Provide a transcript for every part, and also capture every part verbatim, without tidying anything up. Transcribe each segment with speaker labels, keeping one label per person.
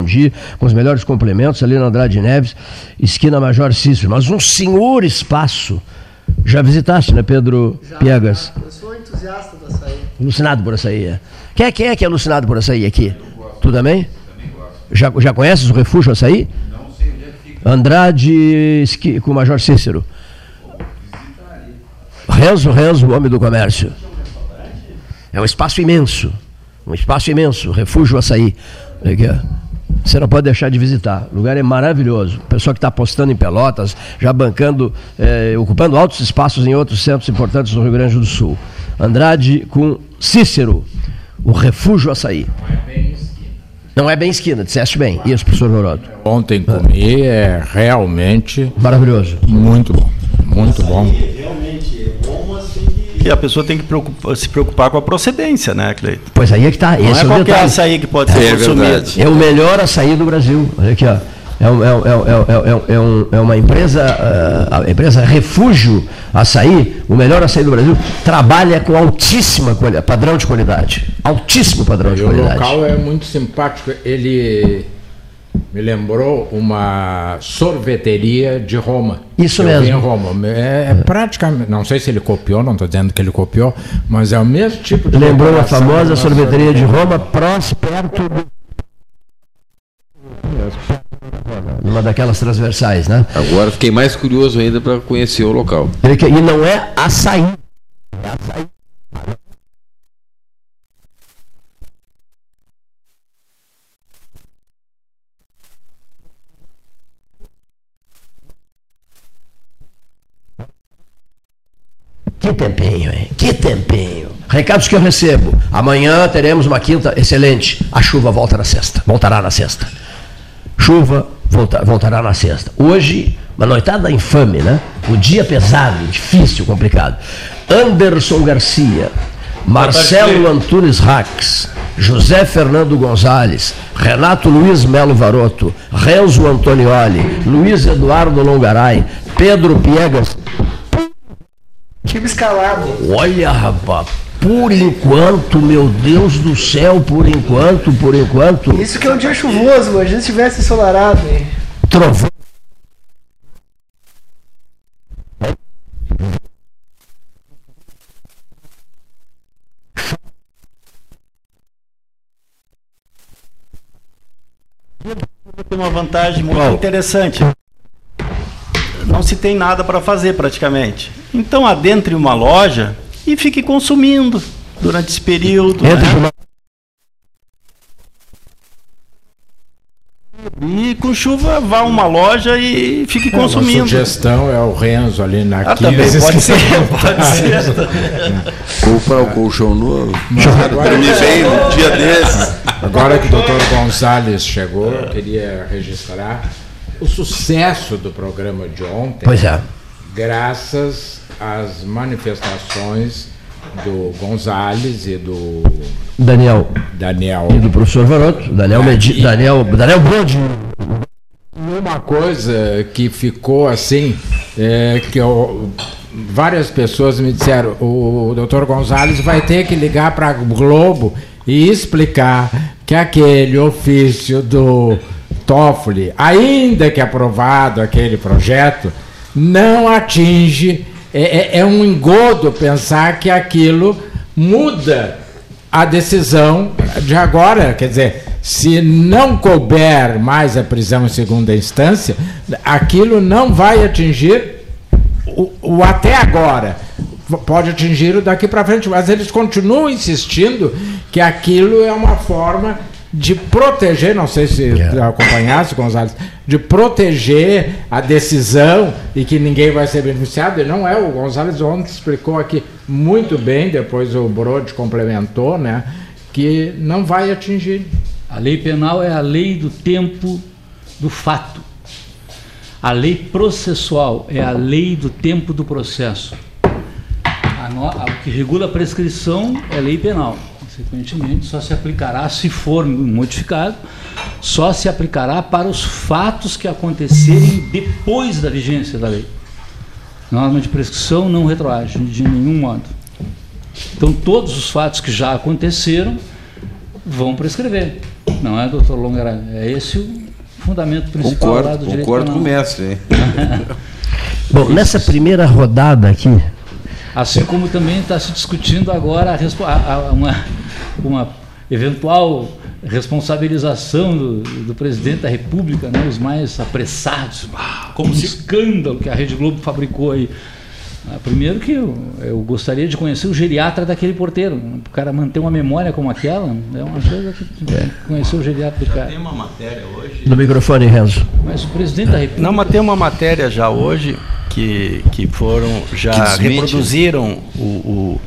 Speaker 1: com os melhores complementos ali na Andrade Neves, esquina Major Cícero. Mas um senhor espaço. Já visitaste, né, Pedro já, Piegas?
Speaker 2: Já. Eu sou entusiasta do açaí.
Speaker 1: Alucinado por açaí. É. Quem, é, quem é que é alucinado por açaí aqui? Tu também? Também gosto. Já, já conheces o Refúgio Açaí? Não sei onde é que fica. Andrade esqui, com o Major Cícero. Renzo, Renzo, o homem do comércio. É um espaço imenso. Um espaço imenso. Refúgio Açaí. Aqui, ó. Você não pode deixar de visitar. O lugar é maravilhoso. O pessoal que está apostando em Pelotas, já bancando, eh, ocupando altos espaços em outros centros importantes do Rio Grande do Sul. Andrade com Cícero, o Refúgio Açaí. Não é bem esquina. Não é bem esquina, disseste bem. Isso, professor Noroto.
Speaker 3: Ontem comi, é realmente...
Speaker 1: maravilhoso.
Speaker 3: Muito bom, muito bom.
Speaker 4: Realmente é bom, mas tem que... E a pessoa tem que preocupar, se preocupar com a procedência, né, Cleiton?
Speaker 1: Pois aí é que está.
Speaker 4: Não é, é qualquer detalhe. Açaí que pode ser é consumido. Verdade.
Speaker 1: É o melhor açaí do Brasil. Olha aqui, ó. É, um, é, um, é, um, é, um, é uma empresa, uh, a empresa Refúgio Açaí, o melhor açaí do Brasil, trabalha com altíssima qualidade, padrão de qualidade. Altíssimo padrão de
Speaker 3: e
Speaker 1: qualidade.
Speaker 3: O local é muito simpático. Ele me lembrou uma sorveteria de Roma.
Speaker 1: Isso
Speaker 3: eu
Speaker 1: mesmo.
Speaker 3: Em Roma. É, é praticamente, não sei se ele copiou, não estou dizendo que ele copiou, mas é o mesmo tipo de...
Speaker 1: Lembrou a famosa sorveteria de Roma, próximo, perto do... numa daquelas transversais, né?
Speaker 5: Agora fiquei mais curioso ainda para conhecer o local.
Speaker 1: E não é açaí. É açaí. Que tempinho, hein? Que tempinho. Recados que eu recebo. Amanhã teremos uma quinta excelente. A chuva volta na sexta. Voltará na sexta. Chuva volta, voltará na sexta. Hoje, uma noitada infame, né? O dia pesado, difícil, complicado. Anderson Garcia, Marcelo Antunes Rax, José Fernando Gonzalez, Renato Luiz Melo Varoto, Renzo Antonioli, Luiz Eduardo Longaray, Pedro Piegas.
Speaker 2: Time escalado.
Speaker 1: Olha, rapaz, por enquanto, meu Deus do céu, por enquanto, por enquanto.
Speaker 2: Isso que é um dia chuvoso, imagina se tivesse ensolarado, hein?
Speaker 1: Trovão.
Speaker 4: Tem uma vantagem muito oh. interessante. Não se tem nada para fazer praticamente. Então adentre uma loja e fique consumindo durante esse período. Né? E com chuva vá a uma loja e fique é, consumindo.
Speaker 3: A sugestão é o Renzo ali na
Speaker 4: ah, também pode ser, pode ser.
Speaker 5: Comprar o colchão novo.
Speaker 3: Agora, me veio um dia desse. Agora que o doutor Gonzalez chegou, eu queria registrar o sucesso do programa de ontem.
Speaker 1: Pois é.
Speaker 3: Graças às manifestações do Gonzalez e do
Speaker 1: Daniel.
Speaker 3: Daniel.
Speaker 1: E do professor Varoto, Daniel Medi, Daniel, Daniel Brode.
Speaker 3: E uma coisa que ficou assim, é, que eu, várias pessoas me disseram, o doutor Gonzalez vai ter que ligar para o Globo e explicar que aquele ofício do Toffoli, ainda que aprovado aquele projeto, não atinge, é, é um engodo pensar que aquilo muda a decisão de agora, quer dizer, se não couber mais a prisão em segunda instância, aquilo não vai atingir o, o até agora, pode atingir o daqui para frente, mas eles continuam insistindo que aquilo é uma forma de proteger, não sei se yeah. acompanhasse, Gonzalez, de proteger a decisão e que ninguém vai ser beneficiado, e não é. O Gonzalez ontem explicou aqui muito bem, depois o Brode complementou, né, que não vai atingir.
Speaker 6: A lei penal é a lei do tempo do fato. A lei processual é a lei do tempo do processo. A no, a, o que regula a prescrição é a lei penal. Consequentemente, só se aplicará, se for modificado, só se aplicará para os fatos que acontecerem depois da vigência da lei. Norma de prescrição não retroage de nenhum modo. Então, todos os fatos que já aconteceram vão prescrever. Não é, doutor Longará? É esse o fundamento principal
Speaker 5: Concordo,
Speaker 6: lá do direito
Speaker 5: concordo
Speaker 6: penal.
Speaker 5: com o mestre. Hein?
Speaker 1: Bom, nessa primeira rodada aqui,
Speaker 6: Assim como também está se discutindo agora a, respo- a, a, uma, uma eventual responsabilização do, do presidente da República, né, os mais apressados, ah, como um se... escândalo que a Rede Globo fabricou aí. Ah, primeiro que eu, eu gostaria de conhecer o geriatra daquele porteiro. O cara manter uma memória como aquela é uma coisa que é. Conhecer o geriatra do
Speaker 4: Já
Speaker 6: cara.
Speaker 4: tem uma matéria hoje.
Speaker 1: no microfone, Renzo.
Speaker 6: Mas o presidente da República.
Speaker 4: Não, mas tem uma matéria já hoje que, que foram, já
Speaker 5: Que desmente.
Speaker 4: reproduziram o, o,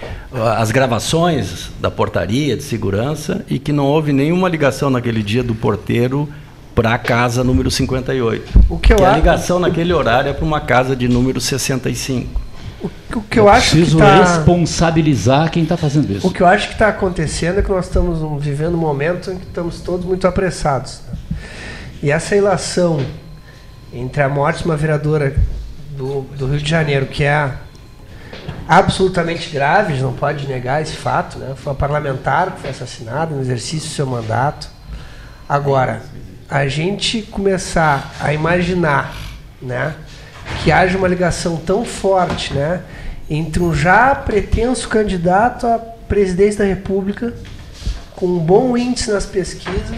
Speaker 4: as gravações da portaria de segurança e que não houve nenhuma ligação naquele dia do porteiro para a casa número cinquenta e oito.
Speaker 2: O que eu
Speaker 4: que a
Speaker 2: acho-
Speaker 4: ligação naquele horário é para uma casa de número sessenta e cinco.
Speaker 2: O, o que eu acho que
Speaker 6: preciso
Speaker 2: tá,
Speaker 6: responsabilizar quem está fazendo isso.
Speaker 2: o que eu acho que está acontecendo é que nós estamos um- vivendo um momento em que estamos todos muito apressados. Né? E essa ilação entre a morte de uma vereadora do, do Rio de Janeiro, que é absolutamente grave, a gente não pode negar esse fato, né? Foi uma parlamentar que foi assassinada no exercício do seu mandato. Agora, a gente começar a imaginar, né, que haja uma ligação tão forte, né, entre um já pretenso candidato à presidência da República, com um bom índice nas pesquisas,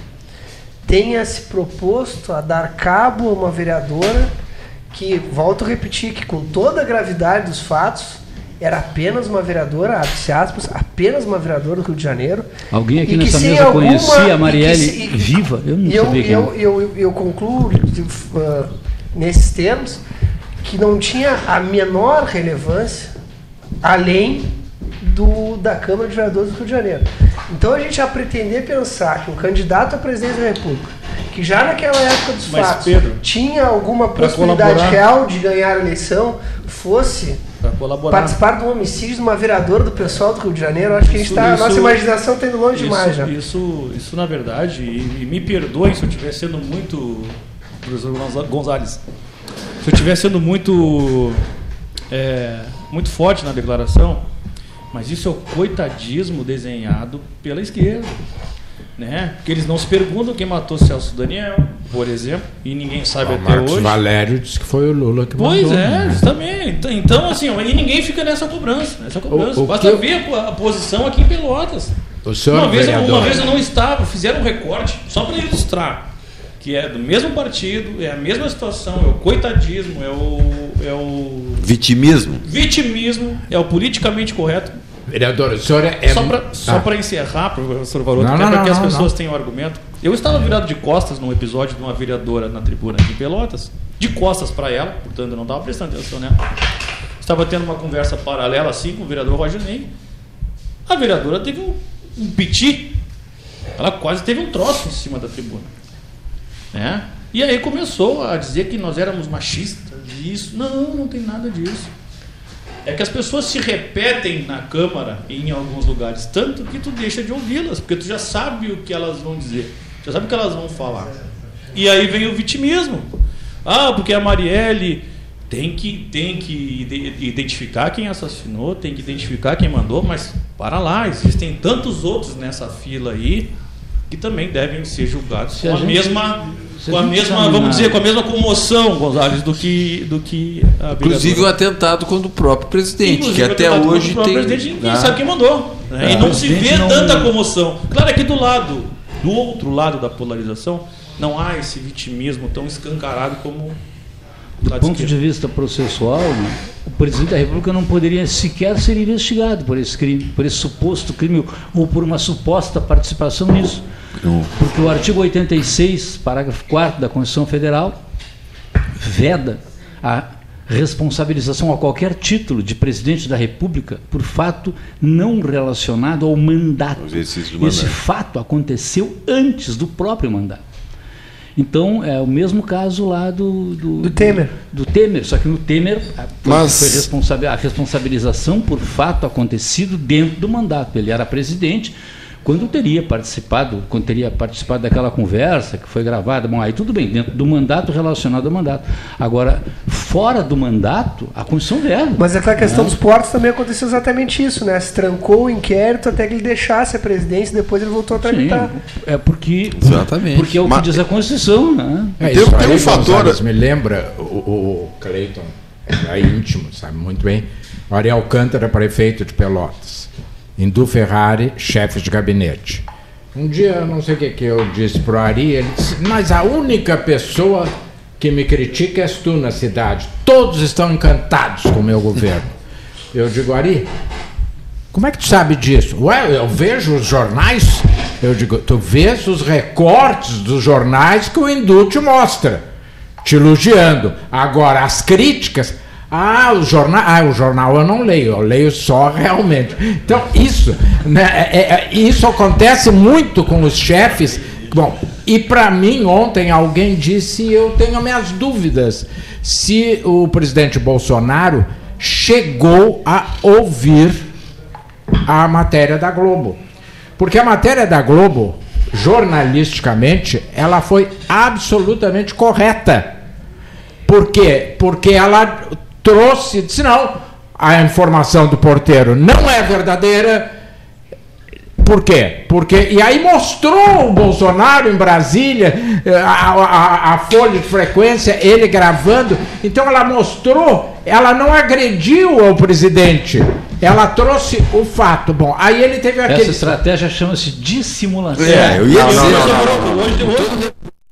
Speaker 2: tenha se proposto a dar cabo a uma vereadora que, volto a repetir, que com toda a gravidade dos fatos, era apenas uma vereadora, abre aspas, apenas uma vereadora do Rio de Janeiro.
Speaker 6: Alguém aqui
Speaker 2: e que
Speaker 6: nessa
Speaker 2: sem
Speaker 6: mesa
Speaker 2: alguma-
Speaker 6: conhecia
Speaker 2: e
Speaker 6: a
Speaker 2: que
Speaker 6: Marielle
Speaker 2: se- e-
Speaker 6: viva? Eu não
Speaker 2: E eu,
Speaker 6: sabia quem
Speaker 2: eu,
Speaker 6: era.
Speaker 2: eu, eu, eu concluo uh, nesses termos que não tinha a menor relevância além do, da Câmara de Vereadores do Rio de Janeiro. Então a gente já pretender pensar que um candidato à presidência da República, que já naquela época dos
Speaker 7: Mas,
Speaker 2: fatos
Speaker 7: Pedro,
Speaker 2: tinha alguma
Speaker 7: pra
Speaker 2: possibilidade
Speaker 7: colaborar-
Speaker 2: real de ganhar a eleição, fosse
Speaker 7: Para colaborar.
Speaker 2: participar do homicídio de uma vereadora do pessoal do Rio de Janeiro, acho que a gente
Speaker 7: Isso-
Speaker 2: tá, a nossa
Speaker 7: isso-
Speaker 2: imaginação está indo longe
Speaker 7: isso,
Speaker 2: demais já.
Speaker 7: Isso, isso, na verdade, e, e me perdoem se eu estiver sendo muito, professor Gonza- Gonzalez, se eu estiver sendo muito, é, muito forte na declaração, mas isso é o coitadismo desenhado pela esquerda. Né? Porque eles não se perguntam quem matou Celso Daniel, por exemplo, e ninguém sabe
Speaker 3: O
Speaker 7: até
Speaker 3: Marcos
Speaker 7: hoje.
Speaker 3: Valério disse que foi o Lula que
Speaker 7: Pois
Speaker 3: mandou.
Speaker 7: é,
Speaker 3: né?
Speaker 7: justamente. Então- Então, assim, ó, e ninguém fica nessa cobrança. Nessa cobrança.
Speaker 3: O- o
Speaker 7: Basta
Speaker 3: que-
Speaker 7: ver a po- a posição aqui em Pelotas.
Speaker 3: O senhor
Speaker 7: Uma vez, eu-
Speaker 3: vereador,
Speaker 7: uma vez eu não estava, fizeram um recorte, só para ilustrar, que é do mesmo partido, é a mesma situação, é o coitadismo, é o, é o
Speaker 5: Vitimismo.
Speaker 7: vitimismo, é o politicamente correto.
Speaker 3: vereador, o senhor é...
Speaker 7: Só para só
Speaker 3: Ah.
Speaker 7: pra encerrar, professor Varoto,
Speaker 3: Não,
Speaker 7: até
Speaker 3: não,
Speaker 7: para que
Speaker 3: não,
Speaker 7: as
Speaker 3: não,
Speaker 7: pessoas
Speaker 3: não.
Speaker 7: tenham argumento. Eu estava virado de costas num episódio de uma vereadora na tribuna aqui em Pelotas, de costas para ela, portanto eu não estava prestando atenção nela. Estava tendo uma conversa paralela assim com o vereador Roger Ney. A vereadora teve um, um piti, ela quase teve um troço em cima da tribuna. Né? E aí começou a dizer que nós éramos machistas, isso. Não, não tem nada disso. É que as pessoas se repetem na Câmara e em alguns lugares, tanto que tu deixa de ouvi-las, porque tu já sabe o que elas vão dizer, já sabe o que elas vão falar. E aí vem o vitimismo. Ah, porque a Marielle tem que, tem que ide- identificar quem assassinou, tem que identificar quem mandou, mas para lá, existem tantos outros nessa fila aí que também devem ser julgados
Speaker 6: Se
Speaker 7: com
Speaker 6: a
Speaker 7: a
Speaker 6: gente-
Speaker 7: mesma,
Speaker 6: se a
Speaker 7: com a
Speaker 6: gente
Speaker 7: mesma,
Speaker 6: examinar-
Speaker 7: vamos dizer, com a mesma comoção, Gonzalez, do que, do que a
Speaker 5: Inclusive um
Speaker 7: vereadora.
Speaker 5: atentado contra o próprio presidente,
Speaker 7: Inclusive,
Speaker 5: que
Speaker 7: o
Speaker 5: até
Speaker 7: atentado
Speaker 5: hoje
Speaker 7: contra o
Speaker 5: tem.
Speaker 7: presidente, ninguém
Speaker 5: Ah,
Speaker 7: sabe quem mandou. Né?
Speaker 6: É,
Speaker 7: E não
Speaker 6: o
Speaker 7: se
Speaker 6: presidente
Speaker 7: vê
Speaker 6: não-
Speaker 7: tanta comoção. Claro, aqui do lado, do outro lado da polarização, não há esse vitimismo tão escancarado como
Speaker 6: Do
Speaker 7: lado
Speaker 6: ponto de
Speaker 7: esquerdo.
Speaker 6: vista processual, né, o presidente da República não poderia sequer ser investigado por esse crime, por esse suposto crime ou por uma suposta participação nisso. Porque o artigo oitenta e seis, parágrafo quarto da Constituição Federal, veda a responsabilização a qualquer título de presidente da República por fato não relacionado ao mandato.
Speaker 5: O exercício do
Speaker 6: Esse
Speaker 5: mandato.
Speaker 6: fato aconteceu antes do próprio mandato. Então, é o mesmo caso lá do... Do,
Speaker 2: Do Temer.
Speaker 6: Do Temer, só que no Temer a- foi,
Speaker 5: Mas-
Speaker 6: foi responsabi- a responsabilização por fato acontecido dentro do mandato. Ele era presidente quando teria participado, quando teria participado daquela conversa que foi gravada. Bom, aí tudo bem, dentro do mandato relacionado ao mandato. Agora, fora do mandato, a Constituição veda.
Speaker 2: Mas aquela questão dos portos também aconteceu exatamente isso, né? Se trancou o inquérito até que ele deixasse a presidência, depois ele voltou a tramitar.
Speaker 6: Sim, é porque,
Speaker 5: Exatamente.
Speaker 6: porque é o que
Speaker 8: Mas-
Speaker 6: diz a Constituição, né?
Speaker 3: É,
Speaker 8: Tem-
Speaker 3: isso
Speaker 8: tem um
Speaker 3: aí,
Speaker 8: fator-
Speaker 3: Gonzalez, me lembra o, o Cleiton, é íntimo, sabe muito bem. O Ari Alcântara, prefeito de Pelotas. Indu Ferrari, chefe de gabinete. Um dia, eu não sei o que, que eu disse pro Ari, ele disse, mas a única pessoa que me critica és tu na cidade. Todos estão encantados com o meu governo. Eu digo, Ari, como é que tu sabe disso? Ué, eu vejo os jornais. Eu digo, tu vês os recortes dos jornais que o Indu te mostra, te elogiando. Agora, as críticas... Ah, o jornal, ah, o jornal eu não leio, eu leio só realmente. Então, isso, né, é, é, isso acontece muito com os chefes. Bom, e para mim, ontem alguém disse, e eu tenho minhas dúvidas, se o presidente Bolsonaro chegou a ouvir a matéria da Globo. Porque a matéria da Globo, jornalisticamente, ela foi absolutamente correta. Por quê? Porque ela trouxe, disse, não, a informação do porteiro não é verdadeira. Por quê? Porque, e aí mostrou o Bolsonaro em Brasília, a, a, a folha de frequência, ele gravando. Então ela mostrou, ela não agrediu ao presidente, ela trouxe o fato. Bom, aí ele teve aquele...
Speaker 6: Essa estratégia chama-se dissimulação.
Speaker 8: É, eu ia
Speaker 7: Não,
Speaker 8: dizer.
Speaker 7: não, não, não. Hoje, hoje,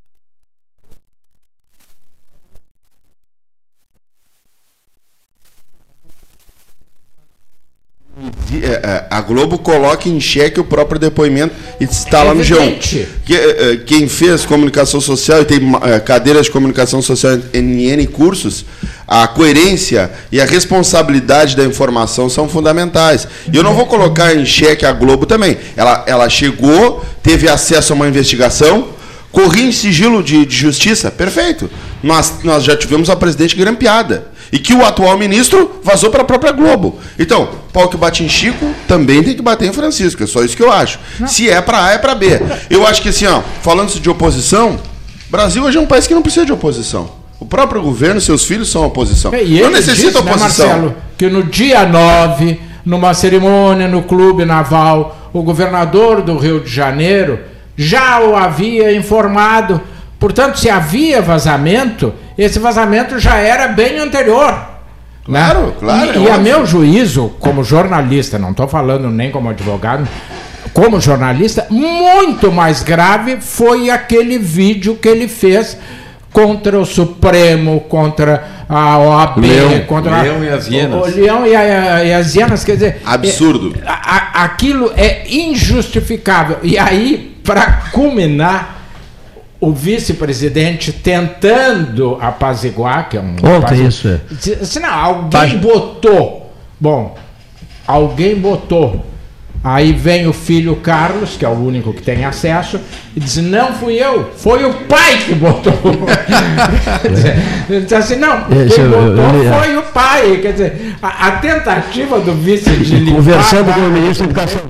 Speaker 8: É, é, a Globo coloca em xeque o próprio depoimento e está lá no G um.
Speaker 3: Evidente.
Speaker 8: Que, é, é, quem fez comunicação social e tem é, cadeiras de comunicação social em N cursos, a coerência e a responsabilidade da informação são fundamentais. E eu não vou colocar em xeque a Globo também. Ela, ela chegou, teve acesso a uma investigação, corria em sigilo de, de justiça, perfeito. Nós, nós já tivemos a presidente grampeada. E que o atual ministro vazou para a própria Globo. Então, pau que bate em Chico também tem que bater em Francisco. É só isso que eu acho. Não. Se é para A, é para B. Eu acho que assim, ó, falando de oposição, o Brasil hoje é um país que não precisa de oposição. O próprio governo, seus filhos são oposição.
Speaker 3: É, e
Speaker 8: não
Speaker 3: ele
Speaker 8: necessita
Speaker 3: disse,
Speaker 8: oposição.
Speaker 3: Né, Marcelo, que no dia nove, numa cerimônia no Clube Naval, o governador do Rio de Janeiro já o havia informado. Portanto, se havia vazamento, esse vazamento já era bem anterior.
Speaker 8: Claro,
Speaker 3: né?
Speaker 8: claro.
Speaker 3: E,
Speaker 8: é
Speaker 3: e a
Speaker 8: óbvio.
Speaker 3: meu juízo, como jornalista, não estou falando nem como advogado, como jornalista, muito mais grave foi aquele vídeo que ele fez contra o Supremo, contra a O A B,
Speaker 5: Leão,
Speaker 3: contra
Speaker 5: Leão e as hienas.
Speaker 3: O, o Leão e, a, e as hienas, quer dizer...
Speaker 8: Absurdo.
Speaker 3: É, a, a, aquilo é injustificável. E aí, para culminar, o vice-presidente tentando apaziguar, que é um...
Speaker 1: Ontem
Speaker 3: apaziguar,
Speaker 1: isso é.
Speaker 3: disse, não, alguém
Speaker 1: Pag...
Speaker 3: botou. Bom, alguém botou. Aí vem o filho Carlos, que é o único que tem acesso, e diz, não fui eu, foi o pai que botou. Quer dizer, ele diz assim, não, quem
Speaker 1: Esse, eu-
Speaker 3: botou
Speaker 1: eu- eu-
Speaker 3: foi o pai. Quer dizer, a, a tentativa do vice de limpar...
Speaker 1: Conversando com o ministro da Educação.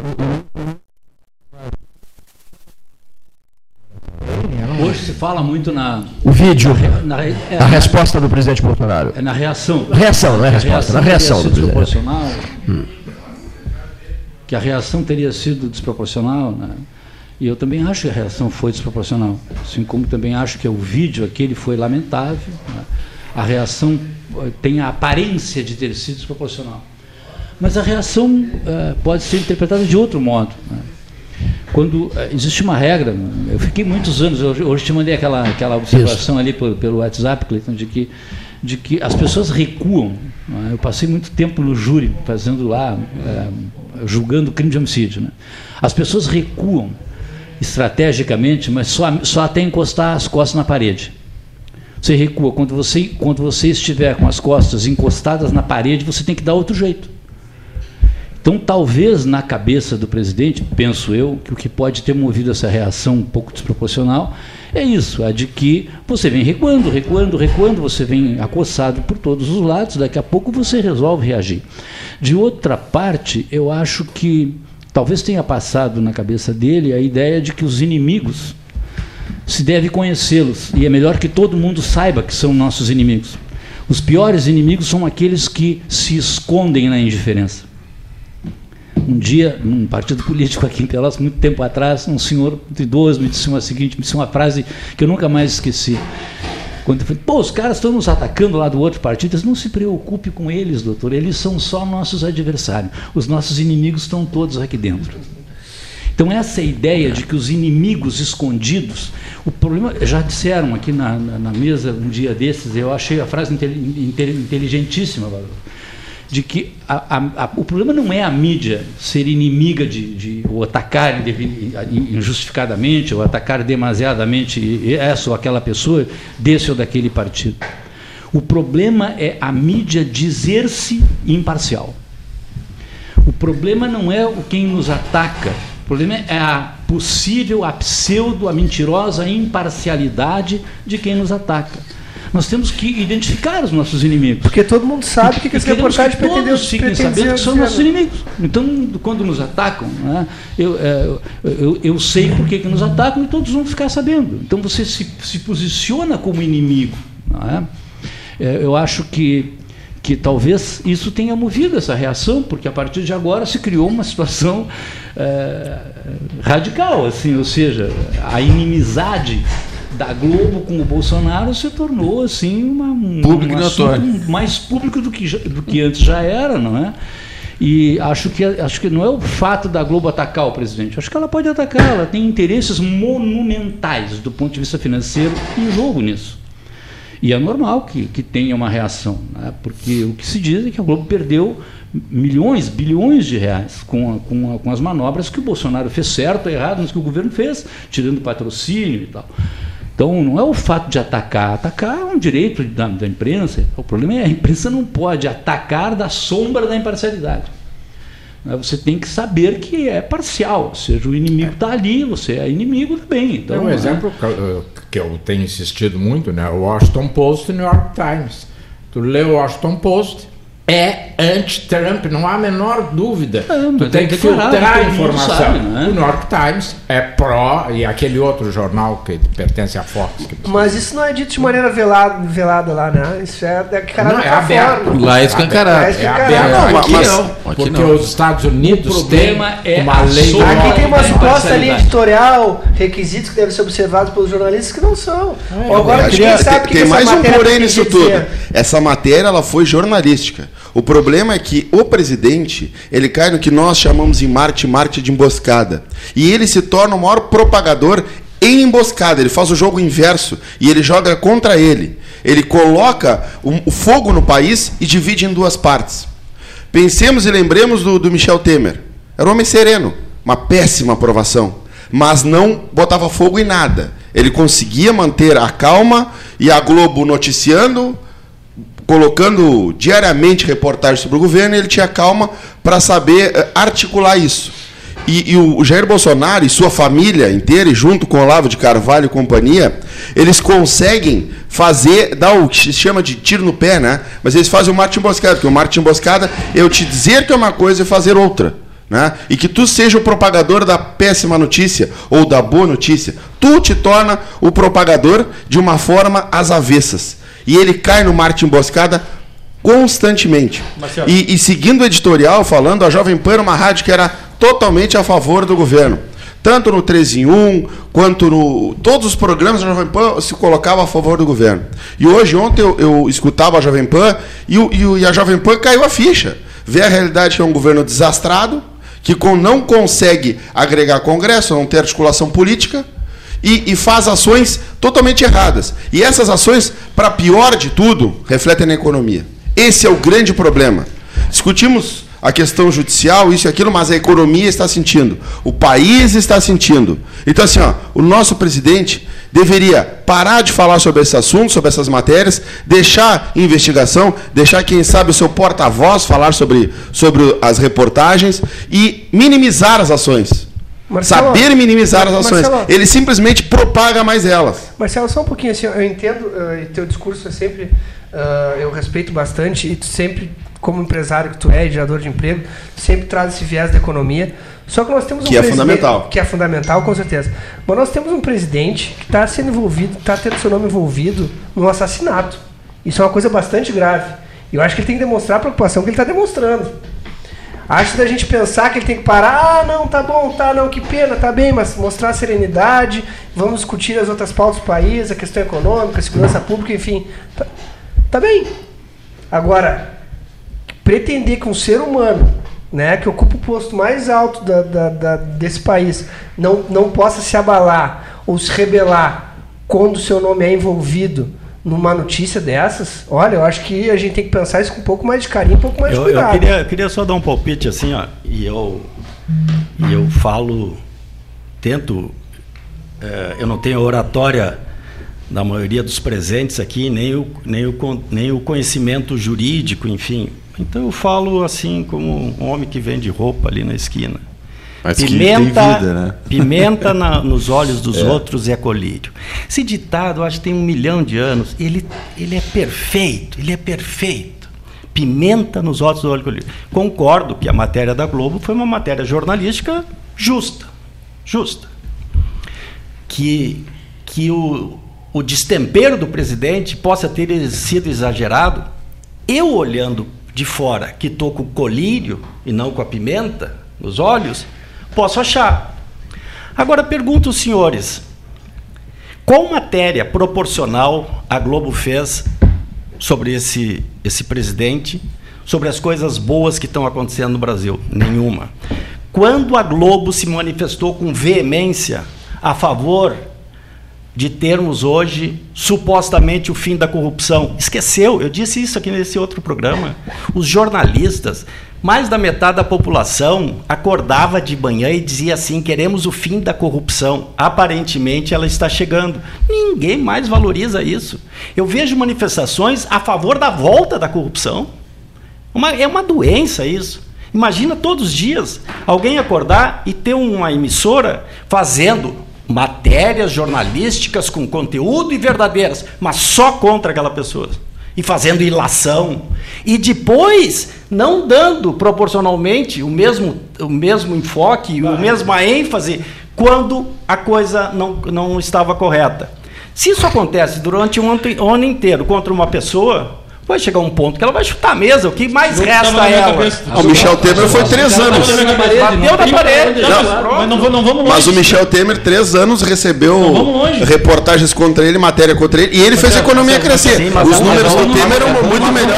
Speaker 6: Hoje se fala muito na,
Speaker 1: O vídeo,
Speaker 6: na, é,
Speaker 1: a resposta do presidente Bolsonaro.
Speaker 6: é na reação.
Speaker 1: Reação, não é
Speaker 6: A
Speaker 1: resposta, na
Speaker 6: teria
Speaker 1: reação do
Speaker 6: sido
Speaker 1: presidente.
Speaker 6: desproporcional. Que a reação teria sido desproporcional, né? E eu também acho que a reação foi desproporcional. Assim como também acho que o vídeo aquele foi lamentável, né? A reação eh, tem a aparência de ter sido desproporcional. Mas a reação eh, pode ser interpretada de outro modo, né? Quando eh, existe uma regra, eu fiquei muitos anos, hoje, hoje te mandei aquela, aquela observação ali pelo, pelo WhatsApp, Cleiton, de que, de que as pessoas recuam, né? Eu passei muito tempo no júri, fazendo lá, eh, julgando crime de homicídio, né? As pessoas recuam estrategicamente, mas só, só até encostar as costas na parede. Você recua, quando você, quando você estiver com as costas encostadas na parede, você tem que dar outro jeito. Então, talvez na cabeça do presidente, penso eu, que o que pode ter movido essa reação um pouco desproporcional é isso, é de que você vem recuando, recuando, recuando, você vem acossado por todos os lados, daqui a pouco você resolve reagir. De outra parte, eu acho que talvez tenha passado na cabeça dele a ideia de que os inimigos se deve conhecê-los, e é melhor que todo mundo saiba que são nossos inimigos. Os piores inimigos são aqueles que se escondem na indiferença. Um dia, num partido político aqui em Pelotas, muito tempo atrás, um senhor muito idoso me disse uma seguinte, me disse uma frase que eu nunca mais esqueci. Quando eu falei, pô, os caras estão nos atacando lá do outro partido. Eles, não se preocupe com eles, doutor, eles são só nossos adversários. Os nossos inimigos estão todos aqui dentro. Então, essa ideia de que os inimigos escondidos... O problema, já disseram aqui na, na, na mesa um dia desses, eu achei a frase inteligentíssima, de que a, a, a, o problema não é a mídia ser inimiga de, de ou atacar injustificadamente, ou atacar demasiadamente essa ou aquela pessoa, desse ou daquele partido. O problema é a mídia dizer-se imparcial. O problema não é o quem nos ataca. O problema é a possível, a pseudo, a mentirosa imparcialidade de quem nos ataca. Nós temos que identificar os nossos inimigos.
Speaker 2: Porque todo mundo sabe que, que essa reportagem pretende
Speaker 6: todos fiquem sabendo que são nossos inimigos. Então, quando nos atacam, né, eu, eu, eu, eu sei por que, que nos atacam e todos vão ficar sabendo. Então, você se, se posiciona como inimigo. Não é? Eu acho que que talvez isso tenha movido essa reação, porque a partir de agora se criou uma situação é, radical, assim, ou seja, a inimizade da Globo com o Bolsonaro se tornou assim uma, um,
Speaker 5: público
Speaker 6: um assunto mais público do que, do que antes já era, não é? E acho que, acho que não é o fato da Globo atacar o presidente, acho que ela pode atacar, ela tem interesses monumentais do ponto de vista financeiro em jogo nisso. E é normal que, que tenha uma reação, né? Porque o que se diz é que a Globo perdeu milhões, bilhões de reais com, a, com, a, com as manobras que o Bolsonaro fez certo ou errado, mas que o governo fez, tirando patrocínio e tal. Então, não é o fato de atacar. Atacar é um direito da, da imprensa. O problema é que a imprensa não pode atacar da sombra da imparcialidade. Você tem que saber que é parcial, ou seja, o inimigo está ali, você é inimigo também. Então,
Speaker 3: é um exemplo é... que eu tenho insistido muito, né? O Washington Post e o New York Times. Tu lê o Washington Post, é anti-Trump, não há a menor dúvida. É, tu tem que filtrar a informação. Sabe, né? O New York Times é pró, e aquele outro jornal que pertence à Fox. Que
Speaker 2: Mas isso não é dito de maneira velada, velada lá, né? Isso é declarado.
Speaker 3: Não, é aberto.
Speaker 5: Lá é escancarado.
Speaker 2: É escancarado.
Speaker 3: É aberto.
Speaker 5: Não,
Speaker 3: Aqui
Speaker 5: mas,
Speaker 3: não.
Speaker 5: aqui
Speaker 3: Porque
Speaker 5: não.
Speaker 3: os Estados Unidos têm
Speaker 6: é
Speaker 3: uma lei...
Speaker 2: Aqui tem uma suposta linha editorial, requisitos que devem ser observados pelos jornalistas que não são.
Speaker 8: É,
Speaker 2: Ou agora,
Speaker 8: acho
Speaker 2: quem
Speaker 8: que
Speaker 2: sabe
Speaker 8: tem,
Speaker 2: que
Speaker 8: tem
Speaker 2: essa
Speaker 8: mais um
Speaker 2: matéria
Speaker 8: porém
Speaker 2: tem
Speaker 8: nisso
Speaker 2: que
Speaker 8: tudo.
Speaker 2: dizer?
Speaker 8: Essa matéria ela foi jornalística. O problema é que o presidente, ele cai no que nós chamamos em marketing, marketing de emboscada. E ele se torna o maior propagador em emboscada. Ele faz o jogo inverso e ele joga contra ele. Ele coloca o, o fogo no país e divide em duas partes. Pensemos e lembremos do, do Michel Temer. Era um homem sereno, uma péssima aprovação, mas não botava fogo em nada. Ele conseguia manter a calma e a Globo noticiando, colocando diariamente reportagens sobre o governo, e ele tinha calma para saber uh, articular isso. E, e o Jair Bolsonaro e sua família inteira, e junto com Olavo de Carvalho e companhia, eles conseguem fazer, dar o que se chama de tiro no pé, né? Mas eles fazem o marketing emboscada, porque o marketing emboscada é eu te dizer que é uma coisa e fazer outra. Né? E que tu seja o propagador da péssima notícia ou da boa notícia. Tu te torna o propagador de uma forma às avessas. E ele cai no marketing emboscada constantemente. E, e seguindo o editorial, falando, a Jovem Pan era uma rádio que era totalmente a favor do governo. Tanto no três em um, quanto no... Todos os programas da Jovem Pan se colocavam a favor do governo. E hoje, ontem, eu, eu escutava a Jovem Pan e, o, e a Jovem Pan caiu a ficha. Vê a realidade que é um governo desastrado, que com, não consegue agregar Congresso, não tem articulação política, e, e faz ações totalmente erradas. E essas ações, para pior de tudo, refletem na economia. Esse é o grande problema. Discutimos a questão judicial, isso e aquilo, mas a economia está sentindo. O país está sentindo. Então, assim, ó, o nosso presidente deveria parar de falar sobre esse assunto, sobre essas matérias, deixar investigação, deixar, quem sabe, o seu porta-voz falar sobre, sobre as reportagens e minimizar as ações.
Speaker 2: Marcelo,
Speaker 8: Saber minimizar as ações.
Speaker 2: Marcelo,
Speaker 8: ele simplesmente propaga mais elas.
Speaker 2: Marcelo, só um pouquinho assim, eu entendo, uh, e teu discurso é sempre, uh, eu respeito bastante, e tu sempre, como empresário que tu é, gerador de emprego, sempre traz esse viés da economia. Só que nós temos um
Speaker 8: que é
Speaker 2: presidente...
Speaker 8: fundamental.
Speaker 2: Que é fundamental, com certeza. Mas nós temos um presidente que está sendo envolvido, está tendo seu nome envolvido num assassinato. Isso é uma coisa bastante grave. E eu acho que ele tem que demonstrar a preocupação que ele está demonstrando. Acho da gente pensar que ele tem que parar, ah, não, tá bom, tá, não, que pena, tá bem, mas mostrar serenidade, vamos discutir as outras pautas do país, a questão econômica, a segurança pública, enfim. Tá, tá bem. Agora, pretender que um ser humano, né, que ocupa o posto mais alto da, da, da, desse país, não, não possa se abalar ou se rebelar quando o seu nome é envolvido numa notícia dessas, olha, eu acho que a gente tem que pensar isso com um pouco mais de carinho, um pouco mais
Speaker 4: eu,
Speaker 2: de cuidado.
Speaker 4: Eu queria, eu queria só dar um palpite assim, ó, e eu, e eu falo, tento, é, eu não tenho a oratória da maioria dos presentes aqui, nem o, nem, o, nem o conhecimento jurídico, enfim. Então eu falo assim como um homem que vende roupa ali na esquina.
Speaker 5: Mas
Speaker 4: pimenta,
Speaker 5: que tem vida, né?
Speaker 4: Pimenta na, nos olhos dos
Speaker 5: é.
Speaker 4: outros é colírio. Esse ditado, eu acho que tem um milhão de anos. Ele, ele é perfeito, ele é perfeito. Pimenta nos olhos do colírio. Concordo que a matéria da Globo foi uma matéria jornalística justa. Justa. Que, que o, o destempero do presidente possa ter sido exagerado. Eu, olhando de fora, que estou com o colírio e não com a pimenta nos olhos, posso achar. Agora pergunto aos senhores, qual matéria proporcional a Globo fez sobre esse, esse presidente, sobre as coisas boas que estão acontecendo no Brasil? Nenhuma. Quando a Globo se manifestou com veemência a favor de termos hoje, supostamente, o fim da corrupção? Esqueceu, eu disse isso aqui nesse outro programa. Os jornalistas, mais da metade da população, acordava de manhã e dizia assim, queremos o fim da corrupção. Aparentemente, ela está chegando. Ninguém mais valoriza isso. Eu vejo manifestações a favor da volta da corrupção. Uma, é uma doença isso. Imagina todos os dias alguém acordar e ter uma emissora fazendo matérias jornalísticas com conteúdo e verdadeiras, mas só contra aquela pessoa. E fazendo ilação. E depois, não dando proporcionalmente o mesmo, o mesmo enfoque, a mesma ênfase, quando a coisa não, não estava correta. Se isso acontece durante um ano, um ano inteiro contra uma pessoa, vai chegar um ponto que ela vai chutar a mesa. O que mais resta a ela?
Speaker 8: Ah, o Michel Temer foi três anos.
Speaker 4: Bateu na parede.
Speaker 7: Mas não vamos longe.
Speaker 8: Mas o Michel Temer, três anos, recebeu reportagens contra ele, matéria contra ele, e ele fez a economia crescer.
Speaker 4: Sim, mas
Speaker 8: os
Speaker 4: não,
Speaker 8: números
Speaker 4: mas
Speaker 8: do
Speaker 4: não,
Speaker 8: Temer
Speaker 4: não,
Speaker 8: eram
Speaker 4: não,
Speaker 8: muito
Speaker 4: não,
Speaker 8: melhores.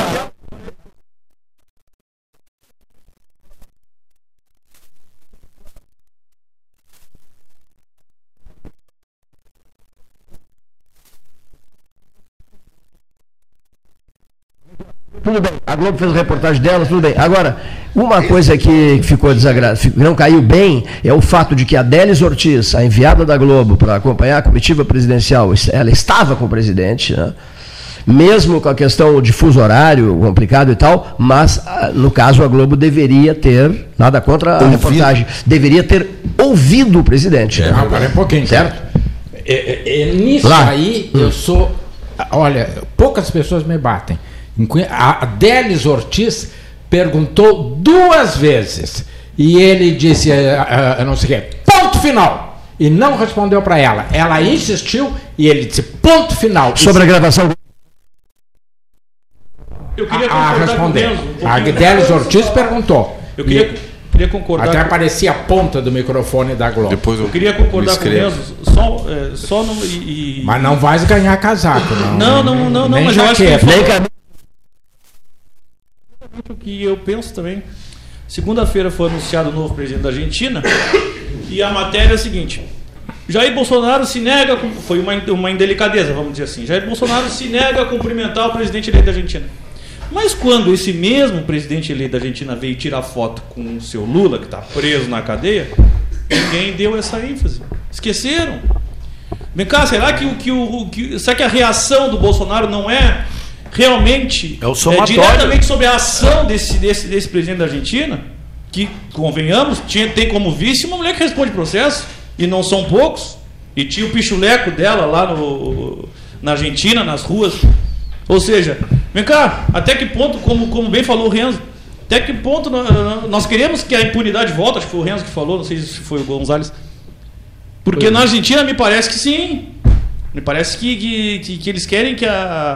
Speaker 1: Tudo bem, a Globo fez a reportagem dela, tudo bem. Agora, uma coisa que ficou desagradável, não caiu bem, é o fato de que a Délis Ortiz, a enviada da Globo para acompanhar a comitiva presidencial, ela estava com o presidente, né? Mesmo com a questão de fuso horário complicado e tal, mas, no caso, a Globo deveria ter, nada contra a ouvido. reportagem, deveria ter ouvido o presidente.
Speaker 3: É, não, para um pouquinho.
Speaker 1: Certo?
Speaker 3: É, é, é, nisso
Speaker 1: Lá.
Speaker 3: aí,
Speaker 1: hum.
Speaker 3: eu sou... Olha, poucas pessoas me batem. A Délis Ortiz perguntou duas vezes e ele disse, uh, uh, não sei o quê, ponto final, e não respondeu para ela. Ela insistiu e ele disse ponto final.
Speaker 1: Sobre a gravação.
Speaker 7: Eu queria
Speaker 3: a, a responder.
Speaker 7: Um
Speaker 3: a Délis Ortiz perguntou.
Speaker 7: Eu queria, queria concordar.
Speaker 3: Até
Speaker 7: com...
Speaker 3: aparecia a ponta do microfone da Globo.
Speaker 5: Depois eu,
Speaker 7: eu queria concordar com o Renzo, só, é, só no. E, e...
Speaker 3: Mas não vais ganhar casaco, não.
Speaker 7: Não, não, não, não,
Speaker 3: nem
Speaker 7: mas eu acho que
Speaker 3: jaqueta.
Speaker 7: ele falou... O que eu penso também. Segunda-feira foi anunciado o novo presidente da Argentina e a matéria é a seguinte: Jair Bolsonaro se nega, foi uma, uma indelicadeza, vamos dizer assim, Jair Bolsonaro se nega a cumprimentar o presidente eleito da Argentina. Mas quando esse mesmo presidente eleito da Argentina veio tirar foto com o seu Lula, que está preso na cadeia, ninguém deu essa ênfase. Esqueceram. Vem cá, será que, que, o, que, será que a reação do Bolsonaro não é realmente
Speaker 4: é, o
Speaker 7: é diretamente sobre a ação desse, desse, desse presidente da Argentina, que, convenhamos, tinha, tem como vice uma mulher que responde processo, e não são poucos, e tinha o pichuleco dela lá no, na Argentina, nas ruas. Ou seja, vem cá, até que ponto, como, como bem falou o Renzo, até que ponto nós, nós queremos que a impunidade volte? Acho que foi o Renzo que falou, não sei se foi o Gonzalez. Porque foi. Na Argentina me parece que sim. Me parece que, que, que, que eles querem que a...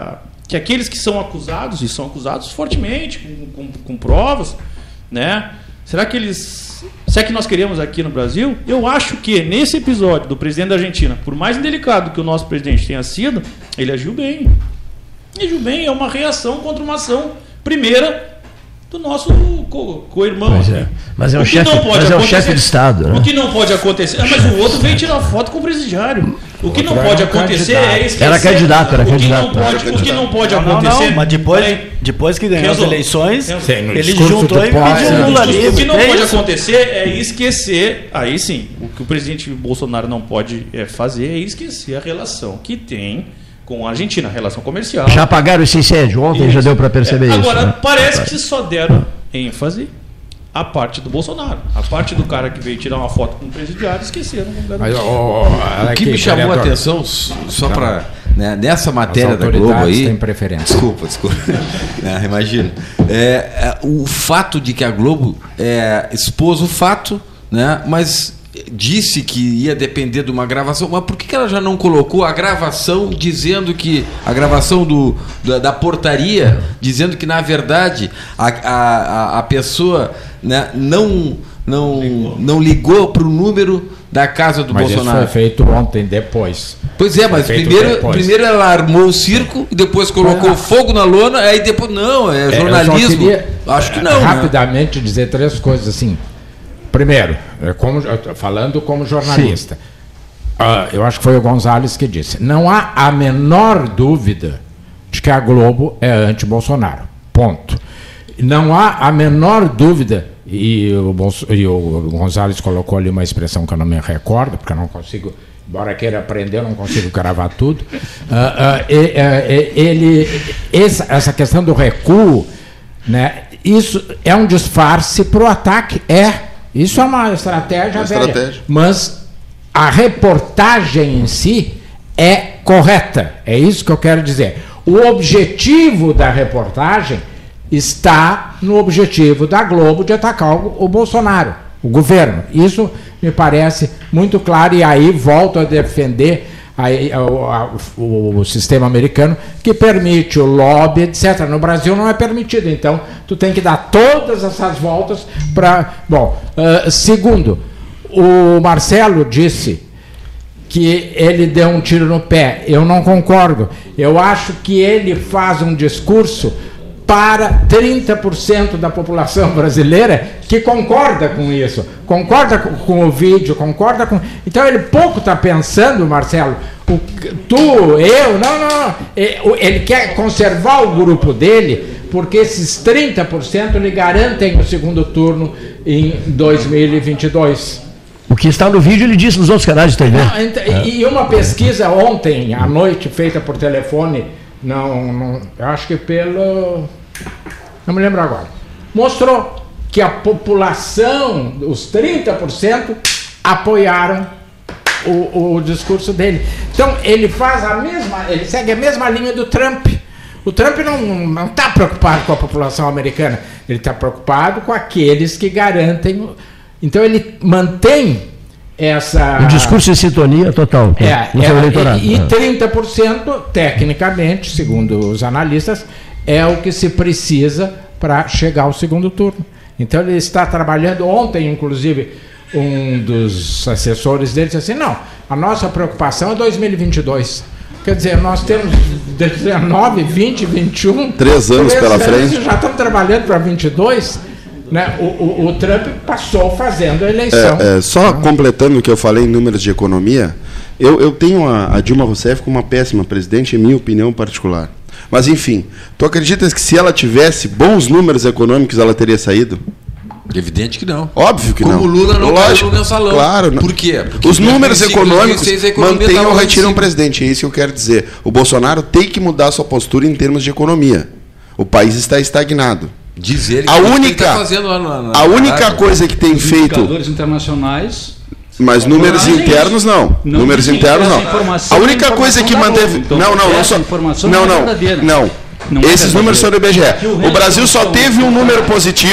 Speaker 7: que aqueles que são acusados, e são acusados fortemente, com, com, com provas, né? Será que eles... Se é que nós queremos aqui no Brasil, eu acho que nesse episódio do presidente da Argentina, por mais indelicado que o nosso presidente tenha sido, ele agiu bem. Ele agiu bem, é uma reação contra uma ação primeira do nosso co- co-irmão.
Speaker 1: Pois é. Mas é um
Speaker 7: O que
Speaker 1: chefe,
Speaker 7: não pode
Speaker 1: mas é um
Speaker 7: acontecer-
Speaker 1: chefe de Estado, né?
Speaker 7: O que não pode acontecer... Ah, mas o outro veio tirar foto com o presidiário. O que não
Speaker 3: Outro
Speaker 7: pode
Speaker 3: era um
Speaker 7: acontecer
Speaker 3: candidato.
Speaker 7: é esquecer...
Speaker 1: Era candidato, era
Speaker 7: o que
Speaker 1: candidato.
Speaker 7: Não pode, o que não pode
Speaker 4: Não, não,
Speaker 7: acontecer...
Speaker 4: não, mas depois,
Speaker 7: Peraí.
Speaker 4: depois que ganhou as
Speaker 7: Renzo,
Speaker 4: eleições,
Speaker 7: Renzo,
Speaker 3: Sim, no
Speaker 4: ele
Speaker 3: discurso
Speaker 4: juntou
Speaker 3: do
Speaker 4: e
Speaker 3: pós,
Speaker 4: pediu
Speaker 3: né?
Speaker 4: Lula
Speaker 7: O que
Speaker 4: livre.
Speaker 7: não
Speaker 4: É
Speaker 7: pode
Speaker 4: isso.
Speaker 7: acontecer é esquecer, aí sim, o que o presidente Bolsonaro não pode é, fazer é esquecer a relação que tem com a Argentina, a relação comercial.
Speaker 1: Já apagaram esse incêndio, ontem
Speaker 7: Isso.
Speaker 1: já deu para perceber
Speaker 7: É,
Speaker 1: isso.
Speaker 7: Agora,
Speaker 1: né?
Speaker 7: parece que só deram ênfase à parte do Bolsonaro. A parte do cara que veio tirar uma foto com o presidiário, esqueceram.
Speaker 3: Mas, ó,
Speaker 5: O que me chamou a atenção, só para né, nessa matéria da Globo aí.
Speaker 3: Têm preferência.
Speaker 5: Desculpa, desculpa. Não, imagina. É, é, o fato de que a Globo é, expôs o fato, né, mas disse que ia depender de uma gravação. Mas por que que ela já não colocou a gravação dizendo que. A gravação do, da, da portaria, dizendo que, na verdade, a, a, a pessoa né, não, não, não ligou para o número da casa do
Speaker 3: Mas
Speaker 5: Bolsonaro.
Speaker 3: isso foi feito ontem, depois.
Speaker 5: Pois é, mas
Speaker 3: Foi feito
Speaker 5: primeiro,
Speaker 3: depois.
Speaker 5: primeiro ela armou o circo e depois colocou
Speaker 3: Ah.
Speaker 5: fogo na lona, aí depois. Não, é
Speaker 3: É, eu só
Speaker 5: jornalismo.
Speaker 3: queria,
Speaker 5: Acho que
Speaker 3: eh,
Speaker 5: não. né?
Speaker 3: Rapidamente dizer três coisas assim. Primeiro, é como, eu tô falando como jornalista, ah, eu acho que foi o Gonzalez que disse: não há a menor dúvida de que a Globo é anti-Bolsonaro. Ponto. Não há a menor dúvida, e o, Bolso, e o Gonzalez colocou ali uma expressão que eu não me recordo, porque eu não consigo, embora queira aprender, eu não consigo gravar tudo. Ah, ah, e, eh, ele, essa, essa questão do recuo, né, isso é um disfarce para o ataque, é. Isso é uma estratégia
Speaker 8: Uma
Speaker 3: velha.
Speaker 8: estratégia.
Speaker 3: Mas a reportagem em si é correta. É isso que eu quero dizer. O objetivo da reportagem está no objetivo da Globo de atacar o, o Bolsonaro, o governo. Isso me parece muito claro, e aí volto a defender Aí, o, a, o, o sistema americano que permite o lobby, etcétera. No Brasil não é permitido, então tu tem que dar todas essas voltas para... Bom, uh, segundo, o Marcelo disse que ele deu um tiro no pé. Eu não concordo. Eu acho que ele faz um discurso para trinta por cento da população brasileira que concorda com isso, concorda com, com o vídeo, concorda com... Então ele pouco está pensando, Marcelo, o, tu, eu, não, não, ele quer conservar o grupo dele, porque esses trinta por cento lhe garantem o segundo turno em dois mil e vinte e dois.
Speaker 1: O que está no vídeo ele disse nos outros canais de T V.
Speaker 3: Não, então, é. E uma pesquisa ontem à noite, feita por telefone, não, não, eu acho que pelo... não me lembro agora, mostrou que a população, os trinta por cento, apoiaram o, o discurso dele. Então ele faz a mesma, ele segue a mesma linha do Trump. O Trump não está preocupado com a população americana, ele está preocupado com aqueles que garantem. Então ele mantém essa...
Speaker 1: Um discurso em sintonia total com
Speaker 3: É,
Speaker 1: o seu
Speaker 3: é,
Speaker 1: eleitorado.
Speaker 3: e, e trinta por cento, tecnicamente, segundo os analistas, é o que se precisa para chegar ao segundo turno. Então ele está trabalhando. Ontem, inclusive, um dos assessores dele disse assim: não, a nossa preocupação é dois mil e vinte e dois. Quer dizer, nós temos dezenove, vinte, vinte e um...
Speaker 8: Três anos pela frente.
Speaker 3: Já estamos trabalhando para vinte e dois. Né? O, o, o Trump passou fazendo a eleição.
Speaker 8: É, é, só completando o que eu falei em números de economia, eu, eu tenho a, a Dilma Rousseff como uma péssima presidente, em minha opinião particular. Mas, enfim, tu acreditas que se ela tivesse bons números econômicos, ela teria saído?
Speaker 5: Evidente que não.
Speaker 8: Óbvio que
Speaker 5: Como
Speaker 8: não.
Speaker 5: o Lula não
Speaker 8: Lógico,
Speaker 5: caiu no mensalão.
Speaker 8: Claro.
Speaker 5: Por quê? Porque
Speaker 8: Os
Speaker 5: em
Speaker 8: números
Speaker 5: dois mil e cinco,
Speaker 8: econômicos
Speaker 5: dois mil e seis, a economia
Speaker 8: mantêm
Speaker 5: tava
Speaker 8: ou
Speaker 5: lá em
Speaker 8: retiram o
Speaker 5: cima.
Speaker 8: presidente. É isso que eu quero dizer. O Bolsonaro tem que mudar sua postura em termos de economia. O país está estagnado.
Speaker 5: Diz ele que
Speaker 8: A
Speaker 5: ele
Speaker 8: única,
Speaker 5: tá fazendo lá na, na
Speaker 8: a única
Speaker 5: rádio.
Speaker 8: coisa que tem
Speaker 6: Os
Speaker 8: feito...
Speaker 6: indicadores internacionais.
Speaker 8: Mas números
Speaker 6: Não,
Speaker 8: internos não.
Speaker 6: não
Speaker 8: números
Speaker 6: dizem
Speaker 8: internos
Speaker 6: essa
Speaker 8: não.
Speaker 6: informação
Speaker 8: A
Speaker 6: é
Speaker 8: única coisa que
Speaker 6: informação da
Speaker 8: manteve.
Speaker 6: Globo, então,
Speaker 8: não, não, não
Speaker 6: essa
Speaker 8: só.
Speaker 6: informação
Speaker 8: Não,
Speaker 6: não é
Speaker 8: não.
Speaker 6: verdadeira.
Speaker 8: Não.
Speaker 6: Não é
Speaker 8: Esses números são do I B G E.
Speaker 6: Aqui o
Speaker 8: O
Speaker 6: Renzo
Speaker 8: Brasil só
Speaker 6: não-
Speaker 8: teve um número positivo.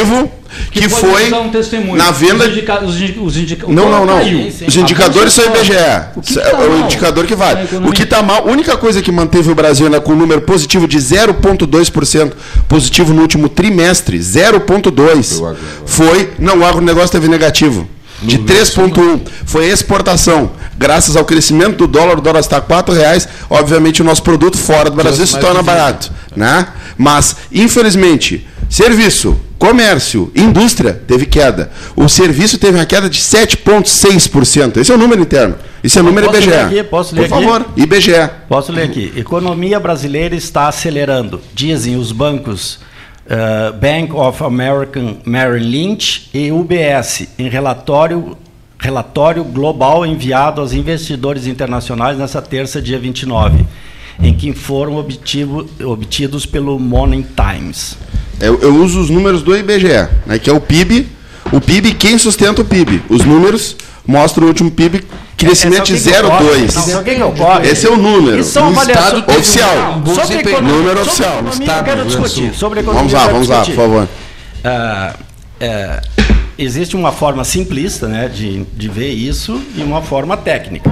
Speaker 8: que,
Speaker 6: que
Speaker 8: foi
Speaker 6: um testemunho.
Speaker 8: na venda...
Speaker 6: Os, indica, os, indica, os indica,
Speaker 8: não, não, não.
Speaker 6: Caiu.
Speaker 8: Os indicadores são o I B G E.
Speaker 6: O, que que
Speaker 8: é
Speaker 6: tá
Speaker 8: o
Speaker 6: mal?
Speaker 8: indicador que vale. O que está mal, a única coisa que manteve o Brasil ainda com um número positivo de zero vírgula dois por cento positivo no último trimestre, zero vírgula dois por cento, foi... Não, o agronegócio teve negativo. De três vírgula um. Foi exportação. Graças ao crescimento do dólar, o dólar está a quatro reais. Obviamente, o nosso produto fora do Brasil se torna barato. Né? Mas, infelizmente, serviço, comércio, indústria teve queda. O serviço teve uma queda de sete vírgula seis por cento. Esse é o número interno. Esse é o número
Speaker 4: Posso
Speaker 8: I B G E.
Speaker 4: ler aqui? Posso ler
Speaker 8: Por
Speaker 4: aqui?
Speaker 8: favor, I B G E.
Speaker 4: Posso ler aqui. Economia brasileira está acelerando, dizem os bancos uh, Bank of American Merrill Lynch e U B S, em relatório, relatório global enviado aos investidores internacionais nessa terça, dia vinte e nove, em que foram obtido, obtidos pelo Money Times.
Speaker 8: Eu, eu uso os números do I B G E, né, que é o P I B. O P I B, quem sustenta o P I B? Os números mostram o último P I B, crescimento de zero vírgula dois por cento. Esse é o número.
Speaker 4: Isso é uma avaliação
Speaker 8: oficial.
Speaker 4: Um sobre economia,
Speaker 8: número
Speaker 4: sobre
Speaker 8: oficial.
Speaker 4: Economia,
Speaker 8: Estado,
Speaker 4: eu quero discutir. Sobre economia,
Speaker 8: vamos lá, vamos lá, por favor.
Speaker 4: Ah, é, existe uma forma simplista, né, de, de ver isso e uma forma técnica.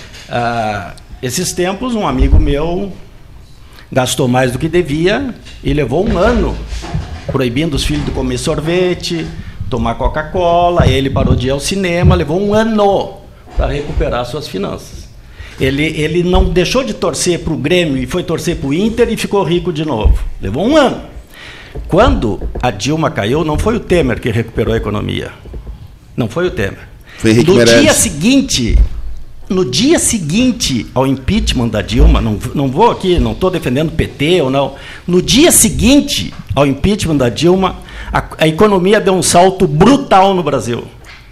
Speaker 4: Ah, esses tempos, um amigo meu gastou mais do que devia e levou um ano proibindo os filhos de comer sorvete, tomar Coca-Cola. Ele parou de ir ao cinema, levou um ano para recuperar suas finanças. Ele, ele não deixou de torcer para o Grêmio e foi torcer para o Inter e ficou rico de novo. Levou um ano. Quando a Dilma caiu, não foi o Temer que recuperou a economia. Não foi o Temer.
Speaker 8: Foi Henrique
Speaker 4: No
Speaker 8: Meirelles.
Speaker 4: dia seguinte, no dia seguinte ao impeachment da Dilma, não, não vou aqui, não estou defendendo o P T ou não, no dia seguinte ao impeachment da Dilma, a, a economia deu um salto brutal no Brasil.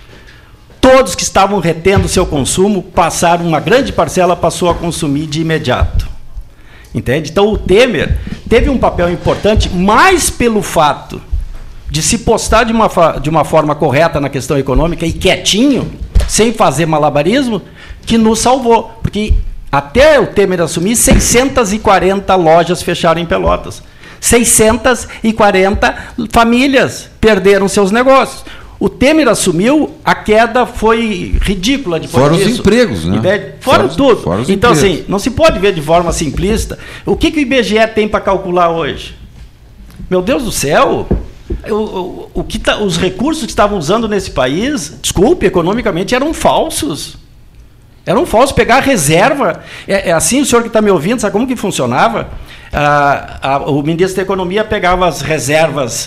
Speaker 4: Todos que estavam retendo seu consumo passaram, uma grande parcela passou a consumir de imediato. Entende? Então o Temer teve um papel importante, mais pelo fato de se postar de uma, de uma forma correta na questão econômica e quietinho, sem fazer malabarismo, que nos salvou. Porque até o Temer assumir, seiscentas e quarenta lojas fecharam em Pelotas. seiscentas e quarenta famílias perderam seus negócios. O Temer assumiu, a queda foi ridícula depois
Speaker 5: Fora
Speaker 4: disso.
Speaker 5: os empregos, né?
Speaker 4: Fora,
Speaker 5: Fora,
Speaker 4: tudo.
Speaker 5: Fora os
Speaker 4: então,
Speaker 5: empregos.
Speaker 4: assim, não se pode ver de forma simplista. O que, que o I B G E tem para calcular hoje? Meu Deus do céu! O, o, o que tá, os recursos que estavam usando nesse país, desculpe, economicamente, eram falsos. Eram falsos. Pegar a reserva. É, é assim, o senhor que está me ouvindo, sabe como que funcionava? Ah, a, o ministro da Economia pegava as reservas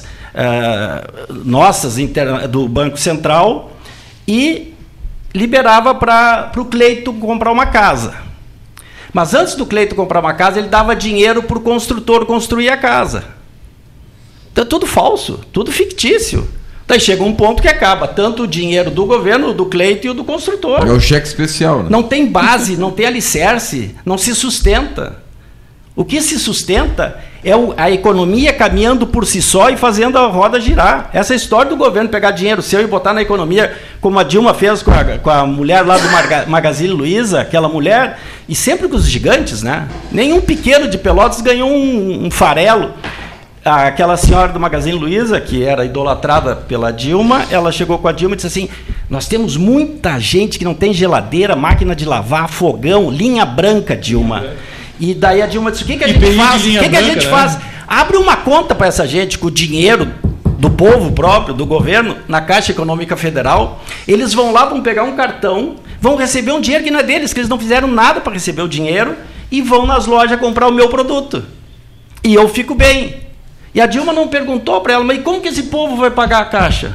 Speaker 4: Uh, nossas interna, do Banco Central e liberava para o Cleito comprar uma casa. Mas antes do Cleito comprar uma casa, ele dava dinheiro para o construtor construir a casa. Então é tudo falso, tudo fictício. Daí chega um ponto que acaba tanto o dinheiro do governo, do Cleito e o do construtor.
Speaker 5: É o cheque especial, né?
Speaker 4: Não tem base, não tem alicerce, não se sustenta. O que se sustenta é a economia caminhando por si só e fazendo a roda girar. Essa história do governo pegar dinheiro seu e botar na economia, como a Dilma fez com a, com a mulher lá do Magazine Luiza, aquela mulher, e sempre com os gigantes, né? Nenhum pequeno de Pelotas ganhou um, um farelo. Aquela senhora do Magazine Luiza, que era idolatrada pela Dilma, ela chegou com a Dilma e disse assim: nós temos muita gente que não tem geladeira, máquina de lavar, fogão, linha branca, Dilma. E daí a Dilma disse: o que, que a gente faz? O que, que a gente faz? Abre uma conta para essa gente com o dinheiro do povo próprio, do governo, na Caixa Econômica Federal. Eles vão lá, vão pegar um cartão, vão receber um dinheiro que não é deles, que eles não fizeram nada para receber o dinheiro, e vão nas lojas comprar o meu produto. E eu fico bem. E a Dilma não perguntou para ela: mas como que esse povo vai pagar a Caixa?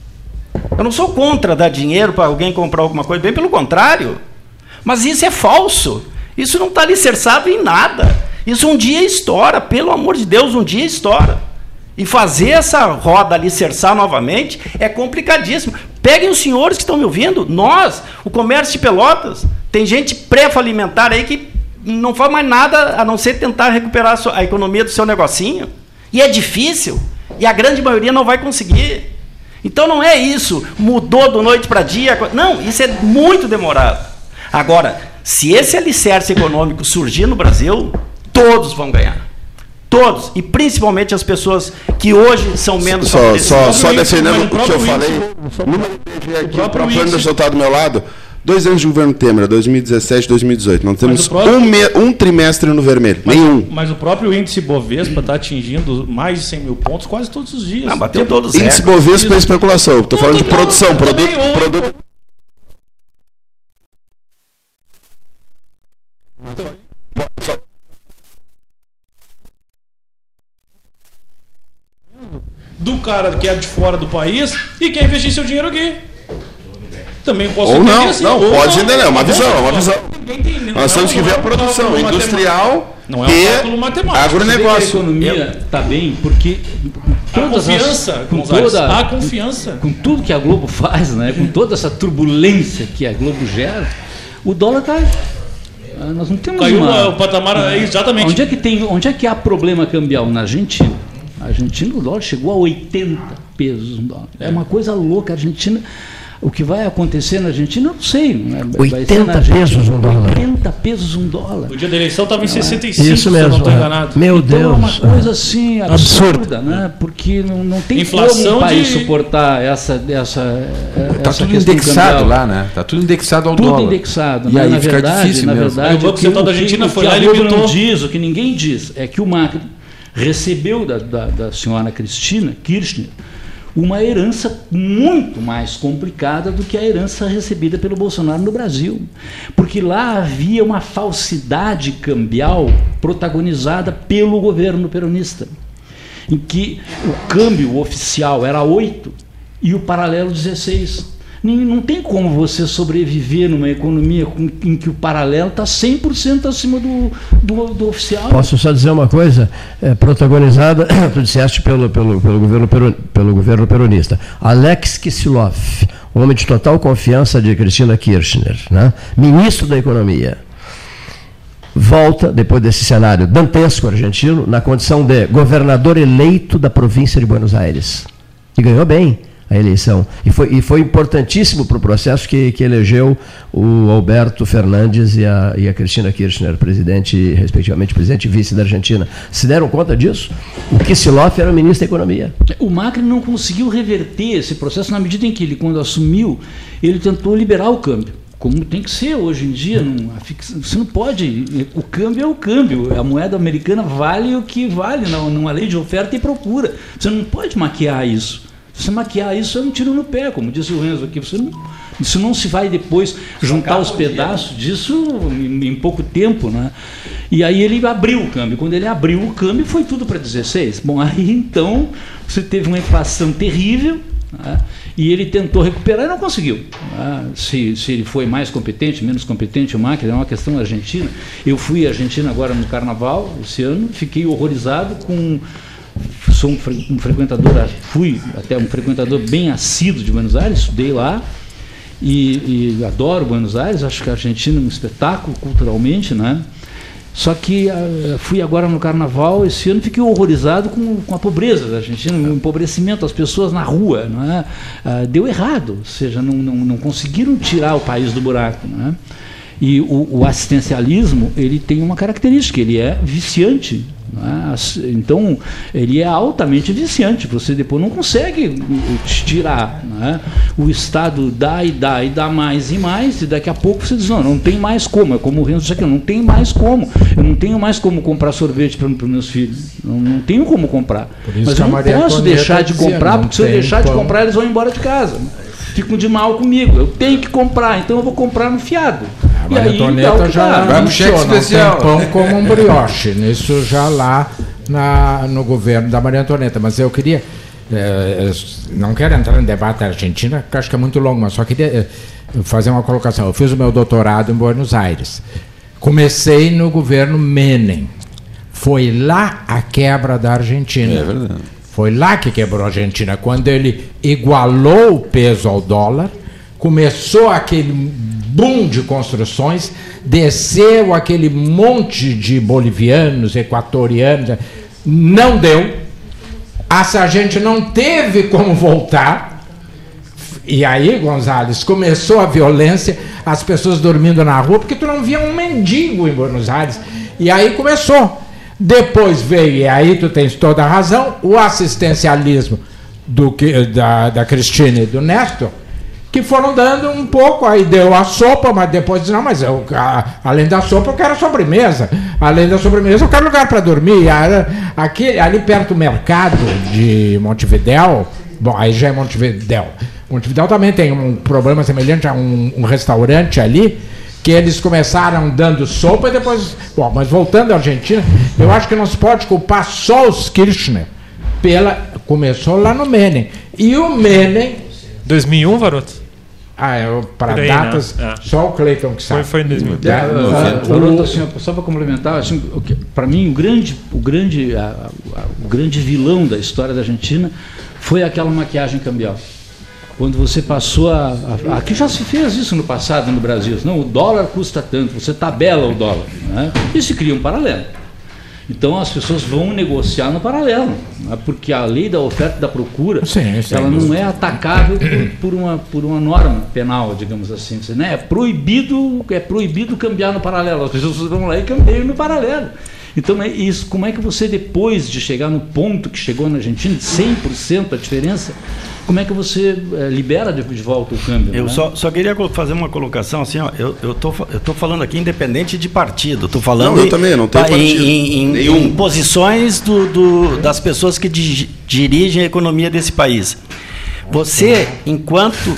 Speaker 4: Eu não sou contra dar dinheiro para alguém comprar alguma coisa, bem pelo contrário. Mas isso é falso. Isso não está alicerçado em nada. Isso um dia estoura, pelo amor de Deus, um dia estoura. E fazer essa roda alicerçar novamente é complicadíssimo. Peguem os senhores que estão me ouvindo, nós, o comércio de Pelotas, tem gente pré-falimentar aí que não faz mais nada a não ser tentar recuperar a, sua, a economia do seu negocinho. E é difícil, e a grande maioria não vai conseguir. Então não é isso, mudou do noite para dia. Não, isso é muito demorado. Agora, se esse alicerce econômico surgir no Brasil, todos vão ganhar. Todos, e principalmente as pessoas que hoje são menos
Speaker 8: Só,
Speaker 4: favorecidas.
Speaker 8: só, só defendendo
Speaker 7: mas o
Speaker 8: o que
Speaker 7: próprio
Speaker 8: eu falei,
Speaker 7: índice-
Speaker 8: número I B G E aqui, o
Speaker 7: próprio
Speaker 8: próprio
Speaker 7: índice-
Speaker 8: Anderson está do meu lado, dois anos de governo Temer, dois mil e dezessete, dois mil e dezoito. Não temos
Speaker 7: o próprio-
Speaker 8: um, me- um trimestre no vermelho, nenhum.
Speaker 7: Mas o próprio índice Bovespa está atingindo mais de cem mil pontos quase todos os dias.
Speaker 4: Não, bateu todos os
Speaker 8: Índice
Speaker 4: recordes.
Speaker 8: Bovespa é especulação. Estou
Speaker 7: Não,
Speaker 8: falando de
Speaker 7: não,
Speaker 8: produção,
Speaker 7: não,
Speaker 8: produto,
Speaker 7: também houve.
Speaker 8: produto.
Speaker 7: Do cara que é de fora do país e quer investir seu dinheiro aqui. Também posso
Speaker 8: Ou
Speaker 7: entender
Speaker 8: não,
Speaker 7: assim,
Speaker 8: não,
Speaker 7: ou
Speaker 8: pode entender, é uma visão, é uma
Speaker 7: Não,
Speaker 8: visão.
Speaker 7: ninguém tem- não
Speaker 8: Nós
Speaker 7: é-
Speaker 8: temos que
Speaker 7: não
Speaker 8: ver
Speaker 7: é
Speaker 8: a
Speaker 7: um
Speaker 8: produção
Speaker 7: cálculo
Speaker 8: industrial
Speaker 7: Não é um
Speaker 8: e
Speaker 7: cálculo matemático.
Speaker 6: A
Speaker 8: agronegócio.
Speaker 6: economia está bem, porque
Speaker 7: A
Speaker 6: todas
Speaker 7: confiança,
Speaker 6: as, com
Speaker 7: Gonzalez,
Speaker 6: toda,
Speaker 7: a confiança.
Speaker 6: com tudo que a Globo faz, né, com toda essa turbulência que a Globo gera, o dólar cai. Ah, Nós não temos
Speaker 7: Caiu
Speaker 6: uma...
Speaker 7: o patamar, é, exatamente.
Speaker 6: Onde é que tem, onde é que há problema cambial? Na Argentina. A Argentina, o dólar chegou a oitenta pesos um dólar. É uma coisa louca. A Argentina, o que vai acontecer na Argentina, eu não sei. Né? Vai ser
Speaker 1: oitenta
Speaker 6: na Argentina,
Speaker 1: pesos um dólar.
Speaker 6: oitenta pesos um dólar.
Speaker 7: O dia da eleição estava em sessenta e cinco,
Speaker 1: Isso
Speaker 7: se eu
Speaker 1: mesmo.
Speaker 7: não estou
Speaker 1: é.
Speaker 7: enganado.
Speaker 1: Meu
Speaker 6: Então
Speaker 1: Deus.
Speaker 6: é uma coisa assim absurda, né? Porque não, não tem
Speaker 7: Inflação
Speaker 6: como o país
Speaker 7: de-
Speaker 6: suportar essa essa
Speaker 5: Tá
Speaker 6: essa
Speaker 5: tudo
Speaker 6: questão
Speaker 5: indexado
Speaker 6: cambial.
Speaker 5: lá, né? Tá tudo indexado ao
Speaker 6: Tudo
Speaker 5: dólar.
Speaker 6: indexado,
Speaker 5: E
Speaker 6: né?
Speaker 5: aí
Speaker 6: na
Speaker 5: fica
Speaker 6: verdade,
Speaker 5: difícil
Speaker 6: na
Speaker 5: mesmo.
Speaker 6: verdade,
Speaker 7: Aí o Banco
Speaker 6: que
Speaker 7: Central da
Speaker 6: que-
Speaker 7: Argentina
Speaker 6: o
Speaker 7: foi
Speaker 6: que
Speaker 7: lá
Speaker 6: a
Speaker 7: e
Speaker 6: Globo
Speaker 7: limitou.
Speaker 6: não diz, o que ninguém diz, é que o Macri recebeu da, da, da senhora Cristina Kirchner uma herança muito mais complicada do que a herança recebida pelo Bolsonaro no Brasil. Porque lá havia uma falsidade cambial protagonizada pelo governo peronista, em que o câmbio oficial era oito e o paralelo dezesseis. Nem- Não tem como você sobreviver numa economia com- em que o paralelo está cem por cento acima do, do, do oficial.
Speaker 1: Posso só dizer uma coisa? É, protagonizada, tu disseste, pelo, pelo, pelo, governo peron, pelo governo peronista. Alex Kicillof, homem de total confiança de Cristina Kirchner, né? Ministro da Economia. Volta, depois desse cenário dantesco argentino, na condição de governador eleito da província de Buenos Aires. E ganhou bem a eleição. E foi, e foi importantíssimo para o processo que, que elegeu o Alberto Fernandes e a, e a Cristina Kirchner, presidente, respectivamente, presidente e vice da Argentina. Se deram conta disso? O Kicillof era o ministro da Economia.
Speaker 6: O Macri não conseguiu reverter esse processo na medida em que ele, quando assumiu, ele tentou liberar o câmbio. Como tem que ser hoje em dia, não, a fix- você não pode. O câmbio é o câmbio. A moeda americana vale o que vale na- numa lei de oferta e procura. Você não pode maquiar isso. Se você maquiar isso, é um tiro no pé, como disse o Renzo aqui. Você não, isso não se vai depois juntar os pedaços disso em, em pouco tempo, né? E aí ele abriu o câmbio. Quando ele abriu o câmbio, foi tudo para dezesseis. Bom, aí então você teve uma inflação terrível, né? E ele tentou recuperar e não conseguiu. Né? Se, se ele foi mais competente, menos competente, o Macri, é uma questão argentina. Eu fui à Argentina agora no Carnaval, esse ano, fiquei horrorizado com... Sou um, fre, um frequentador, fui até um frequentador bem assíduo de Buenos Aires, estudei lá e, e adoro Buenos Aires, acho que a Argentina é um espetáculo culturalmente, né? Só que uh, fui agora no Carnaval esse ano, fiquei horrorizado com, com a pobreza da Argentina, o empobrecimento, as pessoas na rua, não é? Uh, deu errado, ou seja, não, não, não conseguiram tirar o país do buraco, não é? E o, o assistencialismo, ele tem uma característica, ele é viciante. Não é? Então, ele é altamente viciante, você depois não consegue tirar. Não é? O Estado dá e dá e dá mais e mais, e daqui a pouco você diz, não, não tem mais como, é como o Renzo disse aqui, não tem mais como, eu não tenho mais como comprar sorvete para os meus filhos, não, não tenho como comprar. Mas eu não posso deixar de comprar, porque se eu deixar de comprar, eles vão embora de casa. Ficam de mal comigo, eu tenho que comprar, então eu vou comprar no fiado.
Speaker 3: A Maria Antonieta já
Speaker 5: Vamos, cheque especial.
Speaker 3: Tem pão como um brioche, isso já lá na, no governo da Maria Antonieta. Mas eu queria, eh, não quero entrar em debate Argentina, porque acho que é muito longo, mas só queria eh, fazer uma colocação. Eu fiz o meu doutorado em Buenos Aires. Comecei no governo Menem. Foi lá a quebra da Argentina.
Speaker 5: É verdade.
Speaker 3: Foi lá que quebrou a Argentina, quando ele igualou o peso ao dólar, começou aquele boom de construções, desceu aquele monte de bolivianos, equatorianos, não deu, a sargento não teve como voltar, e aí, Gonzalez, começou a violência, as pessoas dormindo na rua, porque tu não via um mendigo em Buenos Aires, e aí começou. Depois veio, e aí tu tens toda a razão, o assistencialismo do, da, da Cristina e do Néstor, que foram dando um pouco, aí deu a sopa, mas depois não, mas eu, a, além da sopa eu quero sobremesa, além da sobremesa eu quero lugar para dormir. Aqui, ali perto do mercado de Montevidéu, bom, aí já é Montevidéu, Montevidéu também tem um problema semelhante a um, um restaurante ali, que eles começaram dando sopa e depois... Bom, mas voltando à Argentina, eu acho que não se pode culpar só os Kirchner, pela, começou lá no Menem, e o Menem...
Speaker 9: dois mil e um, Varoto?
Speaker 3: Ah, é, para
Speaker 9: aí,
Speaker 3: datas,
Speaker 9: né? É.
Speaker 3: só o Cleiton que sabe.
Speaker 9: Foi, foi em dois mil.
Speaker 6: É, uh, Varoto, assim, só para complementar, assim, para mim o grande, o, grande, a, a, o grande vilão da história da Argentina foi aquela maquiagem cambial. Quando você passou a, a... Aqui já se fez isso no passado no Brasil. Não, o dólar custa tanto, você tabela o dólar. Né? E se cria um paralelo. Então as pessoas vão negociar no paralelo, né? Porque a lei da oferta e da procura, sim, sim, ela não é atacável por, por, uma, por uma norma penal, digamos assim. Né? É proibido, é proibido cambiar no paralelo. As pessoas vão lá e cambiam no paralelo. Então, é isso, como é que você, depois de chegar no ponto que chegou na Argentina, de cem por cento a diferença, como é que você é, libera de, de volta o câmbio?
Speaker 4: Eu
Speaker 6: né?
Speaker 4: só, só queria fazer uma colocação assim, ó, eu eu tô, eu tô falando aqui independente de partido, estou falando
Speaker 8: não, eu em, também, não tenho partido.
Speaker 4: Em, em, em posições do, do, das pessoas que di, dirigem a economia desse país. Você, enquanto...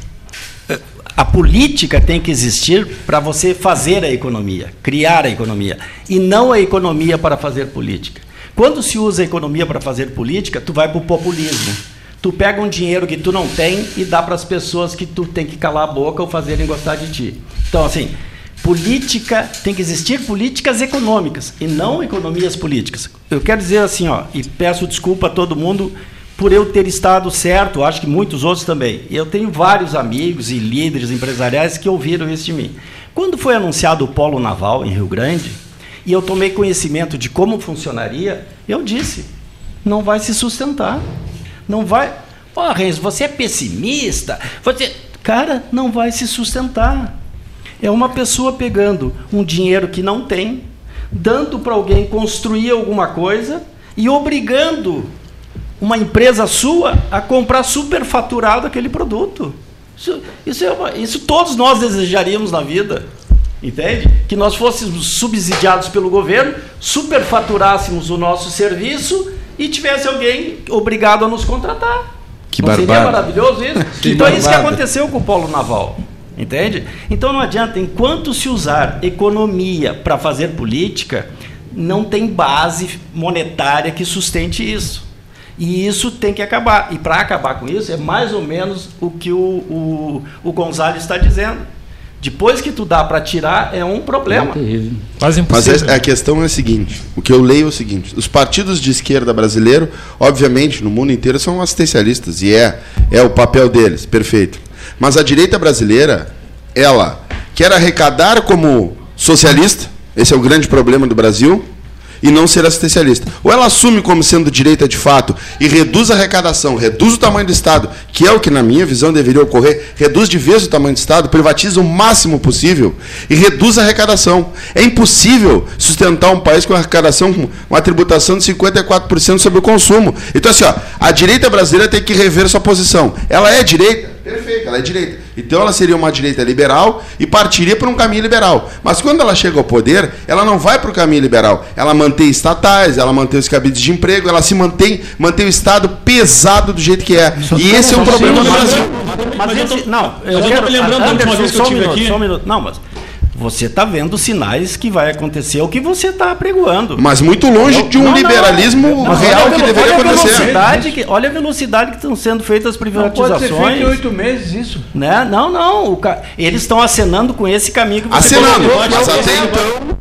Speaker 4: A política tem que existir para você fazer a economia, criar a economia, e não a economia para fazer política. Quando se usa a economia para fazer política, tu vai para o populismo. Tu pega um dinheiro que tu não tem e dá para as pessoas que tu tem que calar a boca ou fazerem gostar de ti. Então, assim, política, tem que existir políticas econômicas e não economias políticas. Eu quero dizer assim, ó, e peço desculpa a todo mundo por eu ter estado certo, acho que muitos outros também. Eu tenho vários amigos e líderes empresariais que ouviram isso de mim. Quando foi anunciado o Polo Naval em Rio Grande, e eu tomei conhecimento de como funcionaria, eu disse, não vai se sustentar. Não vai... Pô, Renzo, você é pessimista? Você... Cara, não vai se sustentar. É uma pessoa pegando um dinheiro que não tem, dando para alguém construir alguma coisa e obrigando uma empresa sua a comprar superfaturado aquele produto. Isso, isso, é uma, isso todos nós desejaríamos na vida, entende? Que nós fôssemos subsidiados pelo governo, superfaturássemos o nosso serviço e tivesse alguém obrigado a nos contratar.
Speaker 5: Que
Speaker 4: não
Speaker 5: barbada.
Speaker 4: Seria maravilhoso isso?
Speaker 5: Que
Speaker 4: então
Speaker 5: barbada.
Speaker 4: É isso que aconteceu com o Polo Naval, entende? Então não adianta, enquanto se usar economia para fazer política, não tem base monetária que sustente isso. E isso tem que acabar. E para acabar com isso, é mais ou menos o que o, o, o Gonzalez está dizendo. Depois que tu dá para tirar, é um problema.
Speaker 6: É
Speaker 9: Quase impossível.
Speaker 8: Mas a questão é a seguinte, o que eu leio é o seguinte, os partidos de esquerda brasileiro, obviamente, no mundo inteiro, são assistencialistas, e é, é o papel deles, perfeito. Mas a direita brasileira, ela quer arrecadar como socialista, esse é o grande problema do Brasil, e não ser assistencialista. Ou ela assume como sendo direita de fato e reduz a arrecadação, reduz o tamanho do Estado, que é o que, na minha visão, deveria ocorrer, reduz de vez o tamanho do Estado, privatiza o máximo possível e reduz a arrecadação. É impossível sustentar um país com arrecadação, com uma tributação de cinquenta e quatro por cento sobre o consumo. Então, assim, ó, a direita brasileira tem que rever sua posição. Ela é direita? Perfeito, ela é direita. Então ela seria uma direita liberal e partiria por um caminho liberal. Mas quando ela chega ao poder, ela não vai para o caminho liberal. Ela mantém estatais, ela mantém os cabides de emprego, ela se mantém, mantém o Estado pesado do jeito que é. E esse é o problema do Brasil.
Speaker 4: Mas esse, não, eu
Speaker 7: Mas eu
Speaker 4: quero,
Speaker 7: tô lembrando da última vez que eu
Speaker 4: só um
Speaker 7: tive
Speaker 4: minuto,
Speaker 7: aqui.
Speaker 4: só um minuto. Não, mas você está vendo sinais que vai acontecer o que você está apregoando.
Speaker 8: Mas muito longe de um
Speaker 4: Não, não,
Speaker 8: liberalismo
Speaker 4: não,
Speaker 8: real
Speaker 4: olha,
Speaker 8: que deveria
Speaker 4: olha
Speaker 8: acontecer.
Speaker 4: A velocidade que, olha a velocidade que estão sendo feitas as
Speaker 2: Não
Speaker 4: privatizações.
Speaker 2: pode ser feito em oito meses isso.
Speaker 4: Né? Não, não. O ca... Eles estão acenando com esse caminho que você
Speaker 8: Acenando,
Speaker 4: colocou.
Speaker 8: mas até então...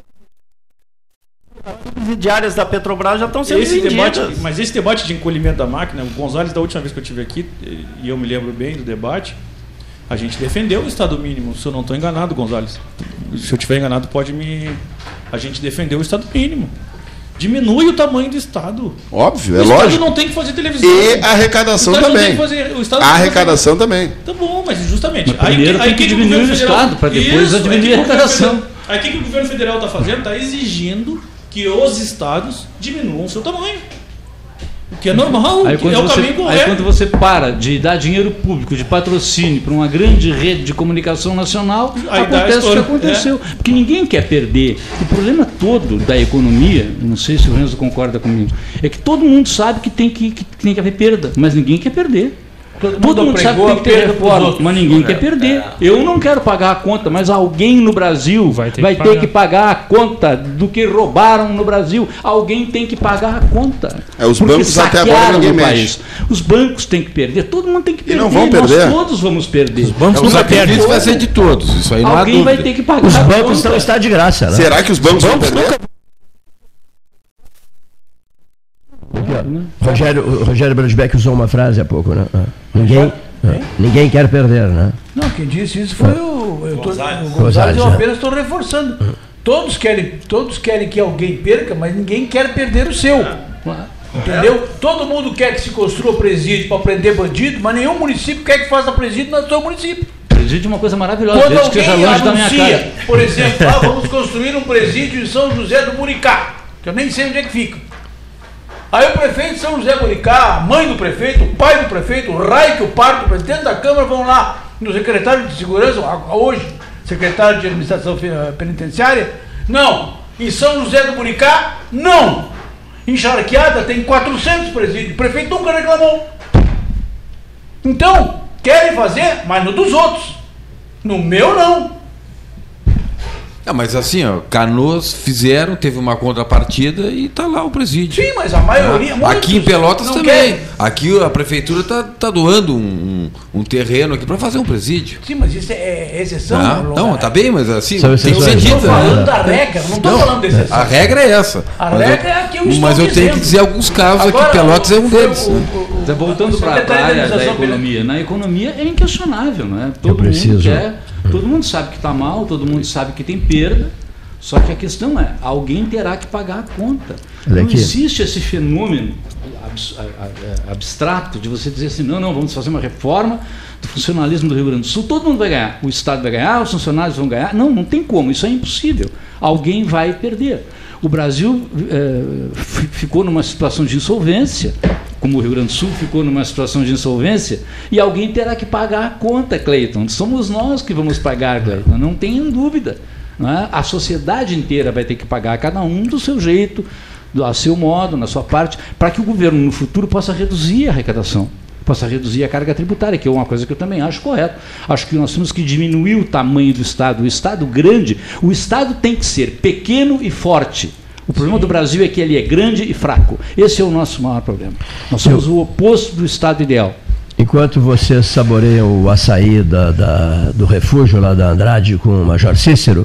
Speaker 4: Diárias da Petrobras já estão sendo
Speaker 7: Esse
Speaker 4: vendidas.
Speaker 7: debate, mas esse debate de encolhimento da máquina, o Gonzalez, da última vez que eu estive aqui, e eu me lembro bem do debate, a gente defendeu o Estado mínimo, se eu não estou enganado, Gonzalez. Se eu estiver enganado, pode me... A gente defendeu o Estado mínimo. Diminui o tamanho do Estado.
Speaker 8: Óbvio,
Speaker 7: o
Speaker 8: é
Speaker 7: Estado
Speaker 8: lógico.
Speaker 7: não tem que fazer televisão.
Speaker 8: E a arrecadação
Speaker 7: o Estado
Speaker 8: também.
Speaker 7: Não tem que fazer, o Estado
Speaker 8: A
Speaker 7: não tem que
Speaker 8: arrecadação também.
Speaker 7: Tá bom, mas justamente.
Speaker 6: Mas primeiro tem que
Speaker 7: o
Speaker 6: diminuir
Speaker 7: governo
Speaker 6: o
Speaker 7: federal-
Speaker 6: Estado, para depois
Speaker 7: Isso,
Speaker 6: diminuir
Speaker 7: aí que
Speaker 6: a
Speaker 7: o governo
Speaker 6: arrecadação.
Speaker 7: federal- Aí o que que o governo federal está fazendo? Está exigindo que os estados diminuam o seu tamanho. O que é normal,
Speaker 6: aí,
Speaker 7: que é o
Speaker 6: você,
Speaker 7: caminho correto.
Speaker 6: Aí quando você para de dar dinheiro público, de patrocínio para uma grande rede de comunicação nacional,
Speaker 7: aí
Speaker 6: acontece o que aconteceu. É. Porque ninguém quer perder. O problema todo da economia, não sei se o Renzo concorda comigo, é que todo mundo sabe que tem que, que, tem que haver perda, mas ninguém quer perder. Todo mundo, Todo mundo sabe que tem que ter reforma, mas ninguém é, quer perder. É. Eu não quero pagar a conta, mas alguém no Brasil vai ter, vai que, ter pagar. que pagar a conta do que roubaram no Brasil. Alguém tem que pagar a conta.
Speaker 8: É, os bancos até agora ninguém mexe.
Speaker 6: Os bancos têm que perder, todo mundo tem que perder.
Speaker 8: E não vão perder.
Speaker 6: Nós todos vamos perder.
Speaker 3: Os bancos não perdem. Isso vai ser de todos. Isso aí não há
Speaker 6: alguém vai ter que pagar.
Speaker 1: Os bancos estão em estado de graça. Né?
Speaker 8: Será que os bancos, os bancos vão perder? Nunca...
Speaker 1: Rogério, o Rogério Brandbeck usou uma frase há pouco, né? Ninguém, ninguém quer perder, né?
Speaker 10: Não, quem disse isso foi o, eu tô, o Gonzalez. Eu apenas estou reforçando. Todos querem, todos querem que alguém perca, mas ninguém quer perder o seu. Entendeu? Todo mundo quer que se construa presídio para prender bandido, mas nenhum município quer que faça presídio no seu município.
Speaker 6: Presídio é uma coisa maravilhosa.
Speaker 10: Quando alguém anuncia, por exemplo, ah, vamos construir um presídio em São José do Buricá, que eu nem sei onde é que fica. Aí o prefeito de São José Buricá, a mãe do prefeito, o pai do prefeito, o raio que o parto, o presidente da Câmara vão lá no secretário de Segurança, hoje, secretário de Administração Penitenciária, não. Em São José do Buricá, não. Em Charqueada tem quatrocentos presídios, o prefeito nunca reclamou. Então, querem fazer, mas no dos outros. No meu, não.
Speaker 5: Ah, mas assim, ó, Canoas fizeram, teve uma contrapartida e está lá o presídio.
Speaker 10: Sim, mas a maioria...
Speaker 5: Ah, aqui em Pelotas também. Quer. Aqui a prefeitura está tá doando um, um, um terreno aqui para fazer um presídio.
Speaker 10: Sim, mas isso é, é exceção.
Speaker 5: Ah, não, está bem, mas assim,
Speaker 1: Sabe
Speaker 5: tem que ser dito.
Speaker 10: Eu estou falando da regra, não estou falando de exceção.
Speaker 5: A regra é essa.
Speaker 10: A regra eu, é a que eu estou
Speaker 5: Mas eu
Speaker 10: dizendo.
Speaker 5: tenho que dizer alguns casos
Speaker 10: Agora,
Speaker 5: aqui, Pelotas é um deles.
Speaker 6: O, o, o, voltando para a área da economia. Na economia é inquestionável, não é? Todo
Speaker 1: preciso.
Speaker 6: mundo quer, todo mundo sabe que está mal, todo mundo sabe que tem perda. Só que a questão é, alguém terá que pagar a conta. Não existe esse fenômeno abstrato de você dizer assim, não, não, vamos fazer uma reforma do funcionalismo do Rio Grande do Sul, todo mundo vai ganhar, o Estado vai ganhar, os funcionários vão ganhar. Não, não tem como, isso é impossível. Alguém vai perder. O Brasil é, ficou numa situação de insolvência, como o Rio Grande do Sul ficou numa situação de insolvência, e alguém terá que pagar a conta, Cleiton. Somos nós que vamos pagar, Cleiton, não tenham dúvida. Né? A sociedade inteira vai ter que pagar, cada um do seu jeito, do a seu modo, na sua parte, para que o governo no futuro possa reduzir a arrecadação, possa reduzir a carga tributária, que é uma coisa que eu também acho correto. Acho que nós temos que diminuir o tamanho do Estado. O Estado grande, o Estado tem que ser pequeno e forte. O problema Sim. do Brasil é que ele é grande e fraco. Esse é o nosso maior problema. Nós somos eu... o oposto do Estado ideal.
Speaker 1: Enquanto vocês saboreiam o açaí da, da, do refúgio lá da Andrade com o Major Cícero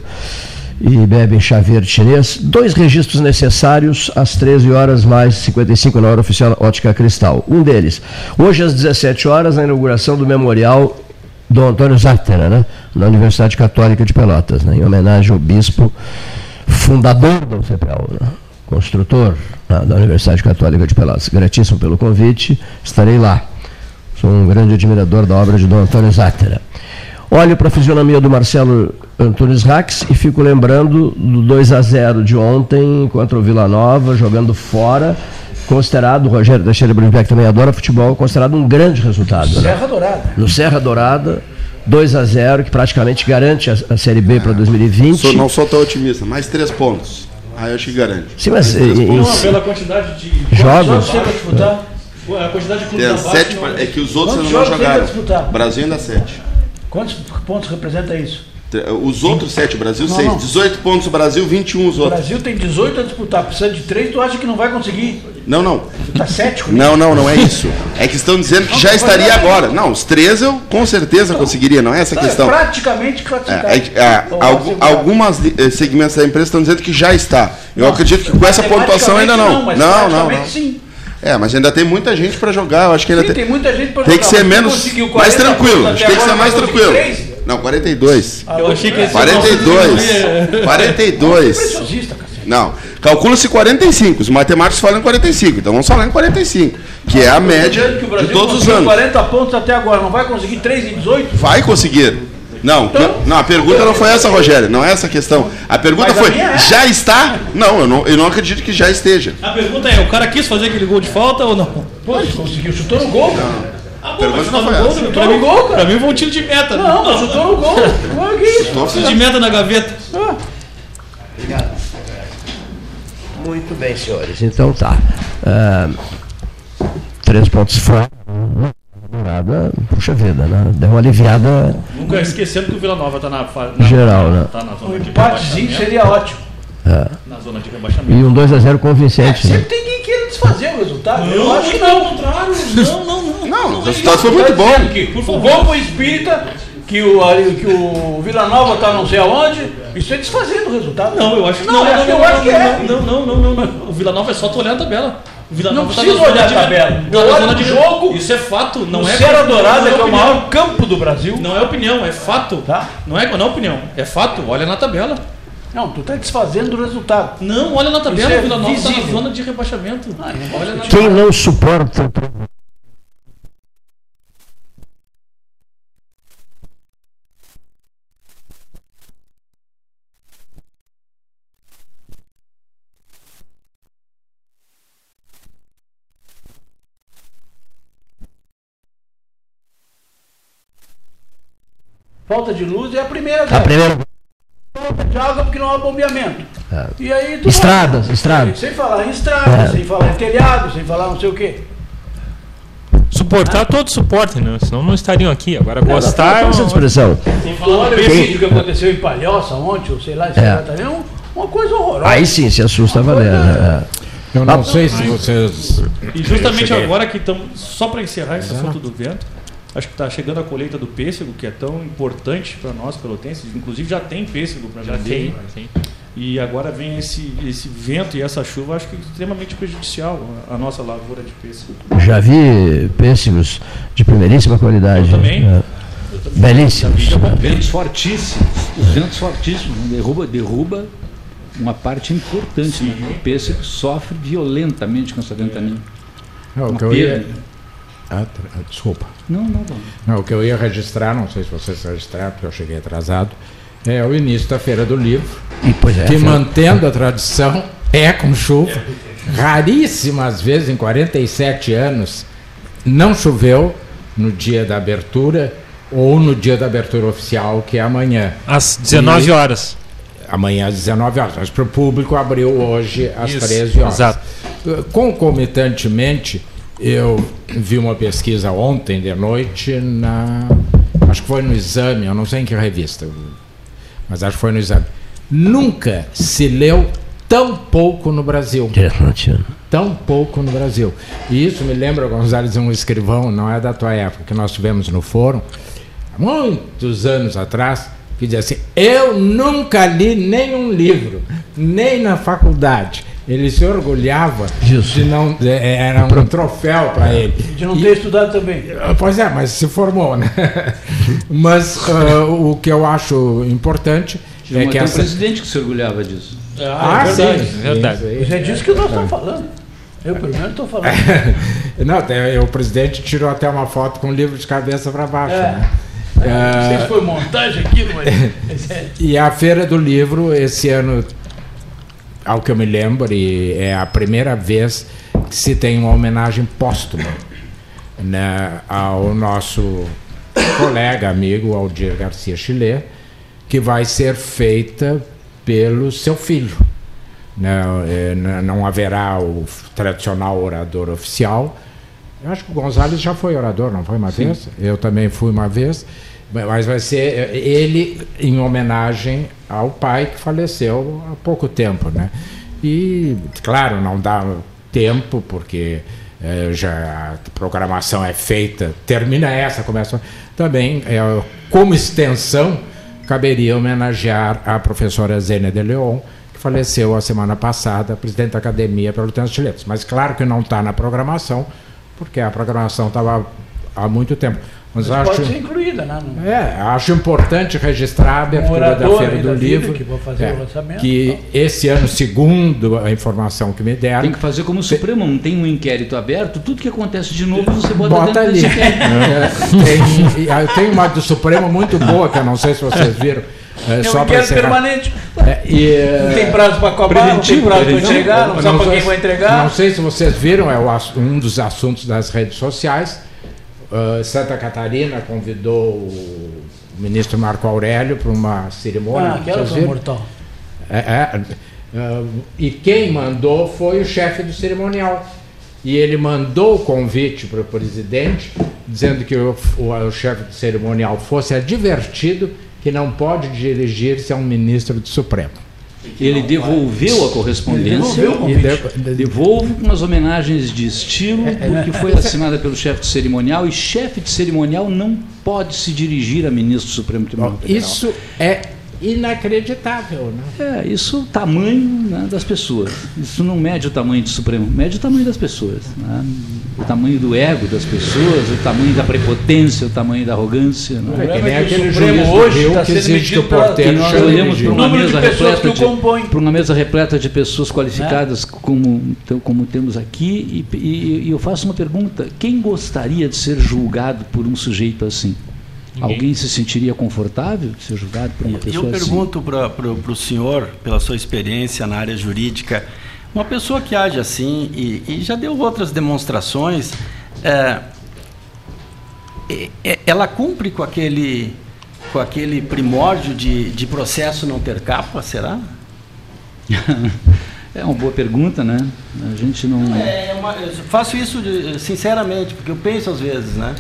Speaker 1: e bebem chá verde chinês, dois registros necessários às treze horas mais cinquenta e cinco na hora oficial Ótica Cristal. Um deles, hoje às dezessete horas, a inauguração do memorial do Antônio Zattera, né, na Universidade Católica de Pelotas, né, em homenagem ao bispo fundador da U C P L, né, construtor, né, da Universidade Católica de Pelotas. Gratíssimo pelo convite, estarei lá. Sou um grande admirador da obra de Dom Antônio Zattera. Olho para a fisionomia do Marcelo Antunes Rax e fico lembrando do dois a zero de ontem contra o Vila Nova, jogando fora, considerado, o Rogério Teixeira Brunbeck também adora futebol, considerado um grande resultado.
Speaker 10: No
Speaker 1: né?
Speaker 10: Serra Dourada.
Speaker 1: No Serra Dourada, dois a zero, que praticamente garante a, a Série B para dois mil e vinte.
Speaker 8: Sou, não sou tão otimista, mais três pontos. Aí eu acho que garante.
Speaker 1: Sim, mas...
Speaker 7: Não, pela quantidade de
Speaker 1: jogos...
Speaker 7: Chega a disputar. A quantidade de clubes
Speaker 8: da sete, não... É que os outros ainda não jogaram. O Brasil ainda sete.
Speaker 10: Quantos pontos representa isso?
Speaker 8: Os outros sete, o Brasil
Speaker 10: não,
Speaker 8: seis.
Speaker 10: Não.
Speaker 8: dezoito pontos o Brasil, vinte e um os outros.
Speaker 10: O Brasil tem dezoito a disputar, precisa de três, tu acha que não vai conseguir?
Speaker 8: Não, não.
Speaker 10: Está sete comigo?
Speaker 8: Não, não, não é isso. É que estão dizendo que não, já estaria agora. Não, os três eu com certeza não. conseguiria, não é essa a questão.
Speaker 10: É praticamente classificado.
Speaker 8: É, é, é, algum, algumas segmentos da empresa estão dizendo que já está. Eu não, acredito que com essa pontuação ainda não.
Speaker 10: Não, mas
Speaker 8: não, não, não.
Speaker 10: Sim.
Speaker 8: É, mas ainda tem muita gente para jogar. Eu acho que ainda
Speaker 10: Sim,
Speaker 8: tem,
Speaker 10: tem muita gente para
Speaker 8: jogar. Tem que ser menos, mais tranquilo.
Speaker 10: Acho
Speaker 8: que tem que ser mais tranquilo. Não, quarenta e dois.
Speaker 7: Eu achei que
Speaker 8: quarenta e dois. quarenta e dois. Não, calcula-se quarenta e cinco. Os matemáticos falam em quarenta e cinco. Então vamos falar em quarenta e cinco, que é a média de todos os anos.
Speaker 10: quarenta pontos até agora, não vai conseguir três em dezoito?
Speaker 8: Vai conseguir. Não,
Speaker 10: Então-
Speaker 8: não, não, a pergunta não foi essa, Rogério. Não é essa a questão. A pergunta
Speaker 10: Mas a
Speaker 8: foi:
Speaker 10: minha é.
Speaker 8: já está? Não, eu não, eu não acredito que já esteja.
Speaker 7: A pergunta é, o cara quis fazer aquele gol de falta ou não?
Speaker 10: Pô, ele conseguiu, chutou no gol, cara.
Speaker 7: Ah, bom,
Speaker 8: Pergunta
Speaker 7: mas
Speaker 8: não
Speaker 7: chutou
Speaker 8: foi
Speaker 7: no gol,
Speaker 8: essa.
Speaker 7: né?
Speaker 10: Chutou
Speaker 7: Pra
Speaker 10: no
Speaker 7: mim-
Speaker 10: gol, cara.
Speaker 7: Pra mim foi um tiro de meta. né?
Speaker 10: Não, mas chutou no gol. Olha que isso.
Speaker 7: Tiro de meta na gaveta.
Speaker 1: Muito bem, senhores. Então tá. Ah, três pontos fora. Nada, puxa vida, né? Deu uma aliviada
Speaker 7: Nunca esquecendo que o Vila Nova tá na, fa- na
Speaker 1: geral, né?
Speaker 7: Tá na
Speaker 10: Um
Speaker 7: zona de
Speaker 10: empatezinho
Speaker 7: rebaixamento.
Speaker 10: seria ótimo.
Speaker 7: Na zona de rebaixamento.
Speaker 1: E um dois a zero convincente, né?
Speaker 10: Sempre tem quem queira desfazer o resultado. Eu
Speaker 7: Não,
Speaker 10: acho que
Speaker 7: pelo
Speaker 10: não.
Speaker 7: contrário. Não, não, não.
Speaker 8: Não, o
Speaker 7: é
Speaker 8: resultado
Speaker 7: isso.
Speaker 8: foi muito bom.
Speaker 10: Que
Speaker 7: Por
Speaker 10: o
Speaker 7: favor.
Speaker 10: gol foi espírita, que o, ali- que o Vila Nova tá não sei aonde. Isso é desfazendo o resultado.
Speaker 7: Não, eu acho que
Speaker 10: não.
Speaker 7: não.
Speaker 10: Não,
Speaker 7: não,
Speaker 10: eu
Speaker 7: não,
Speaker 10: acho
Speaker 7: não,
Speaker 10: que é.
Speaker 7: Não, não, não, não, não. O Vila Nova é só tu olhar a tabela. O Vila
Speaker 10: Não
Speaker 7: Nova tá
Speaker 10: precisa
Speaker 7: na zona
Speaker 10: olhar a
Speaker 7: de-
Speaker 10: tabela.
Speaker 7: tá
Speaker 10: Eu
Speaker 7: na
Speaker 10: olho
Speaker 7: zona
Speaker 10: o
Speaker 7: de
Speaker 10: jogo.
Speaker 7: Isso é fato, não
Speaker 10: O
Speaker 7: é.
Speaker 10: Serra Dourada,
Speaker 7: não
Speaker 10: que é o
Speaker 7: opinião.
Speaker 10: maior campo do Brasil.
Speaker 7: Não é opinião, é fato.
Speaker 10: Tá.
Speaker 7: Não é, não é opinião, é fato. Olha na tabela.
Speaker 10: Não, tu tá desfazendo o resultado.
Speaker 7: Não, olha na tabela.
Speaker 10: Isso é
Speaker 7: O Vila Nova tá na
Speaker 10: visível.
Speaker 7: zona de rebaixamento.
Speaker 10: Ah, eu não
Speaker 7: Olha na
Speaker 1: Quem não suporta.
Speaker 10: Falta de luz é a primeira
Speaker 1: A
Speaker 10: dela.
Speaker 1: primeira.
Speaker 10: Falta de água porque não há bombeamento.
Speaker 1: É.
Speaker 10: E aí tu
Speaker 1: Estradas,
Speaker 10: vai-
Speaker 1: estradas.
Speaker 10: Sem falar em estrada,
Speaker 1: É.
Speaker 10: sem falar em telhado, sem falar não sei o quê.
Speaker 9: Suportar, todos suportam, né? Senão não estariam aqui. Agora gostar.
Speaker 1: Fala essa
Speaker 9: é uma-
Speaker 1: expressão.
Speaker 7: Sem falar no
Speaker 10: Olha o
Speaker 7: peso.
Speaker 10: vídeo que aconteceu em Palhoça ontem, ou sei lá, esse
Speaker 1: É.
Speaker 10: cara também, é um- uma coisa horrorosa.
Speaker 1: Aí sim se assusta valendo. é.
Speaker 3: Eu não sei se vocês.
Speaker 7: E justamente
Speaker 3: Cheguei.
Speaker 7: agora que estamos, só para encerrar esse assunto do vento, acho que está chegando a colheita do pêssego, que é tão importante para nós pelotenses, inclusive já tem pêssego para
Speaker 9: Já
Speaker 7: vender.
Speaker 9: tem, tem.
Speaker 7: E agora vem esse, esse vento e essa chuva, acho que é extremamente prejudicial à nossa lavoura de pêssego.
Speaker 1: Já vi pêssegos de primeiríssima qualidade.
Speaker 7: Eu também.
Speaker 1: É. Belíssimos.
Speaker 6: Ventos fortíssimos. Os ventos fortíssimos. né? Derruba, derruba uma parte importante. Né? O pêssego sofre violentamente com essa ventania.
Speaker 3: Não, o
Speaker 6: Uma
Speaker 3: que eu ia.
Speaker 6: perda.
Speaker 3: Ah, tra- desculpa.
Speaker 6: Não, não, não.
Speaker 3: Não, o que eu ia registrar, não sei se vocês registraram, porque eu cheguei atrasado, é o início da Feira do Livro,
Speaker 1: E, pois é,
Speaker 3: que
Speaker 1: foi-
Speaker 3: mantendo a tradição, é com chuva. Raríssimas vezes, em quarenta e sete anos, não choveu no dia da abertura ou no dia da abertura oficial, que é amanhã.
Speaker 9: Às dezenove
Speaker 3: E-
Speaker 9: horas.
Speaker 3: Amanhã às dezenove horas, mas para o público abriu hoje às
Speaker 9: Isso,
Speaker 3: treze horas.
Speaker 9: exato.
Speaker 3: Concomitantemente, eu vi uma pesquisa ontem de noite na. Acho que foi no Exame, eu não sei em que revista, mas acho que foi no Exame. Nunca se leu tão pouco no Brasil. Tão pouco no Brasil. E isso me lembra, Gonzalez, um escrivão, não é da tua época, que nós tivemos no fórum, há muitos anos atrás, que dizia assim: eu nunca li nenhum livro, nem na faculdade. Ele se orgulhava
Speaker 1: Isso.
Speaker 3: de não. é, Era um troféu para ele.
Speaker 10: De não
Speaker 3: E-
Speaker 10: ter estudado também.
Speaker 3: Pois é, mas se formou, né? Mas ah, o que eu acho importante
Speaker 6: Tinha
Speaker 3: é
Speaker 6: um
Speaker 3: que
Speaker 6: até um
Speaker 3: essa.
Speaker 6: presidente que se orgulhava disso.
Speaker 3: Ah,
Speaker 10: é verdade.
Speaker 3: sim,
Speaker 9: Verdade.
Speaker 3: isso aí.
Speaker 10: Mas é disso que nós estamos falando. Eu, pelo menos, estou falando.
Speaker 3: Não, tem- o presidente tirou até uma foto com o livro de cabeça para baixo.
Speaker 10: É.
Speaker 3: Né?
Speaker 10: Não sei
Speaker 3: Ah,
Speaker 10: se foi montagem aquilo, mas. mas é.
Speaker 3: E a Feira do Livro, esse ano, ao que eu me lembro, e é a primeira vez que se tem uma homenagem póstuma, né, ao nosso colega, amigo Aldir Garcia Chilé, que vai ser feita pelo seu filho. Não, é, n- não haverá o f- tradicional orador oficial. Eu acho que o Gonzalez já foi orador, não foi uma vez? Eu também fui uma vez. Mas mas vai ser eh, ele em homenagem ao pai que faleceu há pouco tempo, né? E, claro, não dá tempo, porque eh, já a programação é feita, termina essa, começa... Também, eh, como extensão, caberia homenagear a professora Zênia de Leon, que faleceu a semana passada, presidente da Academia Pelotense de Letras. Mas claro que não está na programação, porque a programação estava há muito tempo. Mas,
Speaker 10: Mas
Speaker 3: acho,
Speaker 10: pode ser incluída, né? No...
Speaker 3: É, acho importante registrar a abertura da Feira do Livro,
Speaker 10: que, vou fazer
Speaker 3: é,
Speaker 10: o lançamento,
Speaker 3: que
Speaker 10: então.
Speaker 3: esse ano, segundo a informação que me deram...
Speaker 6: Tem que fazer como o Supremo, não tem um inquérito aberto, tudo que acontece de novo você bota,
Speaker 3: bota
Speaker 6: dentro
Speaker 3: ali.
Speaker 6: desse inquérito.
Speaker 3: É, tem, eu tenho uma do Supremo muito boa, que eu não sei se vocês viram. É,
Speaker 10: É um
Speaker 3: só para
Speaker 10: inquérito permanente.
Speaker 3: É, e,
Speaker 10: Não tem prazo para cobrar, não tem prazo para entregar, não, não sabe para quem vai entregar.
Speaker 3: Não sei se vocês viram, é o, um dos assuntos das redes sociais. Uh, Santa Catarina convidou o ministro Marco Aurélio para uma cerimônia.
Speaker 10: Ah, aquela foi mortal.
Speaker 3: É, é, uh, e quem mandou foi o chefe do cerimonial. E ele mandou o convite para o presidente, dizendo que o, o, o chefe do cerimonial fosse advertido que não pode dirigir-se a um ministro do Supremo.
Speaker 6: Ele devolveu a correspondência,
Speaker 10: Ele devolveu
Speaker 6: e devolvo com umas homenagens de estilo, porque foi assinada pelo chefe de cerimonial, e chefe de cerimonial não pode se dirigir a ministro do Supremo Tribunal Federal.
Speaker 3: Isso é inacreditável, né?
Speaker 6: É, isso é o tamanho, né, das pessoas. Isso não mede o tamanho do Supremo, mede o tamanho das pessoas, né? O tamanho do ego das pessoas, o tamanho da prepotência, o tamanho da arrogância. Né?
Speaker 3: É que nem
Speaker 10: é que
Speaker 3: aquele
Speaker 10: o Supremo
Speaker 3: juiz
Speaker 10: hoje
Speaker 3: do Rio
Speaker 10: está
Speaker 3: que
Speaker 10: sendo
Speaker 3: exige que o
Speaker 10: medido pela-
Speaker 3: porteiro
Speaker 6: E nós
Speaker 3: chame
Speaker 6: olhamos
Speaker 3: de
Speaker 6: para
Speaker 10: O
Speaker 6: uma,
Speaker 10: número de
Speaker 6: mesa
Speaker 10: pessoas
Speaker 6: repleta
Speaker 10: que o compõem.
Speaker 6: para uma mesa repleta de pessoas qualificadas como, então, como temos aqui, e, e- e eu faço uma pergunta: quem gostaria de ser julgado por um sujeito assim?
Speaker 9: Ninguém.
Speaker 6: Alguém se sentiria confortável de ser julgado por uma pessoa
Speaker 4: Eu
Speaker 6: assim?
Speaker 4: pergunto para o senhor, pela sua experiência na área jurídica, uma pessoa que age assim e, e já deu outras demonstrações, é, é, ela cumpre com aquele, com aquele primórdio de, de processo não ter capa, será?
Speaker 6: É uma boa pergunta, né? A gente não...
Speaker 4: É uma, eu faço isso de- sinceramente, porque eu penso às vezes, né?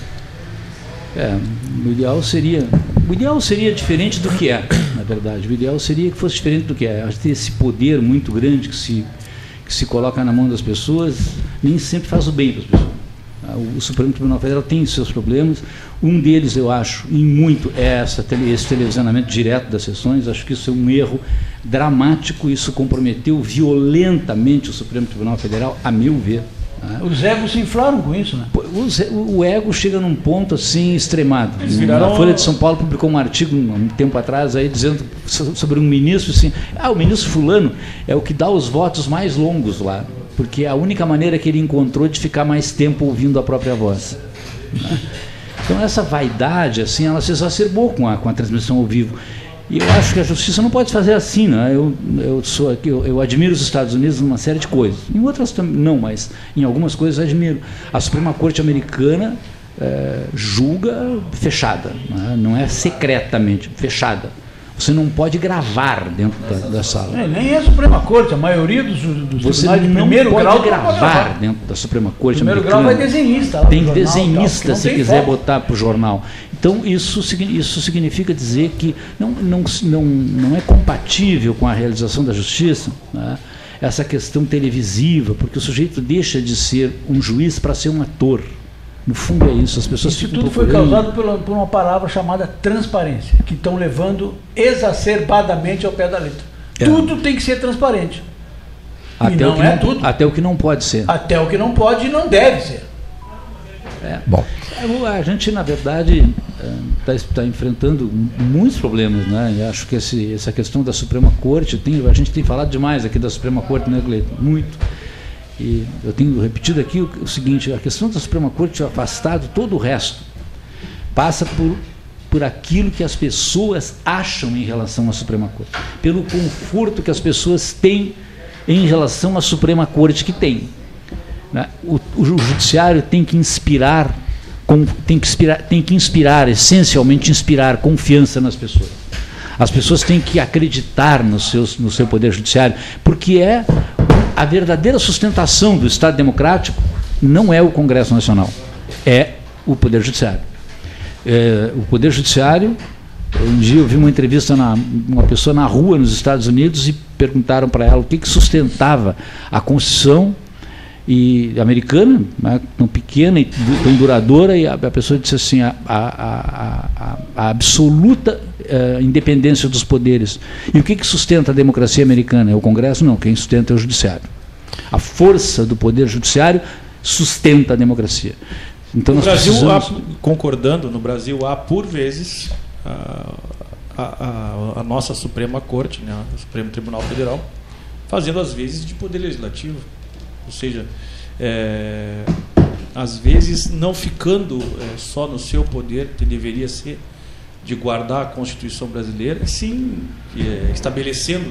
Speaker 6: É, o ideal seria, o ideal seria diferente do que é, na verdade. O ideal seria que fosse diferente do que é. Acho que esse poder muito grande que se, que se coloca na mão das pessoas nem sempre faz o bem para as pessoas. O Supremo Tribunal Federal tem seus problemas. Um deles, eu acho, em muito, é essa, tele- esse televisionamento direto das sessões. Acho que isso é um erro dramático. Isso comprometeu violentamente o Supremo Tribunal Federal, a meu ver. Né?
Speaker 10: Os egos se inflaram com isso, né?
Speaker 6: O, ze- o ego chega num ponto assim extremado.
Speaker 10: Eles viraram-
Speaker 6: A Folha de São Paulo publicou um artigo um tempo atrás aí dizendo so- sobre um ministro assim, ah, o ministro fulano é o que dá os votos mais longos lá, porque é a única maneira que ele encontrou de ficar mais tempo ouvindo a própria voz. Né? Então essa vaidade assim, ela se exacerbou com a, com a transmissão ao vivo. E eu acho que a justiça não pode fazer assim, né? Eu, eu, sou aqui, eu, eu admiro os Estados Unidos numa série de coisas. Em outras também não, mas em algumas coisas eu admiro. A Suprema Corte americana é, julga fechada, né? Não é secretamente, fechada. Você não pode gravar dentro da, da sala.
Speaker 10: É, nem é a Suprema Corte, a maioria dos, dos
Speaker 6: Você
Speaker 10: tribunais de
Speaker 6: não
Speaker 10: primeiro
Speaker 6: pode
Speaker 10: grau não pode
Speaker 6: gravar dentro da Suprema Corte
Speaker 10: Primeiro
Speaker 6: americana.
Speaker 10: grau vai desenhista lá
Speaker 6: Tem
Speaker 10: pro jornal,
Speaker 6: desenhista
Speaker 10: tal,
Speaker 6: se
Speaker 10: não tem
Speaker 6: quiser
Speaker 10: foto.
Speaker 6: botar para o jornal. Então isso, signi- isso significa dizer que não, não, não, não é compatível com a realização da justiça, né, essa questão televisiva, porque o sujeito deixa de ser um juiz para ser um ator. No fundo é isso, as pessoas
Speaker 10: Isso
Speaker 6: ficam
Speaker 10: tudo foi
Speaker 6: procurando-
Speaker 10: causado pela- por uma palavra chamada transparência, que estão levando exacerbadamente ao pé da letra.
Speaker 6: É.
Speaker 10: Tudo tem que ser transparente.
Speaker 6: até,
Speaker 10: e
Speaker 6: o
Speaker 10: não
Speaker 6: que
Speaker 10: é
Speaker 6: não,
Speaker 10: tudo.
Speaker 6: até o que não pode ser.
Speaker 10: Até o que não pode e não deve ser.
Speaker 6: É.
Speaker 1: Bom.
Speaker 6: A gente, na verdade, está enfrentando muitos problemas, né? E acho que esse, essa questão da Suprema Corte, tem, a gente tem falado demais aqui da Suprema Corte, né, Gleito? Muito. E eu tenho repetido aqui o, o seguinte: a questão da Suprema Corte é afastado todo o resto. Passa por, por aquilo que as pessoas acham em relação à Suprema Corte, pelo conforto que as pessoas têm em relação à Suprema Corte que tem. Né? O, o judiciário tem que inspirar, com, tem, que inspirar tem que inspirar, essencialmente inspirar confiança nas pessoas. As pessoas têm que acreditar no, seus, no seu poder judiciário, porque é a verdadeira sustentação do Estado democrático não é o Congresso Nacional, é o Poder Judiciário. É, o Poder Judiciário, um dia eu vi uma entrevista, na, uma pessoa na rua nos Estados Unidos, e perguntaram para ela o que, que sustentava a Constituição e americana, né, tão pequena e tão duradoura, e a, a pessoa disse assim, a, a, a, a, a absoluta uh, independência dos poderes. E o que, que sustenta a democracia americana? É o Congresso? Não, quem sustenta é o Judiciário. A força do poder judiciário sustenta a democracia. Então
Speaker 7: no
Speaker 6: nós
Speaker 7: Brasil,
Speaker 6: precisamos...
Speaker 7: há, concordando, no Brasil há, por vezes, a, a, a, a nossa Suprema Corte, né, o Supremo Tribunal Federal, fazendo às vezes de poder legislativo. Ou seja, é, às vezes não ficando é, só no seu poder, que deveria ser de guardar a Constituição brasileira, e sim é, estabelecendo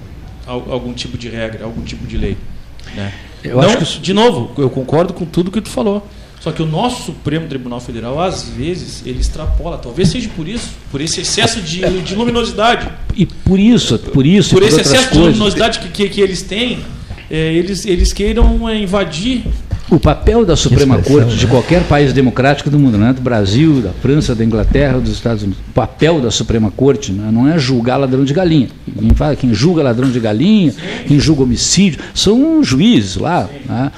Speaker 7: algum tipo de regra, algum tipo de lei. Né?
Speaker 6: Eu
Speaker 7: não,
Speaker 6: acho que isso...
Speaker 7: De novo, eu concordo com tudo que tu falou. Só que o nosso Supremo Tribunal Federal, às vezes, ele extrapola. Talvez seja por isso, por esse excesso de, de luminosidade.
Speaker 6: E por isso, por isso,
Speaker 7: por,
Speaker 6: por
Speaker 7: esse
Speaker 6: outras
Speaker 7: excesso
Speaker 6: coisas.
Speaker 7: de luminosidade que, que, que eles têm, é, eles, eles queiram é, invadir.
Speaker 6: O papel da Suprema Corte de qualquer país democrático do mundo, né? Do Brasil, da França, da Inglaterra, dos Estados Unidos, o papel da Suprema Corte, né? Não é julgar ladrão de galinha. Quem, fala, quem julga ladrão de galinha, quem julga homicídio, são juízes lá. Né?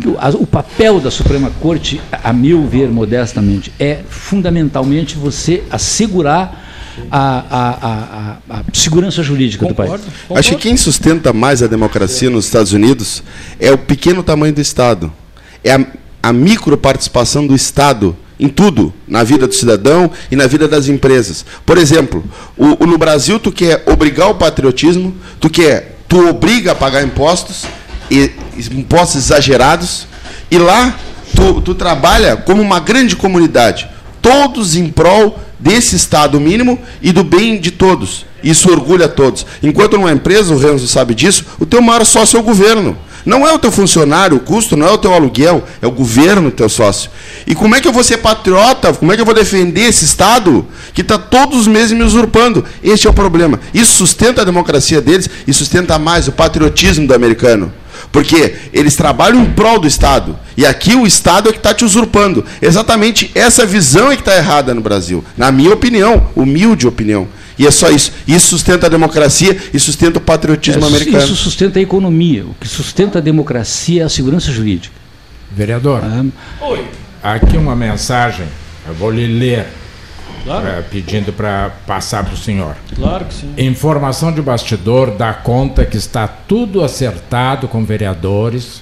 Speaker 6: O papel da Suprema Corte, a meu ver, modestamente, é fundamentalmente você assegurar A, a, a, a, a segurança jurídica
Speaker 7: Concordo,
Speaker 6: do país.
Speaker 7: concordo.
Speaker 8: Acho que quem sustenta mais a democracia nos Estados Unidos é o pequeno tamanho do Estado. É a, a microparticipação do Estado em tudo, na vida do cidadão e na vida das empresas. Por exemplo, o, o, no Brasil tu quer obrigar o patriotismo, tu quer, tu obriga a pagar impostos, e, impostos exagerados, e lá tu, tu trabalha como uma grande comunidade, todos em prol desse Estado mínimo e do bem de todos. Isso orgulha todos. Enquanto numa empresa, o Renzo sabe disso, o teu maior sócio é o governo. Não é o teu funcionário, o custo não é o teu aluguel, é o governo teu sócio. E como é que eu vou ser patriota, como é que eu vou defender esse Estado que está todos os meses me usurpando? Este é o problema. Isso sustenta a democracia deles e sustenta mais o patriotismo do americano. Porque eles trabalham em prol do Estado. E aqui o Estado é que está te usurpando. Exatamente essa visão é que está errada no Brasil. Na minha opinião, humilde opinião. E é só isso. Isso sustenta a democracia e sustenta o patriotismo
Speaker 6: é,
Speaker 8: americano.
Speaker 6: Isso sustenta a economia. O que sustenta a democracia é a segurança jurídica.
Speaker 3: Vereador,
Speaker 6: Ah,
Speaker 7: Oi.
Speaker 3: aqui uma mensagem, eu vou lhe ler,
Speaker 7: Claro.
Speaker 3: eh, pedindo para passar para o senhor.
Speaker 7: Claro que sim.
Speaker 3: Informação de bastidor dá conta que está tudo acertado com vereadores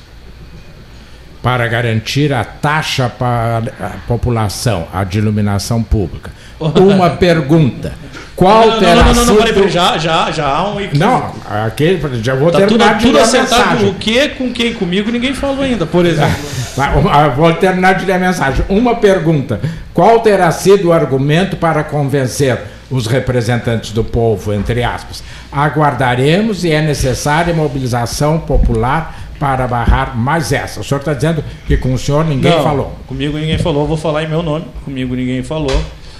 Speaker 3: para garantir a taxa para a população, a de iluminação pública. Uma pergunta. Qual
Speaker 7: não,
Speaker 3: terá
Speaker 7: não, não, não, não,
Speaker 3: sido...
Speaker 7: peraí, peraí, já, já, já há um equívoco.
Speaker 3: Não, aquele, já vou
Speaker 7: Tá tudo,
Speaker 3: terminar de
Speaker 7: tudo
Speaker 3: ler a
Speaker 7: acertado.
Speaker 3: mensagem.
Speaker 7: O que com quem? Comigo ninguém falou ainda, por exemplo.
Speaker 3: Vai, uma- Vou terminar de ler a mensagem. Uma pergunta. Qual terá sido o argumento para convencer os representantes do povo, entre aspas? Aguardaremos e é necessária mobilização popular para barrar mais essa. O senhor está dizendo que com o senhor ninguém
Speaker 7: Não,
Speaker 3: falou.
Speaker 7: Comigo ninguém falou, vou falar em meu nome. Comigo ninguém falou.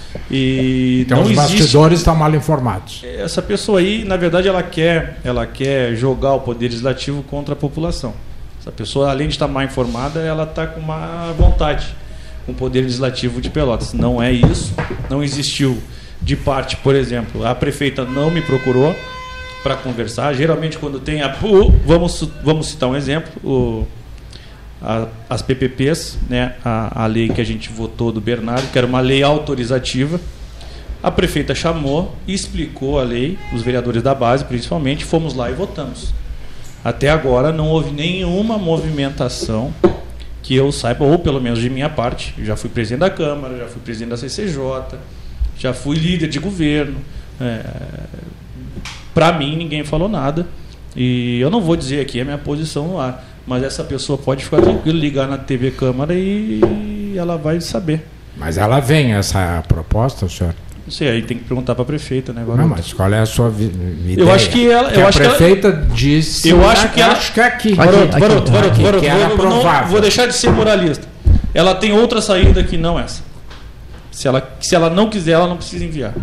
Speaker 7: E
Speaker 3: Então
Speaker 7: não
Speaker 3: os
Speaker 7: existe.
Speaker 3: bastidores estão mal informados.
Speaker 7: Essa pessoa aí, na verdade, ela quer, ela quer jogar o poder legislativo contra a população. Essa pessoa, além de estar mal informada, ela está com uma vontade com o poder legislativo de Pelotas. Não é isso. Não existiu de parte, por exemplo, a prefeita não me procurou para conversar. Geralmente, quando tem a. Vamos, vamos citar um exemplo. O, a, as P P Ps, né, a, a lei que a gente votou do Bernardo, que era uma lei autorizativa. A prefeita chamou e explicou a lei, os vereadores da base principalmente, fomos lá e votamos. Até agora não houve nenhuma movimentação que eu saiba, ou pelo menos de minha parte. Eu já fui presidente da Câmara, já fui presidente da C C J, já fui líder de governo. É, para mim ninguém falou nada. E eu não vou dizer aqui a minha posição no ar, mas essa pessoa pode ficar tranquila, ligar na T V Câmara e ela vai saber.
Speaker 3: Mas ela vem, essa proposta, senhor?
Speaker 7: Não sei, aí tem que perguntar para a prefeita, né?
Speaker 3: Não, mas qual é a sua vi- ideia?
Speaker 7: Eu acho que ela- eu
Speaker 3: a
Speaker 7: acho que ela-
Speaker 3: prefeita disse...
Speaker 7: Eu acho que ela-
Speaker 3: acho que aqui.
Speaker 7: Varoto,
Speaker 1: aqui,
Speaker 7: varoto,
Speaker 1: aqui,
Speaker 7: varoto,
Speaker 3: aqui,
Speaker 7: varoto,
Speaker 3: que era
Speaker 7: vou-
Speaker 3: provável.
Speaker 7: não, vou deixar de ser moralista. Ela tem outra saída que não essa. Se ela, se ela não quiser, ela não precisa enviar.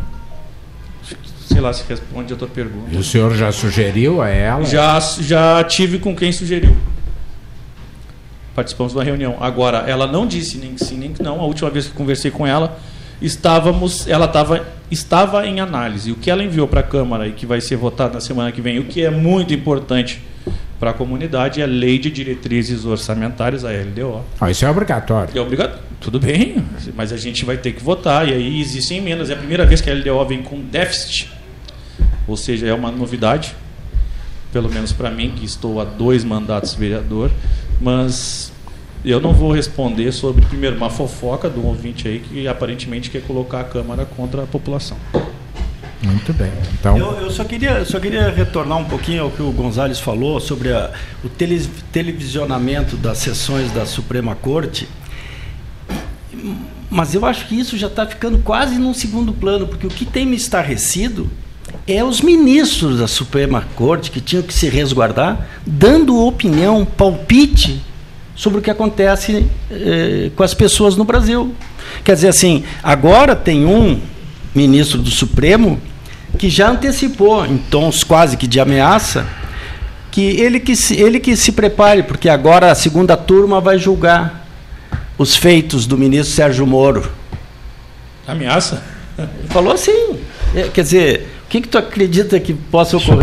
Speaker 7: Sei lá se responde a tua pergunta.
Speaker 3: E o senhor já sugeriu a ela?
Speaker 7: Já, já tive com quem sugeriu. Participamos de uma reunião. Agora, ela não disse nem que sim nem que não. A última vez que conversei com ela, estávamos, ela estava, estava em análise. O que ela enviou para a Câmara e que vai ser votado na semana que vem, o que é muito importante para a comunidade, é a Lei de Diretrizes Orçamentárias, a L D O.
Speaker 3: Ah, isso é obrigatório.
Speaker 7: É obrigado. Tudo bem, mas a gente vai ter que votar. E aí existem emendas. É a primeira vez que a L D O vem com déficit. Ou seja, é uma novidade. Pelo menos para mim, que estou há dois mandatos vereador. Mas Eu não vou responder sobre, primeiro, uma fofoca do ouvinte aí que aparentemente quer colocar a Câmara contra a população.
Speaker 3: Muito bem. Então...
Speaker 4: Eu, eu só, queria, só queria retornar um pouquinho ao que o Gonzalez falou sobre a, o tele, televisionamento das sessões da Suprema Corte. Mas eu acho que isso já está ficando quase num segundo plano, porque o que tem me estarrecido é os ministros da Suprema Corte, que tinham que se resguardar, dando opinião, palpite sobre o que acontece eh, com as pessoas no Brasil. Quer dizer assim, agora tem um ministro do Supremo que já antecipou, em tons quase que de ameaça, que ele que se, ele que se prepare, porque agora a segunda turma vai julgar os feitos do ministro Sérgio Moro.
Speaker 7: Ameaça?
Speaker 4: Ele falou assim. É, quer dizer, o que, que tu acredita que possa ocorrer?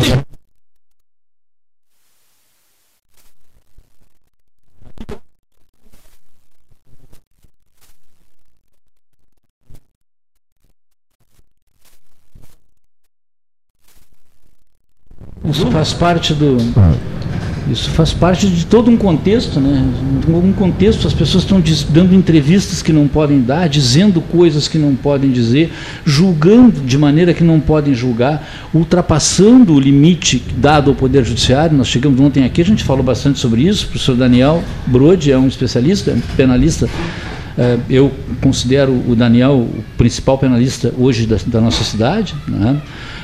Speaker 6: Isso faz parte do... Isso faz parte de todo um contexto, né? Um contexto, as pessoas estão dando entrevistas que não podem dar, dizendo coisas que não podem dizer, julgando de maneira que não podem julgar, ultrapassando o limite dado ao Poder Judiciário. Nós chegamos ontem aqui, a gente falou bastante sobre isso, o professor Daniel Brode é um especialista, penalista. Eu considero o Daniel o principal penalista hoje da, da nossa cidade, né?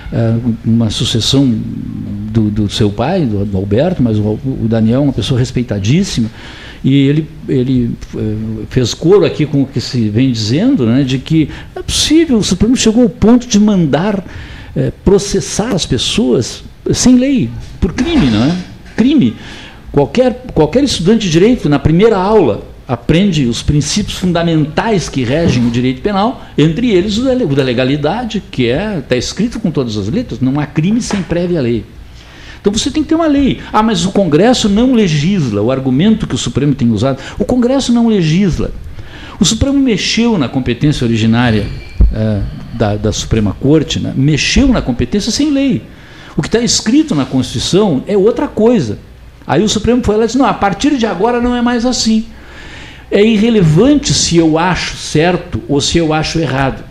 Speaker 6: Uma sucessão do, do seu pai, do, do Alberto, mas o, o Daniel é uma pessoa respeitadíssima, e ele, ele fez coro aqui com o que se vem dizendo, né, de que é possível, o Supremo chegou ao ponto de mandar é, processar as pessoas sem lei, por crime, não é? Crime. Qualquer, qualquer estudante de direito, na primeira aula, aprende os princípios fundamentais que regem o direito penal, entre eles o da legalidade, que é, está escrito com todas as letras, não há crime sem prévia lei. Então você tem que ter uma lei. Ah, mas o Congresso não legisla, o argumento que o Supremo tem usado, o Congresso não legisla. O Supremo mexeu na competência originária é, da, da Suprema Corte, né? Mexeu na competência sem lei. O que está escrito na Constituição é outra coisa. Aí o Supremo foi lá e disse, não, a partir de agora não é mais assim. É irrelevante se eu acho certo ou se eu acho errado.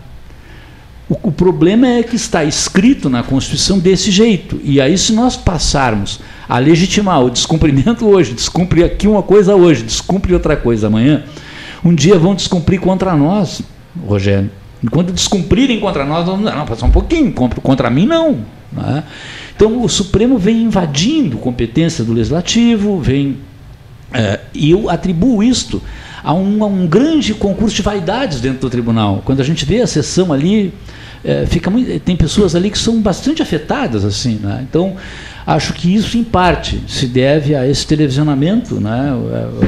Speaker 6: O, o problema é que está escrito na Constituição desse jeito. E aí, se nós passarmos a legitimar o descumprimento hoje, descumprir aqui uma coisa hoje, descumprir outra coisa amanhã, um dia vão descumprir contra nós, Rogério. E quando descumprirem contra nós, vamos dizer, não, passar um pouquinho, contra mim não. Né? Então, o Supremo vem invadindo competência do Legislativo, vem... É, e eu atribuo isto a um, a um grande concurso de vaidades dentro do tribunal. Quando a gente vê a sessão ali, é, fica muito, tem pessoas ali que são bastante afetadas, assim, né? Então, acho que isso, em parte, se deve a esse televisionamento, né? o,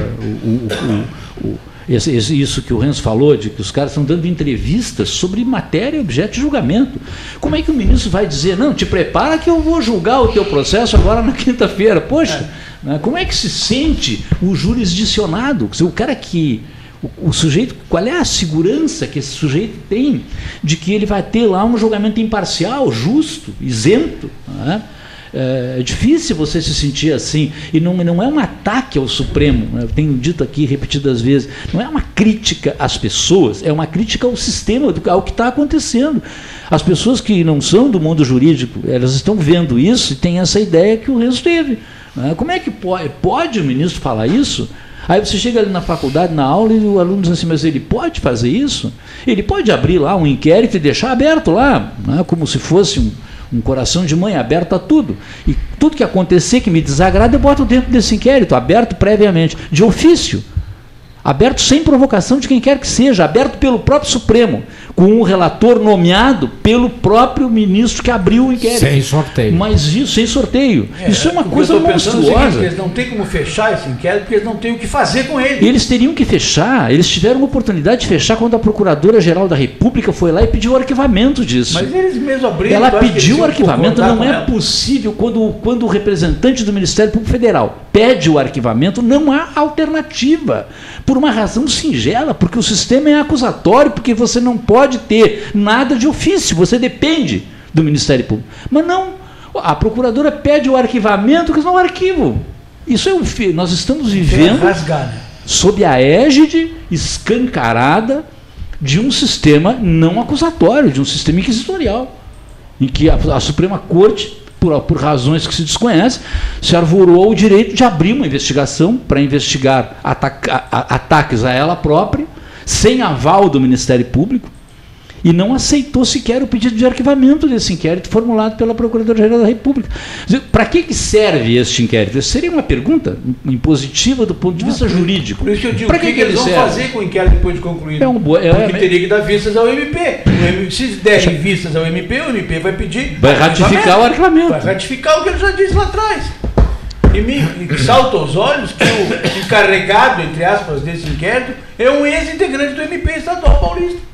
Speaker 6: o, o, o, esse, esse, isso que o Renzo falou, de que os caras estão dando entrevistas sobre matéria e objeto de julgamento. Como é que o ministro vai dizer, não, te prepara que eu vou julgar o teu processo agora na quinta-feira? Poxa, é. né? Como é que se sente o jurisdicionado? O cara que... O, o sujeito, qual é a segurança que esse sujeito tem de que ele vai ter lá um julgamento imparcial, justo, isento? Né? É difícil você se sentir assim, e não, não é um ataque ao Supremo, né? Eu tenho dito aqui repetidas vezes, não é uma crítica às pessoas, é uma crítica ao sistema, ao que está acontecendo. As pessoas que não são do mundo jurídico, elas estão vendo isso e têm essa ideia que o Renzo teve. Né? Como é que pode, pode o ministro falar isso? Aí você chega ali na faculdade, na aula, e o aluno diz assim, mas ele pode fazer isso? Ele pode abrir lá um inquérito e deixar aberto lá, né? Como se fosse um um coração de mãe aberto a tudo. E tudo que acontecer que me desagrada, eu boto dentro desse inquérito, aberto previamente, de ofício. Aberto sem provocação de quem quer que seja, aberto pelo próprio Supremo, com um relator nomeado pelo próprio ministro que abriu o inquérito.
Speaker 3: Sem sorteio.
Speaker 6: Mas isso, sem sorteio. É, isso é uma coisa monstruosa.
Speaker 10: Eles não têm como fechar esse inquérito, porque eles não têm o que fazer com ele.
Speaker 6: Eles teriam que fechar, eles tiveram uma oportunidade de fechar quando a Procuradora-Geral da República foi lá e pediu o arquivamento disso.
Speaker 10: Mas eles mesmos abriram.
Speaker 6: Ela pediu o arquivamento, não é possível, quando, quando o representante do Ministério Público Federal pede o arquivamento, não há alternativa. Por uma razão singela, porque o sistema é acusatório, porque você não pode ter nada de ofício, você depende do Ministério Público. Mas não, a procuradora pede o arquivamento, que não é um arquivo. Isso é um, nós estamos vivendo...
Speaker 10: Rasgar, né?
Speaker 6: sob a égide escancarada de um sistema não acusatório, de um sistema inquisitorial, em que a, a Suprema Corte, por, por razões que se desconhecem, se arvorou o direito de abrir uma investigação para investigar ataca, a, ataques a ela própria, sem aval do Ministério Público, e não aceitou sequer o pedido de arquivamento desse inquérito formulado pela Procuradoria-Geral da República. Para que, que serve este inquérito? Essa seria uma pergunta impositiva do ponto de vista jurídico.
Speaker 10: Por isso que eu digo,
Speaker 6: pra
Speaker 10: o que,
Speaker 6: que,
Speaker 10: que,
Speaker 6: que
Speaker 10: eles vão
Speaker 6: serve?
Speaker 10: fazer com o inquérito depois de concluído?
Speaker 6: É um bo... é,
Speaker 10: Porque
Speaker 6: é,
Speaker 10: teria que dar vistas ao M P. O M P se derem vistas ao M P, o M P vai pedir...
Speaker 6: Vai ratificar o arquivamento.
Speaker 10: Vai ratificar o que ele já disse lá atrás. E me e salta aos olhos que o encarregado, entre aspas, desse inquérito é um ex-integrante do M P estadual paulista.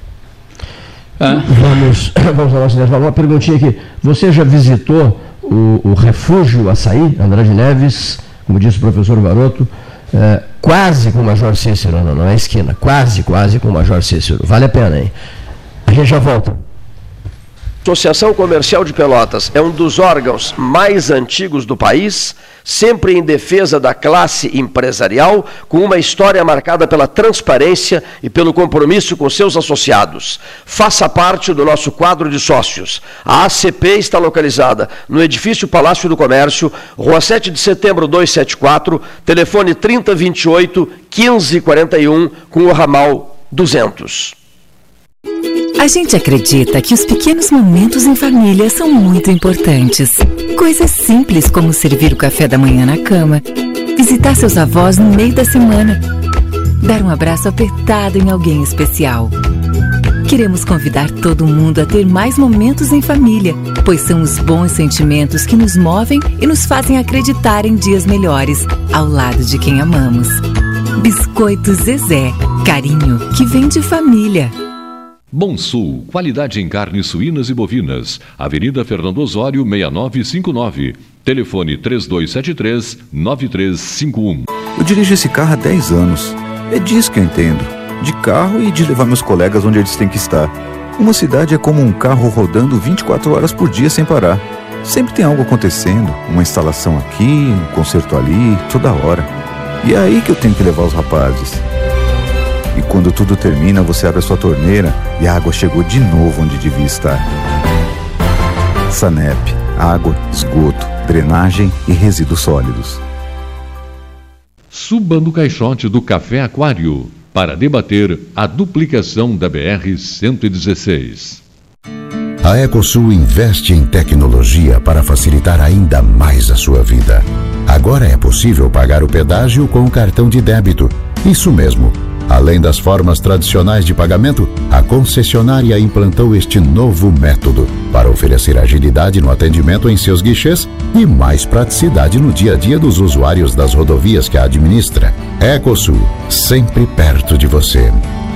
Speaker 1: Ah. Vamos, vamos ao nosso intervalo. Uma perguntinha aqui. Você já visitou o, o Refúgio Açaí, Andrade Neves, como disse o professor Varoto, é, quase com o Major Cícero, não, não é esquina, quase, quase com o Major Cícero. Vale a pena, hein? A gente já volta. Associação Comercial de Pelotas é um dos órgãos mais antigos do país, sempre em defesa da classe empresarial, com uma história marcada pela transparência e pelo compromisso com seus associados. Faça parte do nosso quadro de sócios. A A C P está localizada no edifício Palácio do Comércio, Rua sete de setembro duzentos e setenta e quatro, telefone trinta, vinte e oito, quinze, quarenta e um, com o ramal duzentos.
Speaker 11: A gente acredita que os pequenos momentos em família são muito importantes. Coisas simples como servir o café da manhã na cama, visitar seus avós no meio da semana, dar um abraço apertado em alguém especial. Queremos convidar todo mundo a ter mais momentos em família, pois são os bons sentimentos que nos movem e nos fazem acreditar em dias melhores, ao lado de quem amamos. Biscoito Zezé, carinho que vem de família.
Speaker 12: Bom Sul, qualidade em carnes suínas e bovinas. Avenida Fernando Osório, seis nove cinco nove. Telefone três dois sete três, nove três cinco um.
Speaker 13: Eu dirijo esse carro há dez anos. É disso que eu entendo. De carro e de levar meus colegas onde eles têm que estar. Uma cidade é como um carro rodando vinte e quatro horas por dia sem parar. Sempre tem algo acontecendo. Uma instalação aqui, um conserto ali, toda hora. E é aí que eu tenho que levar os rapazes. E quando tudo termina, você abre a sua torneira e a água chegou de novo onde devia estar. Sanep, água, esgoto, drenagem e resíduos sólidos.
Speaker 12: Suba no caixote do Café Aquário para debater a duplicação da B R cento e dezesseis.
Speaker 14: A Ecosul investe em tecnologia para facilitar ainda mais a sua vida. Agora é possível pagar o pedágio com o cartão de débito. Isso mesmo. Além das formas tradicionais de pagamento, a concessionária implantou este novo método para oferecer agilidade no atendimento em seus guichês e mais praticidade no dia a dia dos usuários das rodovias que a administra. Ecosul, sempre perto de você.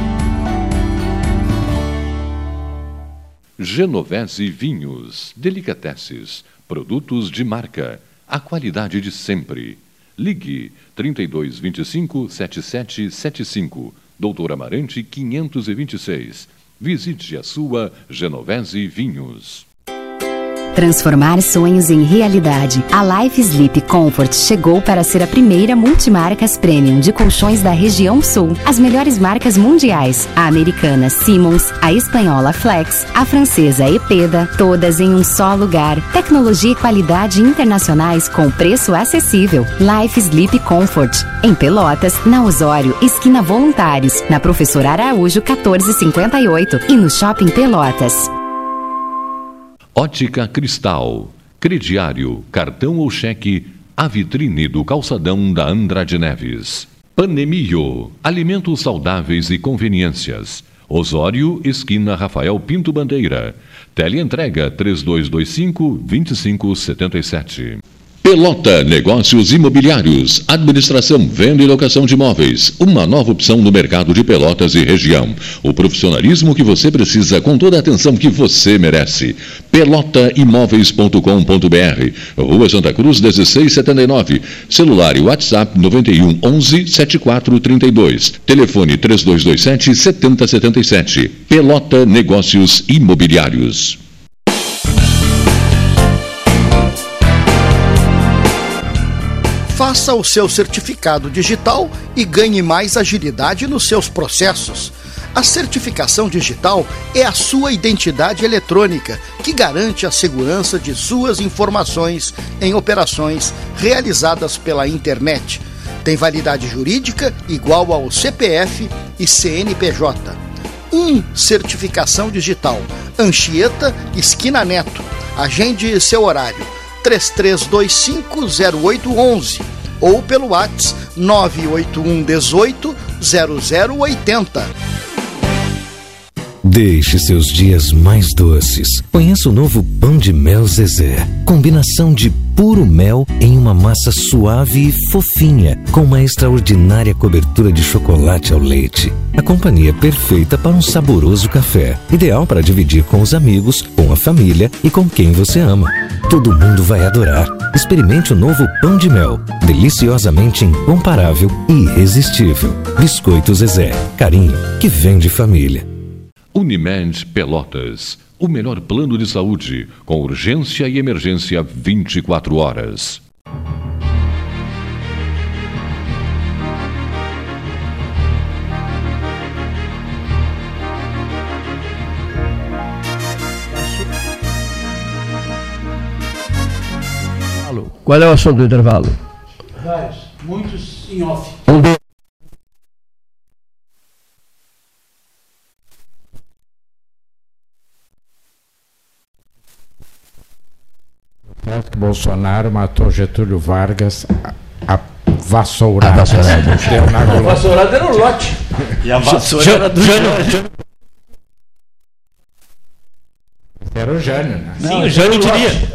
Speaker 12: Genovese Vinhos, Delicateces, produtos de marca, a qualidade de sempre. Ligue trinta e dois, vinte e cinco, setenta e sete setenta e cinco, Doutor Amarante quinhentos e vinte e seis. Visite a sua Genovese Vinhos.
Speaker 15: Transformar sonhos em realidade. A Life Sleep Comfort chegou para ser a primeira multimarcas premium de colchões da região sul. As melhores marcas mundiais. A americana Simmons, a espanhola Flex, a francesa Epeda, todas em um só lugar. Tecnologia e qualidade internacionais com preço acessível. Life Sleep Comfort. Em Pelotas, na Osório, esquina Voluntários, na Professor Araújo quatorze cinquenta e oito e no Shopping Pelotas.
Speaker 12: Ótica Cristal, crediário, cartão ou cheque, a vitrine do calçadão da Andrade Neves. Panemio, alimentos saudáveis e conveniências. Osório, esquina Rafael Pinto Bandeira. Teleentrega três dois dois cinco, dois cinco sete sete. Pelota Negócios Imobiliários, administração, venda e locação de imóveis, uma nova opção no mercado de Pelotas e região. O profissionalismo que você precisa com toda a atenção que você merece. pelota imóveis ponto com ponto br, Rua Santa Cruz dezesseis setenta e nove, celular e WhatsApp noventa e um, onze, setenta e quatro trinta e dois, telefone três dois dois sete, sete zero sete sete. Pelota Negócios Imobiliários.
Speaker 16: Faça o seu certificado digital e ganhe mais agilidade nos seus processos. A certificação digital é a sua identidade eletrônica, que garante a segurança de suas informações em operações realizadas pela internet. Tem validade jurídica igual ao C P F e C N P J. um Certificação digital. Anchieta, esquina Neto. Agende seu horário. três três dois cinco zero oito um um ou pelo WhatsApp nove oito um um oito zero zero oito zero.
Speaker 17: Deixe seus dias mais doces. Conheça o novo Pão de Mel Zezé. Combinação de puro mel em uma massa suave e fofinha, com uma extraordinária cobertura de chocolate ao leite. A companhia perfeita para um saboroso café. Ideal para dividir com os amigos, com a família e com quem você ama. Todo mundo vai adorar. Experimente o novo Pão de Mel. Deliciosamente incomparável e irresistível. Biscoito Zezé. Carinho que vem de família.
Speaker 12: Unimed Pelotas, o melhor plano de saúde, com urgência e emergência vinte e quatro horas.
Speaker 1: Qual é o assunto do intervalo?
Speaker 10: Vários, muitos em off.
Speaker 1: Um deles.
Speaker 3: Que Bolsonaro matou Getúlio Vargas a, a vassourada.
Speaker 1: A vassourada.
Speaker 10: A vassourada era o lote.
Speaker 4: E a vassoura era do Jânio.
Speaker 3: Era o Jânio, né?
Speaker 9: Sim, o Jânio diria.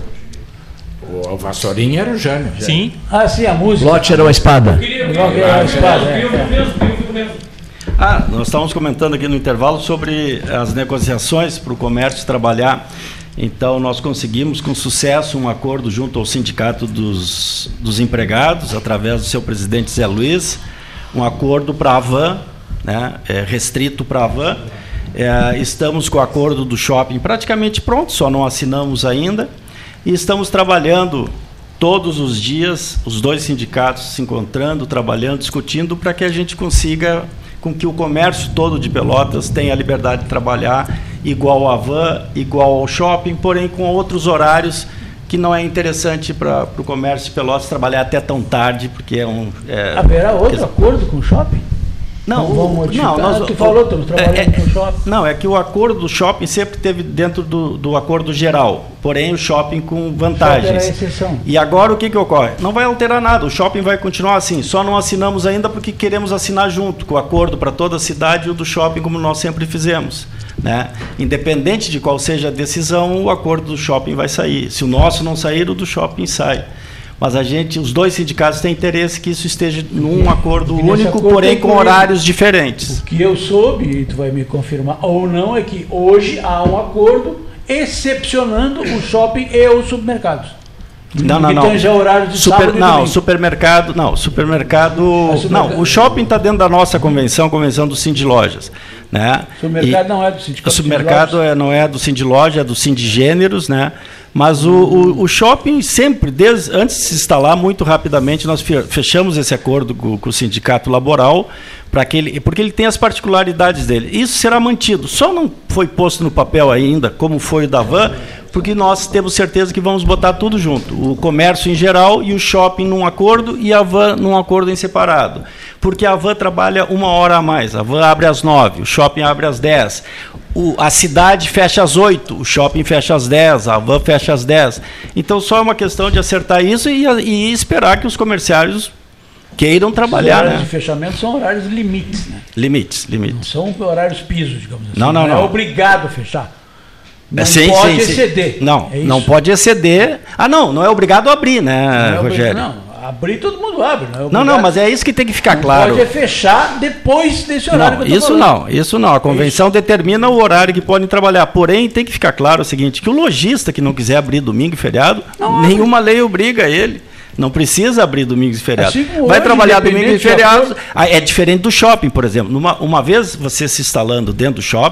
Speaker 3: O, o vassourinha era o Jânio.
Speaker 9: Sim.
Speaker 10: Ah, sim, a música.
Speaker 1: Lote era uma espada.
Speaker 10: Lote era uma espada, é.
Speaker 4: Ah, nós estávamos comentando aqui no intervalo sobre as negociações para o comércio trabalhar. Então, nós conseguimos com sucesso um acordo junto ao Sindicato dos, dos Empregados, através do seu presidente Zé Luiz, um acordo para a van, né, é, restrito para a van. É, estamos com o acordo do shopping praticamente pronto, só não assinamos ainda. E estamos trabalhando todos os dias, os dois sindicatos se encontrando, trabalhando, discutindo, para que a gente consiga com que o comércio todo de Pelotas tenha a liberdade de trabalhar igual à van, igual ao shopping, porém com outros horários que não é interessante para o comércio de Pelotas trabalhar até tão tarde, porque é um... É,
Speaker 10: Haverá outro que... acordo com o shopping?
Speaker 4: Não,
Speaker 10: não, vamos modificar.
Speaker 4: não nós,
Speaker 10: tu falou, estamos trabalhando
Speaker 4: é,
Speaker 10: com o shopping.
Speaker 4: Não, é que o acordo do shopping sempre teve dentro do, do acordo geral, porém o shopping com vantagens.
Speaker 10: Shopping era a exceção.
Speaker 4: E agora o que, que ocorre? Não vai alterar nada, o shopping vai continuar assim, só não assinamos ainda porque queremos assinar junto com o acordo para toda a cidade e o do shopping, como nós sempre fizemos. Né? Independente de qual seja a decisão, o acordo do shopping vai sair. Se o nosso não sair, o do shopping sai. Mas a gente, os dois sindicatos têm interesse que isso esteja num acordo único, acordo porém com horários diferentes.
Speaker 10: O que eu soube, e tu vai me confirmar ou não, é que hoje há um acordo excepcionando o shopping e os supermercados.
Speaker 4: Não, não, não.
Speaker 10: Já horário de
Speaker 4: Super,
Speaker 10: sábado e
Speaker 4: não,
Speaker 10: domingo.
Speaker 4: supermercado, não, supermercado,
Speaker 10: é, supermercado.
Speaker 4: Não, o shopping está dentro da nossa convenção, convenção do Sindilojas, né?
Speaker 10: O supermercado
Speaker 4: e,
Speaker 10: não é do sindicato.
Speaker 4: O supermercado é, não é do Sindiloja, é do Sindigêneros, né? Mas o, o, o shopping sempre, desde, antes de se instalar, muito rapidamente, nós fechamos esse acordo com, com o sindicato laboral, para que ele, porque ele tem as particularidades dele. Isso será mantido. Só não foi posto no papel ainda, como foi o da van, porque nós temos certeza que vamos botar tudo junto. O comércio em geral e o shopping num acordo e a van num acordo em separado. Porque a van trabalha uma hora a mais. A van abre às nove, o shopping abre às dez. O, a cidade fecha às oito, o shopping fecha às dez, a van fecha às dez. Então, só é uma questão de acertar isso e, e esperar que os comerciários queiram trabalhar. Os
Speaker 10: horários
Speaker 4: né?
Speaker 10: de fechamento são horários limites. Né?
Speaker 4: Limites, limites.
Speaker 10: Não são horários pisos, digamos assim.
Speaker 4: Não, não, não.
Speaker 10: não. É obrigado a fechar. Não
Speaker 4: é, sim,
Speaker 10: pode
Speaker 4: sim,
Speaker 10: exceder.
Speaker 4: Sim. Não,
Speaker 10: é
Speaker 4: não pode exceder. Ah, não, não é obrigado a abrir, né,
Speaker 10: não é
Speaker 4: Rogério?
Speaker 10: Não, abrir todo mundo abre. Não, é
Speaker 4: não, não, mas é isso que tem que ficar
Speaker 10: não
Speaker 4: claro.
Speaker 10: Pode fechar depois desse horário
Speaker 4: não,
Speaker 10: que eu tô
Speaker 4: isso
Speaker 10: falando.
Speaker 4: não, isso não. A convenção isso. determina o horário que podem trabalhar. Porém, tem que ficar claro o seguinte, que o lojista que não quiser abrir domingo e feriado, não nenhuma abre. lei obriga ele. Não precisa abrir domingos e feriados. Assim Vai hoje, trabalhar domingos e feriados. É diferente do shopping, por exemplo. Numa, uma vez você se instalando dentro do shopping,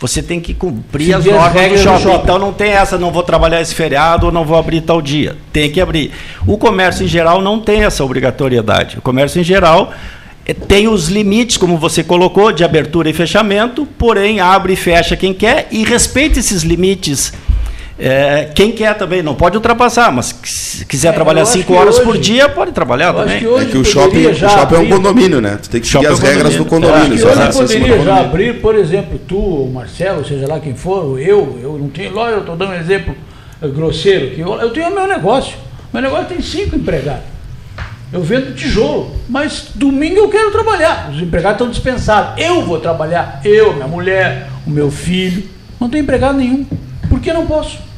Speaker 4: você tem que cumprir
Speaker 10: Seguir
Speaker 4: as
Speaker 10: as
Speaker 4: normas do
Speaker 10: regras do
Speaker 4: shopping.
Speaker 10: shopping.
Speaker 4: Então não tem essa, não vou trabalhar esse feriado ou não vou abrir tal dia. Tem que abrir. O comércio em geral não tem essa obrigatoriedade. O comércio em geral eh, tem os limites, como você colocou, de abertura e fechamento, porém abre e fecha quem quer e respeita esses limites. É, quem quer também, não pode ultrapassar, mas se quiser
Speaker 10: É,
Speaker 4: trabalhar
Speaker 10: eu acho
Speaker 4: cinco
Speaker 10: que
Speaker 4: horas
Speaker 10: hoje-
Speaker 4: por dia, pode trabalhar
Speaker 10: eu acho
Speaker 4: também.
Speaker 10: que hoje
Speaker 8: É que o shopping,
Speaker 10: poderia
Speaker 8: o
Speaker 10: já
Speaker 8: shopping é um
Speaker 10: abrir-
Speaker 8: condomínio, né? Tu tem que seguir
Speaker 4: Shopping
Speaker 8: as
Speaker 4: é um
Speaker 8: regras do
Speaker 4: condomínio.
Speaker 8: condomínio.
Speaker 10: Que
Speaker 8: só
Speaker 10: hoje
Speaker 8: vai ser
Speaker 10: poderia
Speaker 8: assim,
Speaker 10: já
Speaker 8: condomínio.
Speaker 10: abrir, por exemplo, tu, o Marcelo, seja lá quem for, ou eu, eu não tenho loja, eu estou dando um exemplo eh, grosseiro, que eu, eu tenho o meu negócio. Meu negócio tem cinco empregados. Eu vendo tijolo, mas domingo eu quero trabalhar. Os empregados estão dispensados. Eu vou trabalhar, eu, minha mulher, o meu filho. Não tem empregado nenhum. Por que não posso?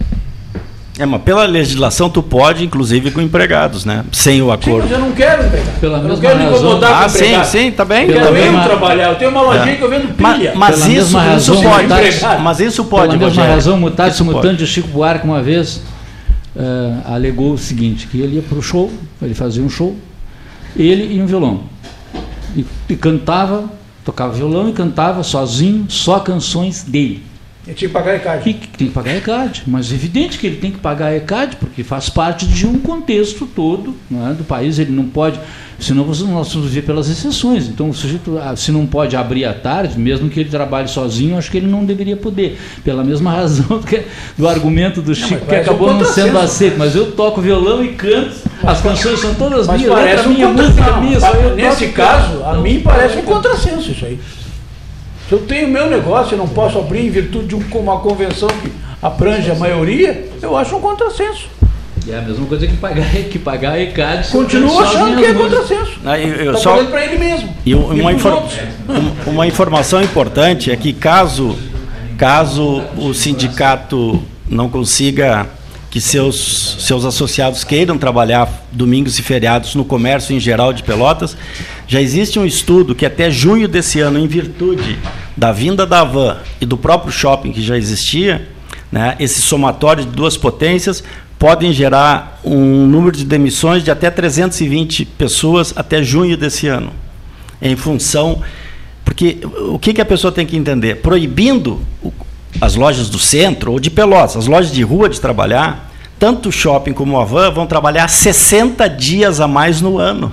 Speaker 4: É, mas pela legislação tu pode, inclusive com empregados, né? Sem o
Speaker 10: Sim,
Speaker 4: acordo.
Speaker 10: mas eu não quero empregado.
Speaker 6: Pela
Speaker 10: eu não
Speaker 6: mesma
Speaker 10: quero me
Speaker 6: razão.
Speaker 10: incomodar com
Speaker 4: Ah,
Speaker 10: o
Speaker 4: sim,
Speaker 10: empregado.
Speaker 4: sim, tá bem.
Speaker 10: Eu quero
Speaker 6: Pela
Speaker 10: eu
Speaker 6: mesma-
Speaker 10: trabalhar. Eu tenho uma lojinha
Speaker 4: É.
Speaker 10: que eu vendo
Speaker 4: Mas,
Speaker 10: pilha.
Speaker 4: mas
Speaker 6: Pela
Speaker 4: isso,
Speaker 6: mesma
Speaker 4: isso
Speaker 6: razão,
Speaker 4: pode.
Speaker 10: empregado.
Speaker 4: Mas isso pode,
Speaker 6: Pela mesma
Speaker 4: Rogério.
Speaker 6: razão, Mutatis
Speaker 4: Isso pode.
Speaker 6: Mutandis, o Chico Buarque uma vez eh, alegou o seguinte, que ele ia para o show, ele fazia um show, ele e um violão. E, e cantava, tocava violão e cantava sozinho, só canções dele.
Speaker 10: Eu tinha que pagar a ECAD.
Speaker 6: E que tem que pagar a ECAD, mas é evidente que ele tem que pagar a ECAD, porque faz parte de um contexto todo, não é, do país, ele não pode, senão nós vamos viver pelas exceções. Então o sujeito, ah, se não pode abrir à tarde, mesmo que ele trabalhe sozinho, acho que ele não deveria poder, pela mesma razão do, que, do argumento do Chico, que
Speaker 10: parece
Speaker 6: acabou
Speaker 10: um
Speaker 6: não sendo
Speaker 10: contrassenso.
Speaker 6: aceito, mas eu toco violão e canto, as canções são todas
Speaker 10: Mas
Speaker 6: minhas,
Speaker 10: parece
Speaker 6: letra
Speaker 10: um
Speaker 6: minha,
Speaker 10: contra-
Speaker 6: música
Speaker 10: não,
Speaker 6: minha,
Speaker 10: pa-
Speaker 6: só eu
Speaker 10: nesse
Speaker 6: toco,
Speaker 10: caso, a
Speaker 6: canto.
Speaker 10: mim parece um contrassenso isso aí. Se eu tenho meu negócio, eu não posso abrir em virtude de um- uma convenção que abrange a maioria, eu acho um contrassenso.
Speaker 6: E é a mesma coisa que pagar, que pagar a ECAD. se eu
Speaker 10: Continuo
Speaker 6: canto só as
Speaker 10: achando
Speaker 6: minhas
Speaker 10: que é
Speaker 6: músicas.
Speaker 10: contrassenso.
Speaker 4: Ah, eu- eu
Speaker 10: Está
Speaker 4: só-
Speaker 10: pagando para ele mesmo.
Speaker 4: E um-
Speaker 10: E
Speaker 4: uma,
Speaker 10: pros
Speaker 4: infor-
Speaker 10: outros.
Speaker 4: um- uma informação importante é que caso, caso o sindicato não consiga que seus, seus associados queiram trabalhar domingos e feriados no comércio em geral de Pelotas, já existe um estudo que até junho desse ano, em virtude da vinda da van e do próprio shopping que já existia, né, esse somatório de duas potências podem gerar um número de demissões de até trezentas e vinte pessoas até junho desse ano, em função... Porque o que, que a pessoa tem que entender? Proibindo o, as lojas do centro ou de Pelotas, as lojas de rua de trabalhar, tanto o shopping como a van vão trabalhar sessenta dias a mais no ano.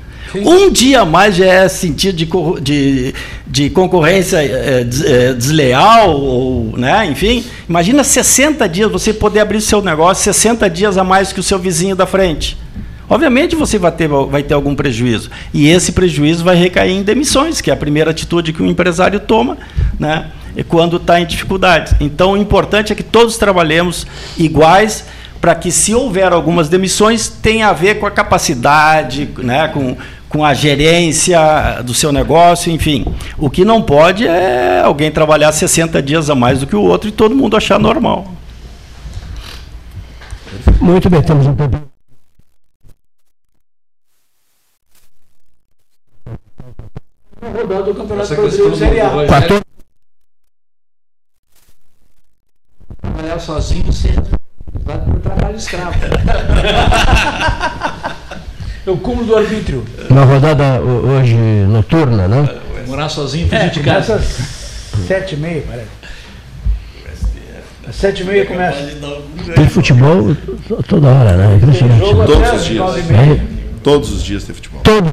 Speaker 4: Um dia a mais já é sentido de, corru- de, de concorrência eh, des- eh, desleal, ou, né? Enfim, imagina sessenta dias, você poder abrir seu negócio sessenta dias a mais que o seu vizinho da frente. Obviamente você vai ter, vai ter algum prejuízo. E esse prejuízo vai recair em demissões, que é a primeira atitude que o empresário toma, né, quando está em dificuldades. Então, o importante é que todos trabalhemos iguais, para que, se houver algumas demissões, tenha a ver com a capacidade, né, com, com a gerência do seu negócio, enfim. O que não pode é alguém trabalhar sessenta dias a mais do que o outro e todo mundo achar normal.
Speaker 1: Muito bem, temos um problema.
Speaker 10: Rodando o Campeonato
Speaker 6: Essa
Speaker 10: Brasileiro
Speaker 6: questão
Speaker 10: Série A.
Speaker 6: do Rogério- Trabalhar sozinho sempre. Vai para o trabalho escravo.
Speaker 10: É o cúmulo do arbítrio.
Speaker 1: Uma rodada ho- hoje noturna, né?
Speaker 6: Morar sozinho,
Speaker 10: É,
Speaker 6: fugir de
Speaker 10: começa
Speaker 6: casa.
Speaker 10: às sete e meia, parece. Às sete e meia começa.
Speaker 1: Tem futebol to- toda hora, né? É impressionante.
Speaker 10: jogo até
Speaker 8: Todos
Speaker 10: às
Speaker 8: os dias.
Speaker 10: nove e meia.
Speaker 1: É,
Speaker 8: Todos os dias tem futebol.
Speaker 1: todo.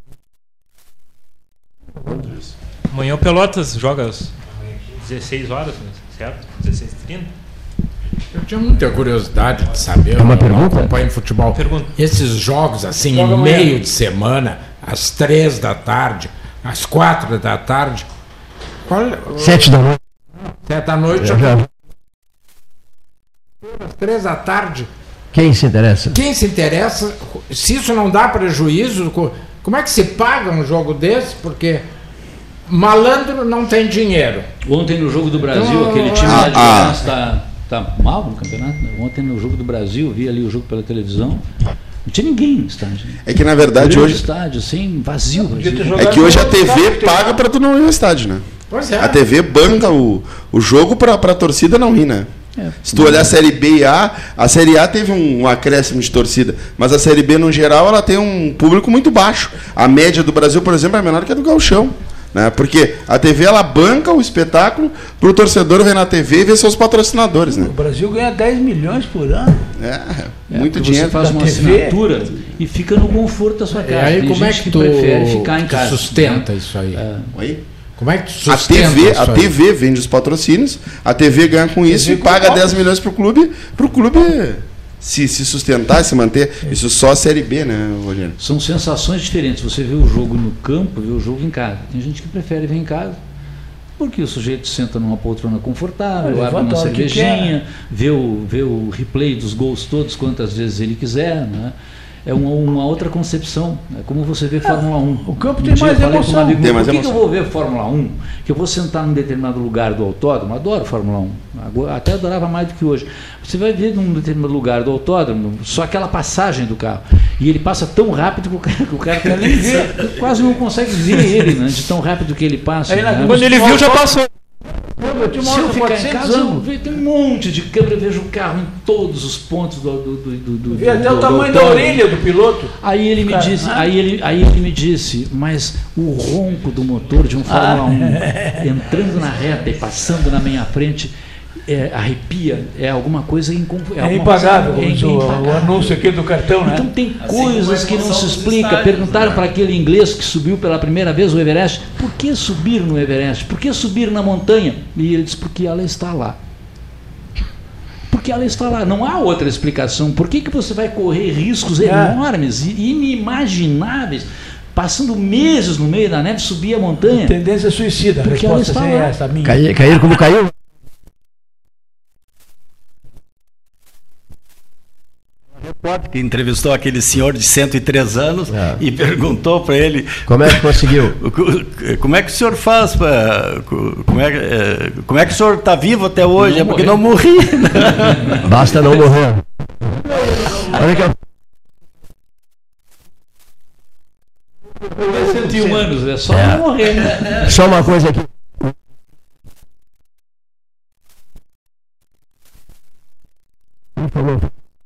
Speaker 9: Amanhã o Pelotas joga às dezesseis horas, certo? dezesseis e trinta.
Speaker 3: Eu tinha muita curiosidade de saber.
Speaker 1: É uma
Speaker 3: eu
Speaker 1: pergunta?
Speaker 3: Não acompanho futebol.
Speaker 9: Pergunta.
Speaker 3: Esses jogos assim,
Speaker 10: Joga
Speaker 3: em
Speaker 10: amanhã.
Speaker 3: meio de semana, às três da tarde, às quatro da tarde. Qual,
Speaker 1: Sete da noite.
Speaker 3: sete da noite, já
Speaker 1: Já-
Speaker 3: às três da tarde.
Speaker 1: Quem se interessa?
Speaker 3: Quem se interessa, se isso não dá prejuízo, co- como é que se paga um jogo desse? Porque malandro não tem dinheiro.
Speaker 6: Ontem no Jogo do Brasil,
Speaker 3: Então,
Speaker 6: aquele time
Speaker 8: ah,
Speaker 6: lá de
Speaker 8: ah.
Speaker 6: Goiás está tá mal no campeonato. Né? Ontem no Jogo do Brasil, eu vi ali o jogo pela televisão. Não tinha ninguém no estádio.
Speaker 8: É que, na verdade,
Speaker 6: Grande
Speaker 8: hoje.
Speaker 6: estádio, assim, vazio. vazio.
Speaker 8: É que hoje a T V paga pra tu não ir ao estádio, né?
Speaker 3: Pois é.
Speaker 8: A T V banca o, o jogo pra, pra torcida não ir, né?
Speaker 6: É.
Speaker 8: Se tu olhar a Série B e A, a Série A teve um, um acréscimo de torcida, mas a Série B, no geral, ela tem um público muito baixo. A média do Brasil, por exemplo, é menor que a do Gauchão. Né? Porque a T V ela banca o espetáculo para o torcedor ver na T V e ver seus patrocinadores. Né?
Speaker 10: O Brasil ganha dez milhões por ano.
Speaker 8: É,
Speaker 6: É,
Speaker 8: muito
Speaker 6: porque
Speaker 8: dinheiro.
Speaker 6: Você faz uma
Speaker 10: T V.
Speaker 6: assinatura e fica no conforto da sua casa.
Speaker 3: E aí,
Speaker 6: Tem
Speaker 3: como é
Speaker 6: gente
Speaker 3: que tu,
Speaker 6: prefere ficar em
Speaker 3: tu
Speaker 6: casa.
Speaker 3: sustenta isso aí?
Speaker 6: É.
Speaker 8: Oi?
Speaker 3: Como é que tu
Speaker 8: A
Speaker 3: sustenta
Speaker 8: T V,
Speaker 3: isso
Speaker 8: a
Speaker 3: aí?
Speaker 8: T V vende os patrocínios, a T V ganha com isso e paga dez milhões para o clube, para o clube se, se sustentar, se manter. Isso só a Série B, né, Rogério?
Speaker 6: São sensações diferentes. Você vê o jogo no campo, vê o jogo em casa. Tem gente que prefere ver em casa, porque o sujeito senta numa poltrona confortável,
Speaker 10: Levanta
Speaker 6: abre uma
Speaker 10: a hora que
Speaker 6: cervejinha, vê o, vê o replay dos gols todos quantas vezes ele quiser, né? É uma, uma outra concepção. É como você vê Fórmula um.
Speaker 10: O campo
Speaker 6: Um
Speaker 10: tem
Speaker 6: dia
Speaker 10: mais
Speaker 6: eu falei com um
Speaker 10: emoção.
Speaker 6: amigo
Speaker 8: Tem
Speaker 6: meu,
Speaker 8: mais
Speaker 6: por que, que eu
Speaker 8: emoção.
Speaker 6: vou ver Fórmula um? Que eu vou sentar num determinado lugar do autódromo, adoro Fórmula um, agora- até adorava mais do que hoje. Você vai ver num determinado lugar do autódromo, só aquela passagem do carro. E ele passa tão rápido que o cara, que o cara quer nem ver, quase não consegue ver ele, né, de tão rápido que ele passa.
Speaker 10: Aí na-
Speaker 6: né?
Speaker 10: quando ele viu, já passou. Eu tinha uma
Speaker 6: Se eu
Speaker 10: moto
Speaker 6: ficar em
Speaker 10: quatrocentos
Speaker 6: casa, eu
Speaker 10: anos.
Speaker 6: vejo, tem um monte de câmera, eu vejo o carro em todos os pontos do. do, do, do, do
Speaker 10: Vê até
Speaker 6: do-
Speaker 10: o
Speaker 6: do
Speaker 10: tamanho da
Speaker 6: autódromo.
Speaker 10: orelha do piloto.
Speaker 6: Aí ele me
Speaker 10: Cara,
Speaker 6: disse,
Speaker 10: né?
Speaker 6: aí ele, aí ele me disse, mas o ronco do motor de um Fórmula um entrando na reta e passando na minha frente, é, arrepia, é alguma coisa incom-
Speaker 10: É,
Speaker 6: alguma
Speaker 10: impagável,
Speaker 6: coisa-
Speaker 10: como diz o, o anúncio aqui do cartão, né?
Speaker 6: Então tem
Speaker 10: Assim
Speaker 6: coisas que não se explica. Perguntaram para aquele inglês que subiu pela primeira vez o Everest, por que subir no Everest? Por que subir na montanha? E ele disse, porque ela está lá. Porque ela está lá. Não há outra explicação. Por que, que você vai correr riscos
Speaker 10: É.
Speaker 6: enormes e inimagináveis, passando meses no meio da neve, subir a montanha?
Speaker 10: Tendência suicida. A
Speaker 6: Porque ela
Speaker 10: resposta
Speaker 6: está
Speaker 10: é
Speaker 6: lá.
Speaker 10: essa, a minha.
Speaker 1: Cair, cair como caiu?
Speaker 4: Que entrevistou aquele senhor de cento e três anos
Speaker 1: É.
Speaker 4: e perguntou para ele
Speaker 1: Como é que conseguiu?
Speaker 4: como é que o senhor faz pra, como é, que- é, como é que o senhor está vivo até hoje?
Speaker 6: Não
Speaker 4: É porque
Speaker 6: morreu.
Speaker 4: não morri.
Speaker 1: Basta não morrer. Olha que eu-
Speaker 6: cento e um anos, é só
Speaker 1: É.
Speaker 6: não morrer, né?
Speaker 1: Só uma coisa aqui. Por favor.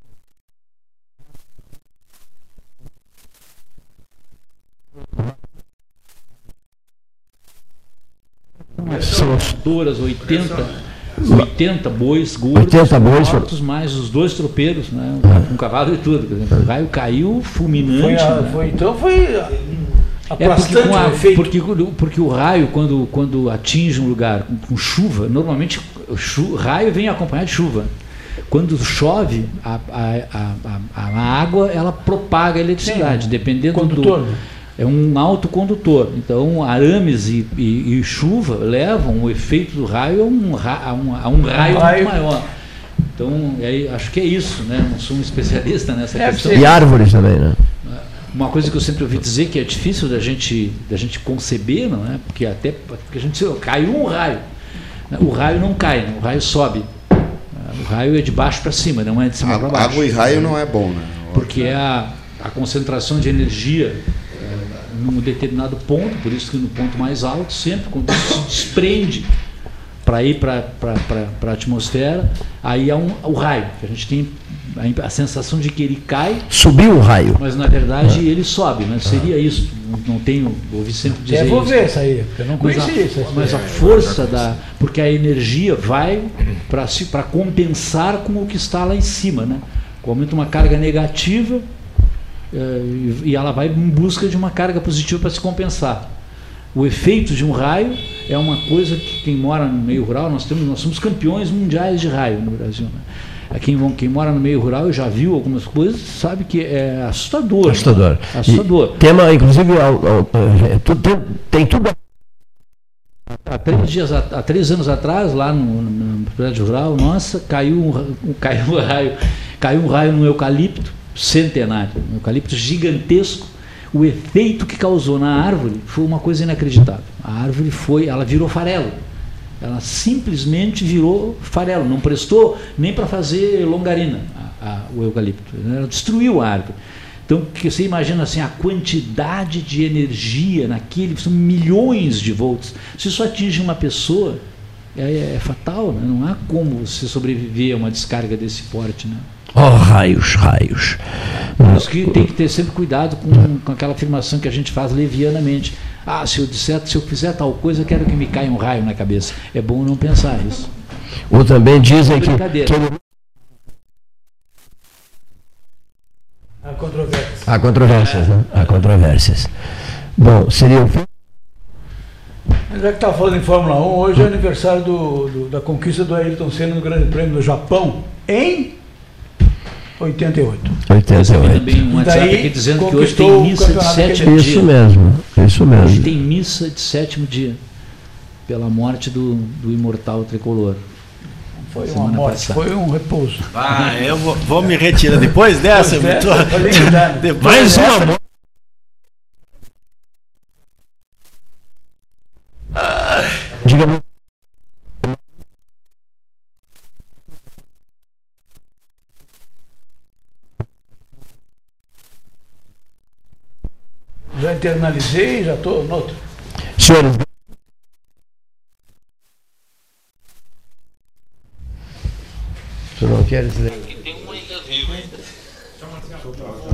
Speaker 6: Duras, oitenta, oitenta bois gordos,
Speaker 1: oitenta bois,
Speaker 6: mortos, mais os dois tropeiros, né? Um cavalo e tudo. Por exemplo, o raio caiu fulminante.
Speaker 10: Foi, a-
Speaker 6: né?
Speaker 10: foi- então foi
Speaker 6: É porque,
Speaker 10: aplastante
Speaker 6: com a-
Speaker 10: o efeito.
Speaker 6: porque, porque o raio, quando, quando atinge um lugar com, com chuva, normalmente o chu- raio vem acompanhado de chuva. Quando chove, a, a, a, a, a água ela propaga a eletricidade,
Speaker 10: Sim,
Speaker 6: dependendo
Speaker 10: condutor,
Speaker 6: do.
Speaker 10: né?
Speaker 6: É um autocondutor. Então, arames e, e, e chuva levam o efeito do raio a um, ra, a um, a um raio,
Speaker 10: raio.
Speaker 6: muito maior. Então, aí, acho que é isso, né? Não sou um especialista nessa
Speaker 10: Deve
Speaker 6: questão.
Speaker 10: ser.
Speaker 1: E árvores também, né?
Speaker 6: Uma coisa que eu sempre ouvi dizer que é difícil da gente, da gente conceber, não é? Porque até porque a gente caiu um raio. O raio não cai, né? O raio sobe. O raio é de baixo para cima, não é de cima para baixo.
Speaker 8: Água e raio não é bom, né?
Speaker 6: Porque é a, a concentração de energia é, num determinado ponto, por isso que no ponto mais alto, sempre, quando isso se desprende para ir para a atmosfera, aí é um, o raio, que a gente tem a, a sensação de que ele cai,
Speaker 1: Subiu o raio.
Speaker 6: mas na verdade ele sobe, né? Seria isso. Não, não tenho, ouvi sempre dizer
Speaker 10: É, vou
Speaker 6: isso.
Speaker 10: ver isso aí, porque eu não
Speaker 6: Mas a,
Speaker 10: conhecia isso.
Speaker 6: mas a força da. Porque a energia vai para compensar com o que está lá em cima, né? Aumenta uma carga negativa eh, e, e ela vai em busca de uma carga positiva para se compensar. O efeito de um raio é uma coisa que quem mora no meio rural, nós, temos, nós somos campeões mundiais de raio no Brasil. Né? Quem, quem mora no meio rural e já viu algumas coisas, sabe que é assustador.
Speaker 1: Assustador.
Speaker 6: Né? Assustador.
Speaker 1: E tema, inclusive, ao- ao- é, tudo- tem, tem tudo.
Speaker 6: Há três, dias, a- há três anos atrás, lá no, no prédio rural, nossa, caiu um, ra- um- caiu um raio, caiu um raio no eucalipto centenário, um eucalipto gigantesco. O efeito que causou na árvore foi uma coisa inacreditável. A árvore foi, ela virou farelo. Ela simplesmente virou farelo, não prestou nem para fazer longarina a, a, o eucalipto. Ela destruiu a árvore. Então, que você imagina assim, a quantidade de energia naquele, são milhões de volts. Se isso atinge uma pessoa, é, é fatal, né? Não há como você sobreviver a uma descarga desse porte. Né?
Speaker 1: Oh, raios, raios.
Speaker 6: Por isso que tem que ter sempre cuidado com, com aquela afirmação que a gente faz levianamente. Ah, se eu disser, se eu fizer tal coisa, eu quero que me caia um raio na cabeça. É bom não pensar isso.
Speaker 1: Ou também dizem que... que...
Speaker 10: Há controvérsias.
Speaker 1: Há controvérsias, né? Há controvérsias. Bom, seria o fim?
Speaker 10: Já que está falando em Fórmula um, hoje é aniversário do, do, da conquista do Ayrton Senna no Grande Prêmio do Japão, em oitenta e oito.
Speaker 1: oitenta e oito.
Speaker 6: Também um WhatsApp aqui dizendo que hoje tem missa de sétimo dia.
Speaker 1: Isso mesmo, isso mesmo.
Speaker 6: Hoje tem missa de sétimo dia, pela morte do, do imortal tricolor.
Speaker 10: Foi uma morte, passada. Foi um repouso.
Speaker 4: Ah, eu vou, vou me retirar depois dessa.
Speaker 10: Depois
Speaker 4: dessa,
Speaker 10: tô...
Speaker 4: depois
Speaker 1: Mais
Speaker 4: dessa.
Speaker 1: uma morte. Diga-me.
Speaker 10: Já internalizei, já estou no outro.
Speaker 1: Senhores. Você não quer dizer?
Speaker 18: Aqui tem um ainda vivo ainda.